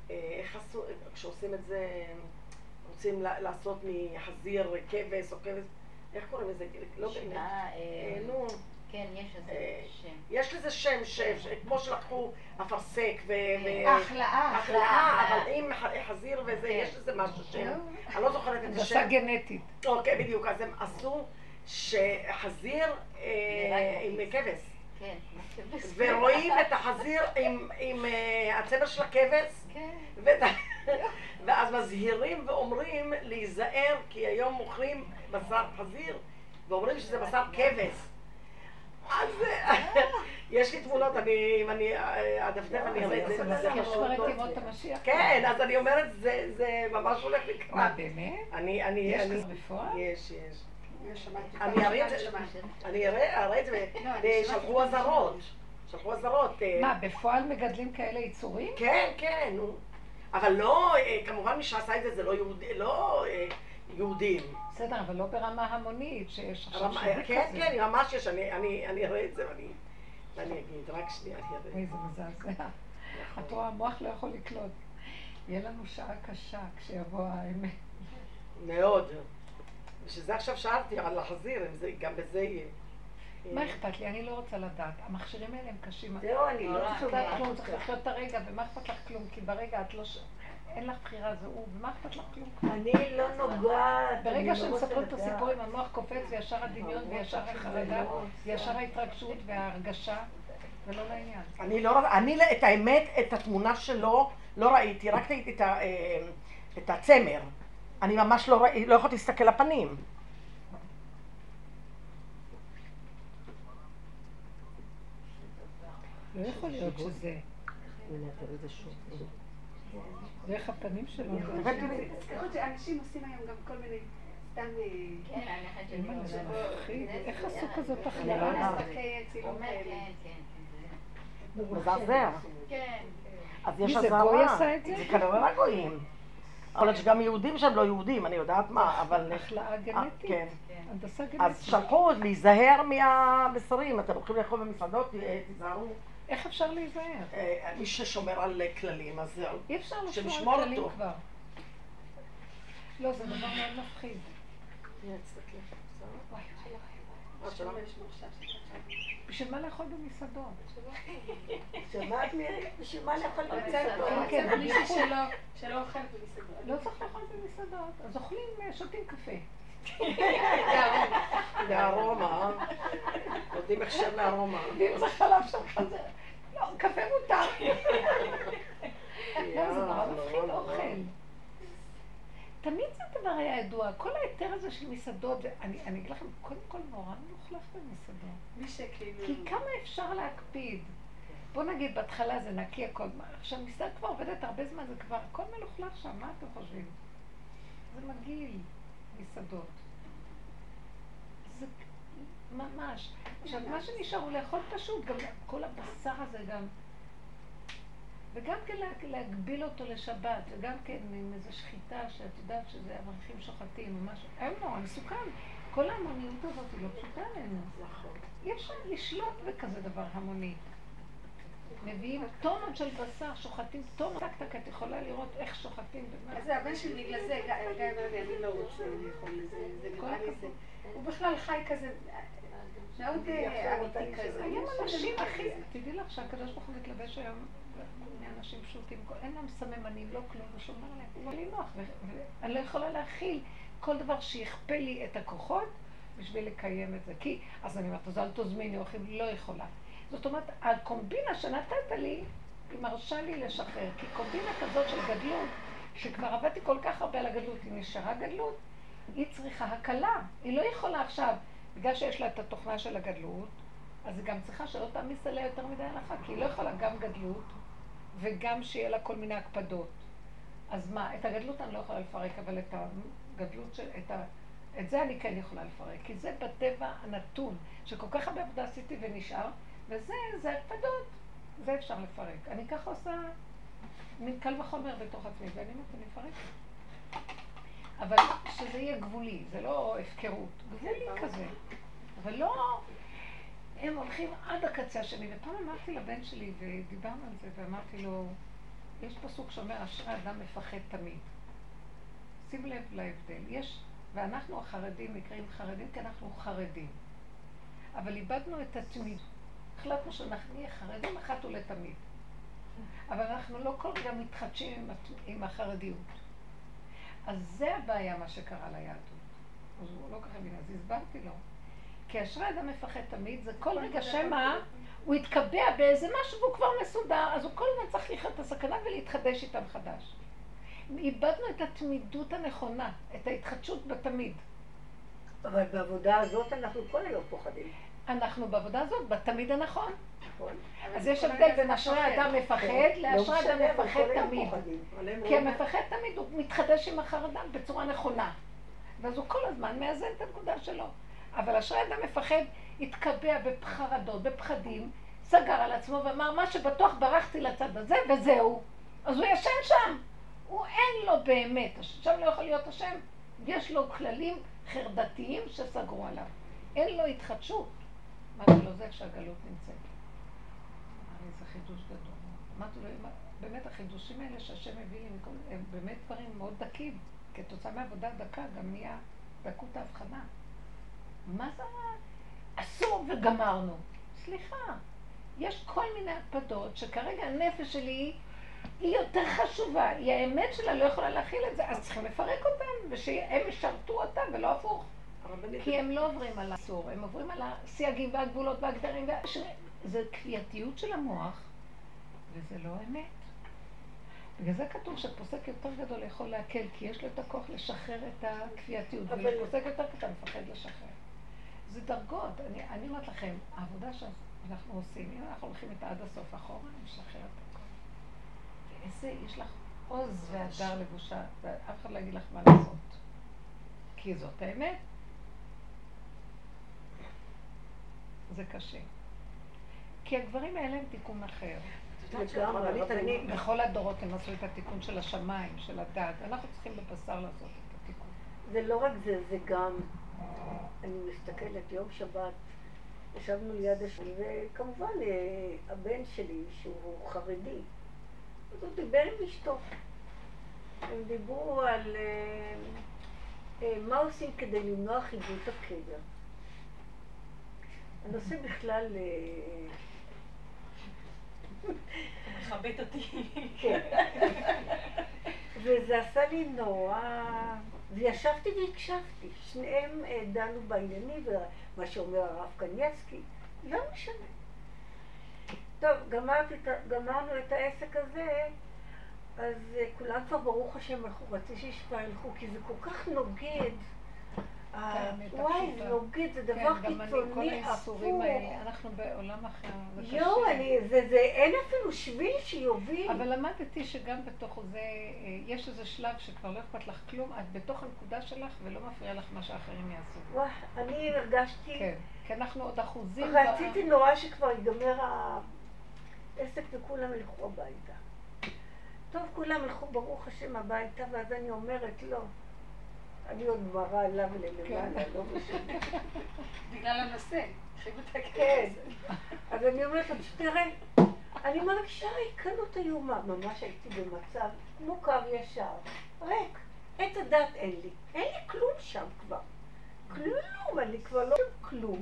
איך עשו, כשעושים את זה, רוצים לעשות מחזיר כבש או כבש, איך קוראים לזה? לא באמת. נו. כן, יש לזה שם. יש לזה שם, כמו שלקחו אפרסק ו... החלאה. החלאה, אבל עם חזיר וזה, יש לזה משהו שם. אני לא זוכרת את זה שם. הנדסה גנטית. אוקיי, בדיוק. אז הם עשו שחזיר עם כבש. כן. ורואים את החזיר עם הצבע של הכבש. כן. ואז מזהירים ואומרים להיזהר, כי היום מוכרים בשר חזיר, ואומרים שזה בשר כבש. אז יש לי תמונות, אם אני אדפדף אני אראה את זה. זה קשור את ימות המשיח. כן, אז אני אומרת, זה ממש הולך לקראת. מה, באמת? יש כזה בפועל? יש, יש. אני אראה את זה, אני אראה את זה, ושלחו אזהרות. שלחו אזהרות. מה, בפועל מגדלים כאלה יצורים? כן, כן. אבל לא, כמובן מי שעשה את זה, זה לא יהודים. בסדר, אבל לא ברמה המונית, שיש עכשיו שיווק כזה. כן, כן, ממש יש, אני אראה את זה ואני אגיד, רק שנייה, אני אראה. אוי, זה מזעזע. את רואה, המוח לא יכול לקלוט. יהיה לנו שעה קשה כשיבוא האמת. מאוד. ושזה עכשיו שאלתי על החזיר, גם בזה יהיה. מה אכפת לי? אני לא רוצה לדעת. המכשירים האלה הם קשים. זהו, אני לא צריך לדעת כלום, צריך לחיות את הרגע, ומה אכפת לך כלום? כי ברגע את לא... אין לך בחירה, זה הוא, ומה אכפת לך כלום? אני לא נוגעת. ברגע שהם מספרים את הסיפורים, המוח קופץ וישר הדמיון וישר החרדה, וישר ההתרגשות וההרגשה, ולא לעניין. אני לא... אני את האמת, את התמונה שלו, לא ראיתי, רק ראיתי את הצמר. אני ממש לא ראיתי, לא יכולתי להסתכל לפנים. לא יכול להיות שזה... זה איך הפנים שלו. תזכרו שאנשים עושים היום גם כל מיני סתם... כן, אני חושבת שזה מפחיד. איך עשו כזאת לא החלמה? נסתכי צילום כאלה. מזעזע. כן. אז יש מי זה, אזהרה. גוי עשה את זה? זה כנראה לא גויים. יכול להיות שגם יהודים שהם לא יהודים, אני יודעת מה, אבל... החלאה גנטית. כן. הנדסה גנטית. אז שלחו להיזהר מהבשרים, אתם הולכים לאכול במסעדות, תיזהרו. איך אפשר להיזהר? מי ששומר על כללים, אז זהו. אי אפשר לשמור שנשמור על כללים אותו. כבר. לא, זה דבר מאוד מפחיד. בשביל מה לאכול במסעדות? שמעת מי? בשביל מה לאכול במסעדות? כן, כן, מישהו שלא אוכל במסעדות. לא צריך לאכול במסעדות, אז אוכלים, שותים קפה. זה ארומה, יודעים איך שם לארומה. ואם זה חלב של חזר, לא, קפה מותר. לא, זה נורא מפחיד אוכל. תמיד זה דבר היה ידוע, כל היתר הזה של מסעדות, אני אגיד לכם, קודם כל נורא מלוכלך במסעדות. מי שכאילו... כי כמה אפשר להקפיד? בוא נגיד, בהתחלה זה נקי הכל, עכשיו מסעד כבר עובדת הרבה זמן, זה כבר הכל מלוכלך שם, מה אתם חושבים? זה מגעיל, מסעדות. זה ממש. עכשיו, מה שנשאר הוא לאכול פשוט, גם כל הבשר הזה גם. וגם כן להגביל אותו לשבת, וגם כן עם איזו שחיטה שאת יודעת שזה אברכים שוחטים או משהו. אין לו, מסוכן. כל ההמוניות הזאת היא לא פשוטה עלינו. אי אפשר לשלוט בכזה דבר המוני. מביאים טונות של בשר, שוחטים טונות. טק טק, את יכולה לראות איך שוחטים. אז זה הבן שלי, בגלל זה, גיא אמר לי, אני לא רוצה לאכול לזה, זה נראה לי זה. הוא בכלל חי כזה, מאוד אמיתי כזה. היום אנשים הכי... תדעי לך שהקדוש ברוך הוא מתלבש היום מאנשים פשוטים, אין להם סממנים, לא כלום, הוא שומר עליהם, הוא לי נוח, ואני לא יכולה להכיל כל דבר שיכפה לי את הכוחות בשביל לקיים את זה. כי, אז אני אומרת, אז אל תוזמיני אוכל, לא יכולה. זאת אומרת, הקומבינה שנתת לי, היא מרשה לי לשחרר, כי קומבינה כזאת של גדלות, שכבר עבדתי כל כך הרבה על הגדלות, היא נשארה גדלות, היא צריכה הקלה, היא לא יכולה עכשיו, בגלל שיש לה את התוכנה של הגדלות, אז היא גם צריכה שלא תעמיס עליה יותר מדי הנחה, כי היא לא יכולה גם גדלות, וגם שיהיה לה כל מיני הקפדות. אז מה, את הגדלות אני לא יכולה לפרק, אבל את הגדלות של... את, ה, את זה אני כן יכולה לפרק, כי זה בטבע הנתון, שכל כך הרבה עבודה עשיתי ונשאר, וזה, זה הקפדות, זה אפשר לפרק. אני ככה עושה מין קל וחומר בתוך עצמי, ואני אומרת, אני אפרק. אבל שזה יהיה גבולי, זה לא הפקרות, גבולי כזה. אבל לא... הם הולכים עד הקצה השני, ופעם אמרתי לבן שלי, ודיברנו על זה, ואמרתי לו, יש פסוק שאומר, אשרי אדם מפחד תמיד. שים לב להבדל. יש, ואנחנו החרדים נקראים חרדים כי אנחנו חרדים. אבל איבדנו את התמיד. החלטנו שאנחנו נהיה חרדים אחת ולתמיד. אבל אנחנו לא כל רגע מתחדשים עם, עם החרדיות. אז זה הבעיה מה שקרה ליהדות. אז הוא לא ככה מילה, אז הסברתי לו. כי אשרי אדם מפחד תמיד, זה כל רגע שמה, הוא יתקבע באיזה משהו והוא כבר מסודר, אז הוא כל הזמן צריך לחיות את הסכנה ולהתחדש איתם חדש. איבדנו את התמידות הנכונה, את ההתחדשות בתמיד. אבל בעבודה הזאת אנחנו כל היום פוחדים. אנחנו בעבודה הזאת, בתמיד הנכון. נכון. אז יש הבדל בין אשרי אדם מפחד לאשרי אדם מפחד תמיד. כי המפחד תמיד הוא מתחדש עם החרדה בצורה נכונה. ואז הוא כל הזמן מאזן את הנקודה שלו. אבל אשרי אדם מפחד התקבע בחרדות, בפחדים, סגר על עצמו ואמר מה שבטוח ברחתי לצד הזה וזהו. אז הוא ישן שם. הוא אין לו באמת, שם לא יכול להיות השם. יש לו כללים חרדתיים שסגרו עליו. אין לו התחדשות. מה זה לא זה כשהגלות נמצאת? הרי זה חידוש גדול. אמרתי לו, באמת החידושים האלה שהשם הביא לי, הם באמת דברים מאוד דקים. כתוצאה מעבודה דקה גם נהיה דקות ההבחנה. מה זה? אסור וגמרנו. סליחה, יש כל מיני הקפדות שכרגע הנפש שלי היא יותר חשובה. היא האמת שלה לא יכולה להכיל את זה, אז צריכים לפרק אותם ושהם ישרתו אותם ולא הפוך. כי הם לא עוברים על האסור, הם עוברים על הסייגים והגבולות והגדרים. זה כפייתיות של המוח, וזה לא אמת. בגלל זה כתוב שפוסק יותר גדול יכול להקל, כי יש לו את הכוח לשחרר את הכפייתיות, ולפוסק יותר קטן מפחד לשחרר. זה דרגות. אני, אני אומרת לכם, העבודה שאנחנו עושים, אם אנחנו הולכים את עד הסוף אחורה, נשחרר את הכל. איזה, יש לך עוז והדר לבושה, ואף אחד לא יגיד לך מה לעשות. כי זאת האמת. זה קשה. כי הגברים האלה הם תיקון אחר. בכל הדורות הם עשו את התיקון של השמיים, של הדת. אנחנו צריכים בבשר לעשות את התיקון. זה לא רק זה, זה גם, אני מסתכלת, יום שבת, ישבנו ליד השני, וכמובן הבן שלי, שהוא חרדי, אז הוא דיבר עם אשתו. הם דיברו על מה עושים כדי למנוע חידות הקבר. הנושא בכלל מכבד אותי. כן. וזה עשה לי נורא, וישבתי והקשבתי. שניהם דנו בעניינים, ומה שאומר הרב קניאסקי, לא משנה. טוב, גמרנו את העסק הזה, אז כולם כבר ברוך השם הלכו, רציתי שישפה הלכו, כי זה כל כך נוגד. וואי, זה נוגד, זה דבר קיצוני, הפוך. אנחנו בעולם אחר. יואו, אין אפילו שביל שיוביל. אבל למדתי שגם בתוך זה, יש איזה שלב שכבר לא אכפת לך כלום, את בתוך הנקודה שלך ולא מפריע לך מה שאחרים יעשו. וואי, אני הרגשתי... כן, כי אנחנו עוד אחוזים... רציתי נורא שכבר ייגמר העסק וכולם ילכו הביתה. טוב, כולם ילכו ברוך השם הביתה, ואז אני אומרת לא. אני עוד מראה עליו למעלה, לא משנה. בגלל הנושא. כן. אז אני אומרת לו, תראה, אני מרגישה ריקנות איומה. ממש הייתי במצב כמו קו ישר. ריק. את הדת אין לי. אין לי כלום שם כבר. כלום, אני כבר לא כלום.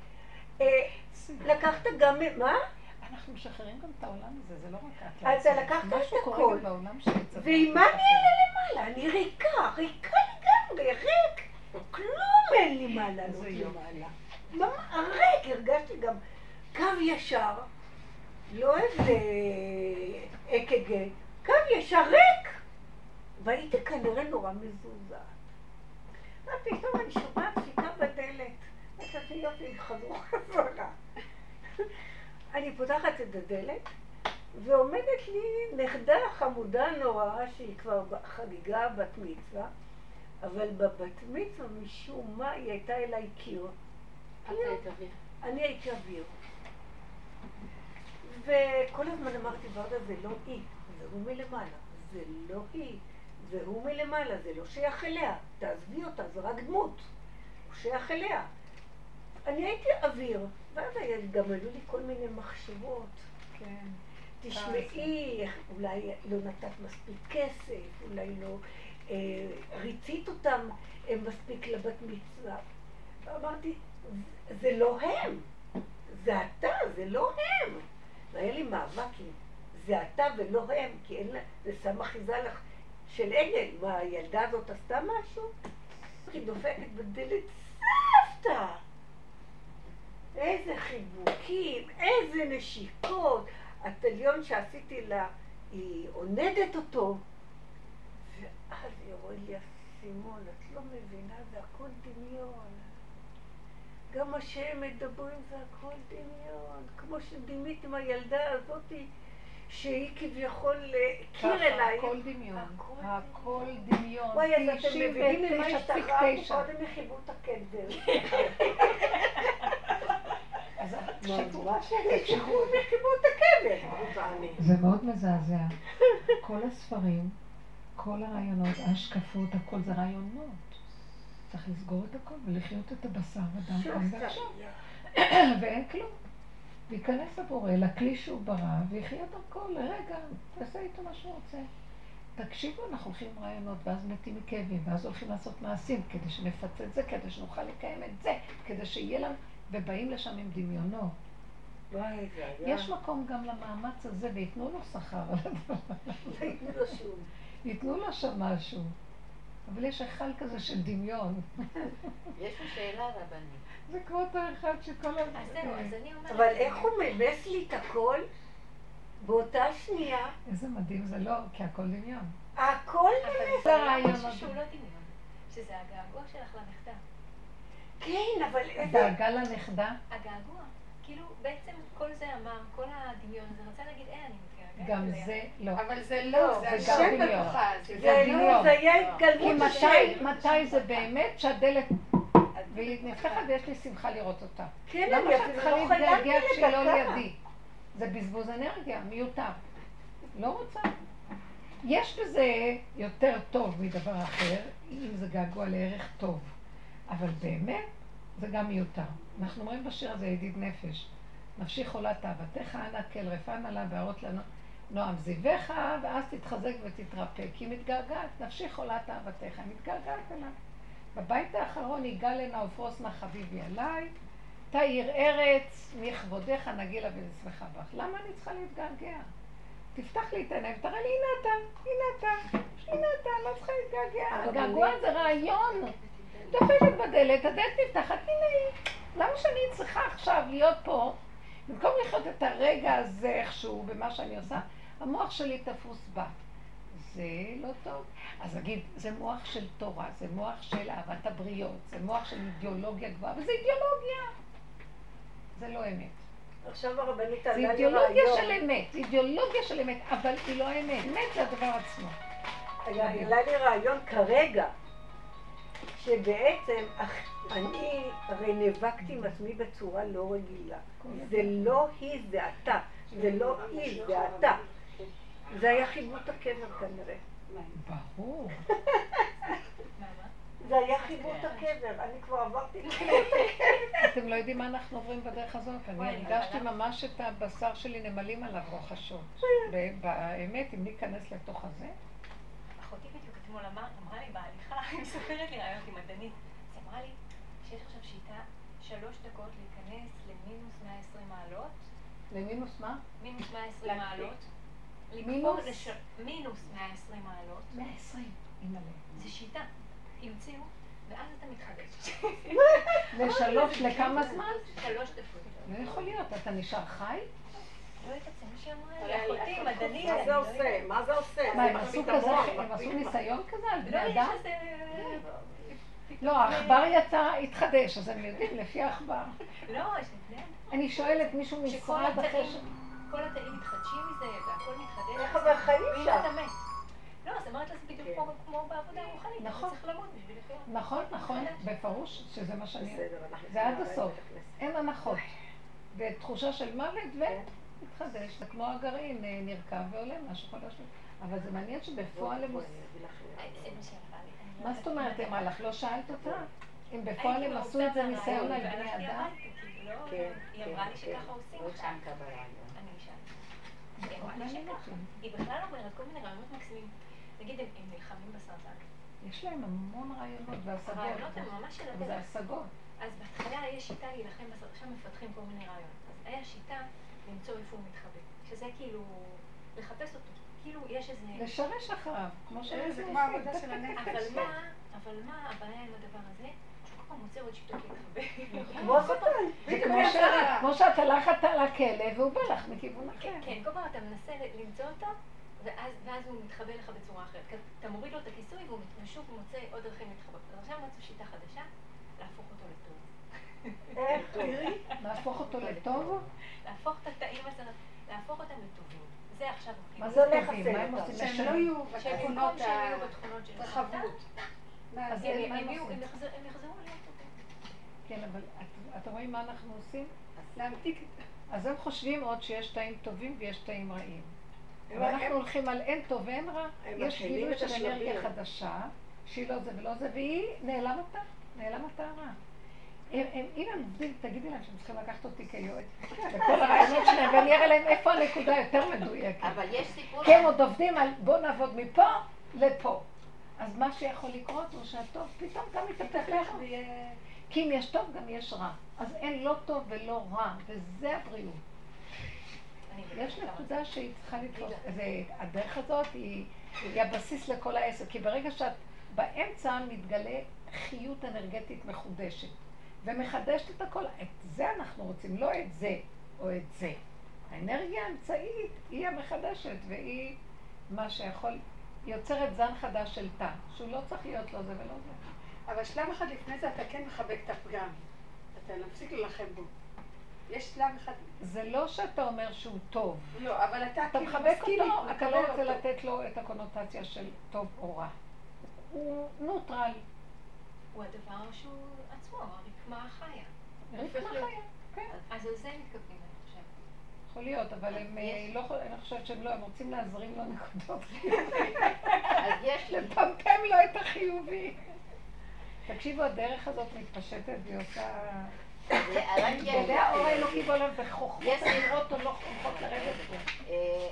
לקחת גם... מה? אנחנו משחררים גם את העולם הזה, זה לא רק את. אתה לקחת את הכל. ועם מה אני אעלה למעלה? אני ריקה, ריקה לגמרי, ריק. כלום אין לי מה לעלות למעלה. ריק, הרגשתי גם קו ישר, לא איזה אק"ג, קו ישר ריק. והייתי כנראה נורא מזוזה. פתאום אני שומעת דפיקה בדלת. נתתי יופי, חזרו חזרה. אני פותחת את הדלת, ועומדת לי נכדה חמודה נורא, שהיא כבר חגיגה בת מצווה, אבל בבת מצווה משום מה היא הייתה אליי קיר. את היית אוויר. אני הייתי אוויר. וכל הזמן אמרתי, ורדה, זה לא היא, זה הוא מלמעלה. זה לא היא, זה הוא מלמעלה, זה לא שייך אליה. תעזבי אותה, זה רק דמות. הוא שייך אליה. אני הייתי אוויר. ואז גם עלו לי כל מיני מחשבות. כן. תשמעי, אולי לא נתת מספיק כסף, אולי לא ריצית אותם מספיק לבת מצווה. ואמרתי, זה לא הם, זה אתה, זה לא הם. והיה לי מאבקים, זה אתה ולא הם, כי אין לה, זה שם אחיזה לך של עגל. מה, הילדה הזאת עשתה משהו? היא דופקת בדלת, סבתא! איזה חיבוקים, איזה נשיקות. הטליון שעשיתי לה, היא עונדת אותו. ואז היא רואה לי, סימון, את לא מבינה, זה הכל דמיון. גם מה שהם מדברים זה הכל דמיון. כמו שדימית עם הילדה הזאת, שהיא כביכול קיר אליי. הכל דמיון. הכל דמיון. וואי, אז אתם מבינים ממה השתחררתי קודם מחיבות הקבר. אז תקשיבו מחיבות הקבר. זה מאוד מזעזע. כל הספרים, כל הרעיונות, ההשקפות, הכל זה רעיונות. צריך לסגור את הכל ולחיות את הבשר ודם כאן ועכשיו. ואין כלום. להיכנס לבורא, לכלי שהוא ברא, ויחיה דרכו לרגע, ועשה איתו מה שהוא רוצה. תקשיבו, אנחנו הולכים עם רעיונות, ואז מתים מכאבים, ואז הולכים לעשות מעשים, כדי שנפצה את זה, כדי שנוכל לקיים את זה, כדי שיהיה לנו, ובאים לשם עם דמיונות. יש מקום גם למאמץ הזה, ויתנו לו שכר על הדבר. ויתנו לו שום. יתנו לו שם משהו. אבל יש אחד כזה של דמיון. יש לי שאלה רבנית. זה כמו אותו אחד שכל הזמן. אז זהו, אז אני אומרת... אבל איך הוא ממס לי את הכל באותה שנייה? איזה מדהים זה לא, כי הכל דמיון. הכל ממס. זה הרעיון משהו הזה. שהוא לא דמיון, שזה הגעגוע שלך לנכדה. כן, אבל איזה... דאגה לנכדה? הגעגוע. כאילו, בעצם כל זה אמר, כל הדמיון הזה, רצה להגיד, אה, אני מתגעגעת. גם זה לא. אבל זה לא, זה זה גם השם דמיון. בתוכה. זה לא, זה היה התגלמות כי השם. מתי, מתי זה באמת שהדלת, והיא נפתחת ויש לי שמחה לראות אותה. כן, למה אני שאת אפילו צריכה לא להתגעגע חלמתי כשהיא לא לדקה. לידי? זה בזבוז אנרגיה, מיותר. לא רוצה. יש בזה יותר טוב מדבר אחר, אם זה געגוע לערך טוב. אבל באמת, זה גם מיותר. אנחנו אומרים בשיר הזה, ידיד נפש, נפשי חולת אהבתך, אנא כל רפא לה בהראות לנו נועם זיווך, ואז תתחזק ותתרפא, כי היא מתגעגעת, נפשי חולת אהבתך, היא מתגעגעת אליו. בבית האחרון יגאל הנה ופרוס נא חביבי עליי, תאיר ארץ, מכבודך נגילה ונשמחה בך. למה אני צריכה להתגעגע? תפתח לי את העיניים, תראה לי, הנה אתה, הנה אתה, הנה אתה, לא צריכה להתגעגע. הגעגוע זה רעיון. דופקת בדלת, הדלת נפתחת, הנה היא. למה שאני צריכה עכשיו להיות פה, במקום לחיות את הרגע הזה איכשהו במה שאני עושה, המוח שלי תפוס בה. זה לא טוב. אז נגיד, זה מוח של תורה, זה מוח של אהבת הבריות, זה מוח של אידיאולוגיה גבוהה, וזה אידיאולוגיה. זה לא אמת. עכשיו הרבנית זה עלה לי אידיאולוגיה רעיון. של אמת, זה אידיאולוגיה של אמת, אבל היא לא אמת. אמת זה הדבר עצמו. עלה לי רעיון כרגע, שבעצם אני הרי נאבקתי עם עצמי בצורה לא רגילה. זה לא היא, זה אתה. זה לא היא, זה אתה. זה היה חיבות הקבר כנראה. ברור. זה היה חיבות הקבר, אני כבר עברתי את זה. אתם לא יודעים מה אנחנו עוברים בדרך הזאת. אני הרגשתי ממש את הבשר שלי נמלים עליו רוחשות. באמת, אם ניכנס לתוך הזה, אחותי בדיוק אתמול אמרה לי בהליכה, היא מספרת לי רעיון עם מדענית. אז אמרה לי שיש עכשיו שיטה שלוש דקות להיכנס למינוס מאה ועשרים מעלות. למינוס מה? מינוס מאה ועשרים מעלות. מינוס? מינוס מאה ועשרים מעלות. מאה ועשרים, אימא'לה. זה שיטה. המציאו, ואז אתה מתחדש. לשלוש, לכמה זמן? שלוש דקות. לא יכול להיות, אתה נשאר חי? לא יודעת, זה מה שאמרה לי. אחותי, מדענית. מה זה עושה? מה זה עושה? מה, הם עשו כזה, הם עשו ניסיון כזה על בני אדם? לא, יש איזה... לא, העכבר יצא, התחדש, אז הם יודעים לפי העכבר. לא, יש הבדל. אני שואלת מישהו משרד אחרי ש... כל התאים מתחדשים מזה, והכל מתחדש. איך אבל חיים ואם שם? אתה מת. לא, אז אמרת לזה בדיוק כמו בעבודה הרוחנית. נכון. אתה צריך למות בשביל לחיות. נכון, נכון, בפירוש שזה מה שאני... בסדר, אנחנו... זה עד הסוף. אין הנחות. ותחושה של מוות ומתחדש. זה כמו הגרעין, נרקב ועולה משהו חדש. אבל זה מעניין שבפועל הם עושים... זה מה שאמרה לי. מה זאת אומרת, אמרה לך? לא שאלת אותה? אם בפועל הם עשו את זה ניסיון על בני אדם? היא אמרה לי שככה עושים עכשיו. אני אשאל. מרגישה ככה. היא בכלל אומרת כל מיני רעיונות מקסימים. נגיד, הם נלחמים בסרטן. יש להם המון רעיונות והשגות. הרעיונות הם ממש של אבל זה השגות. אז בהתחלה יש שיטה להילחם בסרטן, עכשיו מפתחים כל מיני רעיונות. אז היה שיטה למצוא איפה הוא מתחבא. שזה כאילו, לחפש אותו. כאילו יש איזה... לשרש אחריו, כמו שזה. זה כמו העבודה של הנפש. אבל מה, אבל מה הבעיה עם הדבר הזה? שהוא כל פעם מוצא עוד שיטות להתחבא. כמו השטן. זה כמו שאת הלכת על הכלב והוא בא לך מכיוון אחר. כן, כל פעם אתה מנסה למצוא אותו, ואז הוא מתחבא לך בצורה אחרת. אתה מוריד לו את הכיסוי והוא שוב מוצא עוד דרכים להתחבא. אז עכשיו מצאו שיטה חדשה, להפוך אותו לטוב. איך, תראי? להפוך אותו לטוב? להפוך את התאים הזה, להפוך אותם לטובים. זה עכשיו מה זה טובים? מה הם עושים? שהם לא יהיו בתכונות הרחבות. אז הם יחזרו להיות טובים. כן, אבל אתם רואים מה אנחנו עושים? להמתיק. אז הם חושבים עוד שיש תאים טובים ויש תאים רעים. ואנחנו הולכים על אין טוב ואין רע. יש גילוי של אנרגיה חדשה, שהיא לא זה ולא זה, והיא נעלם אותה, נעלם אותה הרע. אם הם עובדים, תגידי להם שהם צריכים לקחת אותי כיועץ. וכל הרעיונות שלהם, ואני אראה להם איפה הנקודה יותר מדויקת. אבל יש סיפור... כי הם עוד עובדים על בוא נעבוד מפה לפה. אז מה שיכול לקרות הוא שהטוב פתאום גם מתהפך לך. כי אם יש טוב גם יש רע. אז אין לא טוב ולא רע, וזה הבריאות. יש נקודה שהיא צריכה לתפוס. הדרך הזאת היא הבסיס לכל העסק. כי ברגע שאת באמצע מתגלה חיות אנרגטית מחודשת. ומחדשת את הכל. את זה אנחנו רוצים, לא את זה או את זה. האנרגיה האמצעית היא המחדשת, והיא מה שיכול, יוצרת זן חדש של תא, שהוא לא צריך להיות לא זה ולא זה. אבל שלב אחד לפני זה אתה כן מחבק את הפגם. אתה נפסיק ללחם בו. יש שלב אחד... זה לא שאתה אומר שהוא טוב. לא, אבל אתה אתה כאילו מחבק מסכים, אותו, אתה לא רוצה אותו. לתת לו את הקונוטציה של טוב או רע. הוא נוטרל. הוא הדבר שהוא עצמו, הרקמה החיה. רקמה חיה, כן. אז על זה הם מתכוונים, אני חושבת. יכול להיות, אבל הם לא, אני חושבת שהם לא, הם רוצים להזרים לו נקודות. אז יש לי... לפמפם לו את החיובי. תקשיבו, הדרך הזאת מתפשטת והיא עושה... גלי האור האלוקי בעולם בחוכמות הנראות או לא חוכמות לרדת פה.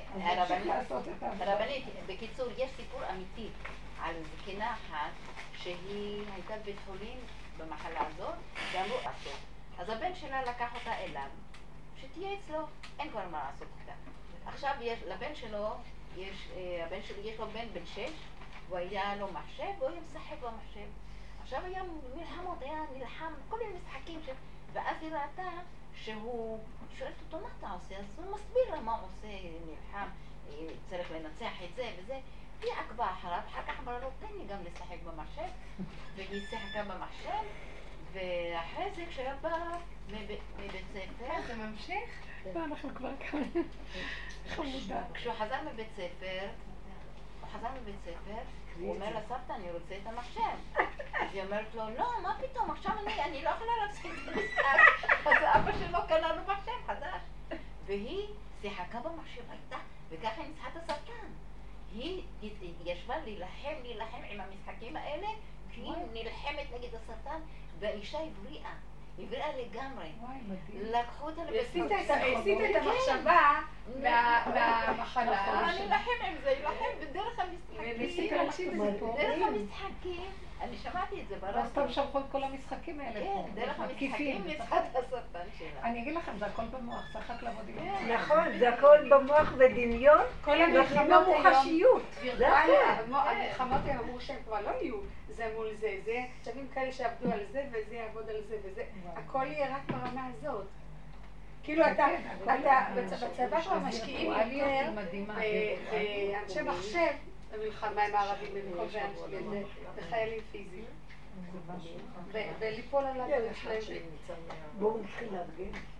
הרבנית, בקיצור, יש סיפור אמיתי על זקנה אחת שהיא הייתה בבית חולים במחלה הזאת, ואמרו אסור. אז הבן שלה לקח אותה אליו, שתהיה אצלו, אין כבר מה לעשות איתה. עכשיו לבן שלו, הבן שלי יש לו בן בן שש, והוא היה לו מחשב, והוא היה משחק במחשב. עכשיו היה מלחמות, היה נלחם, כל מיני משחקים ש... ואז היא ראתה שהוא שואלת אותו מה אתה עושה, אז הוא מסביר לה מה הוא עושה, נלחם, צריך לנצח את זה וזה. היא עקבה אחריו, אחר כך אמרה לו, תן לי גם לשחק במחשב, והיא שיחקה במחשב, ואחרי זה כשהיה בא מבית ספר... זה ממשיך? ואנחנו כבר כמה חמודה. כשהוא חזר מבית ספר, הוא חזר מבית ספר, הוא אומר לה, סבתא, אני רוצה את המחשב. אז היא אומרת לו, לא, מה פתאום, עכשיו אני לא יכולה להפסיק את המשחק. אז אבא שלו קנה לו מחשב חדש. והיא שיחקה במחשב הייתה, וככה היא ניצחה את הסרטן. היא ישבה להילחם, להילחם עם המשחקים האלה, כי היא נלחמת נגד הסרטן, והאישה הבריאה. הבריאה לגמרי. לקחו אותה לבית חולים. עשית את המחשבה מהמחלה. אני אלחם עם זה, אלחם בדרך המשחקים. דרך המשחקים. אני שמעתי את זה ברדיו. אז סתם שלחו את כל המשחקים האלה פה. כן, דרך המשחקים ניצחה את הסרטן שלה. אני אגיד לכם, זה הכל במוח, צריך רק לעבוד עם זה. נכון, זה הכל במוח ודמיון. כל המלחמות מוחשיות. המלחמות הם אמרו שהם כבר לא יהיו זה מול זה, זה שווים כאלה שעבדו על זה וזה יעבוד על זה וזה, הכל יהיה רק ברמה הזאת. כאילו אתה, בצבא כבר משקיעים יותר באנשי מחשב, במלחמה עם הערבים במקום בחיילים פיזיים. וליפול על הדרך שלהם. בואו נתחיל להרגן.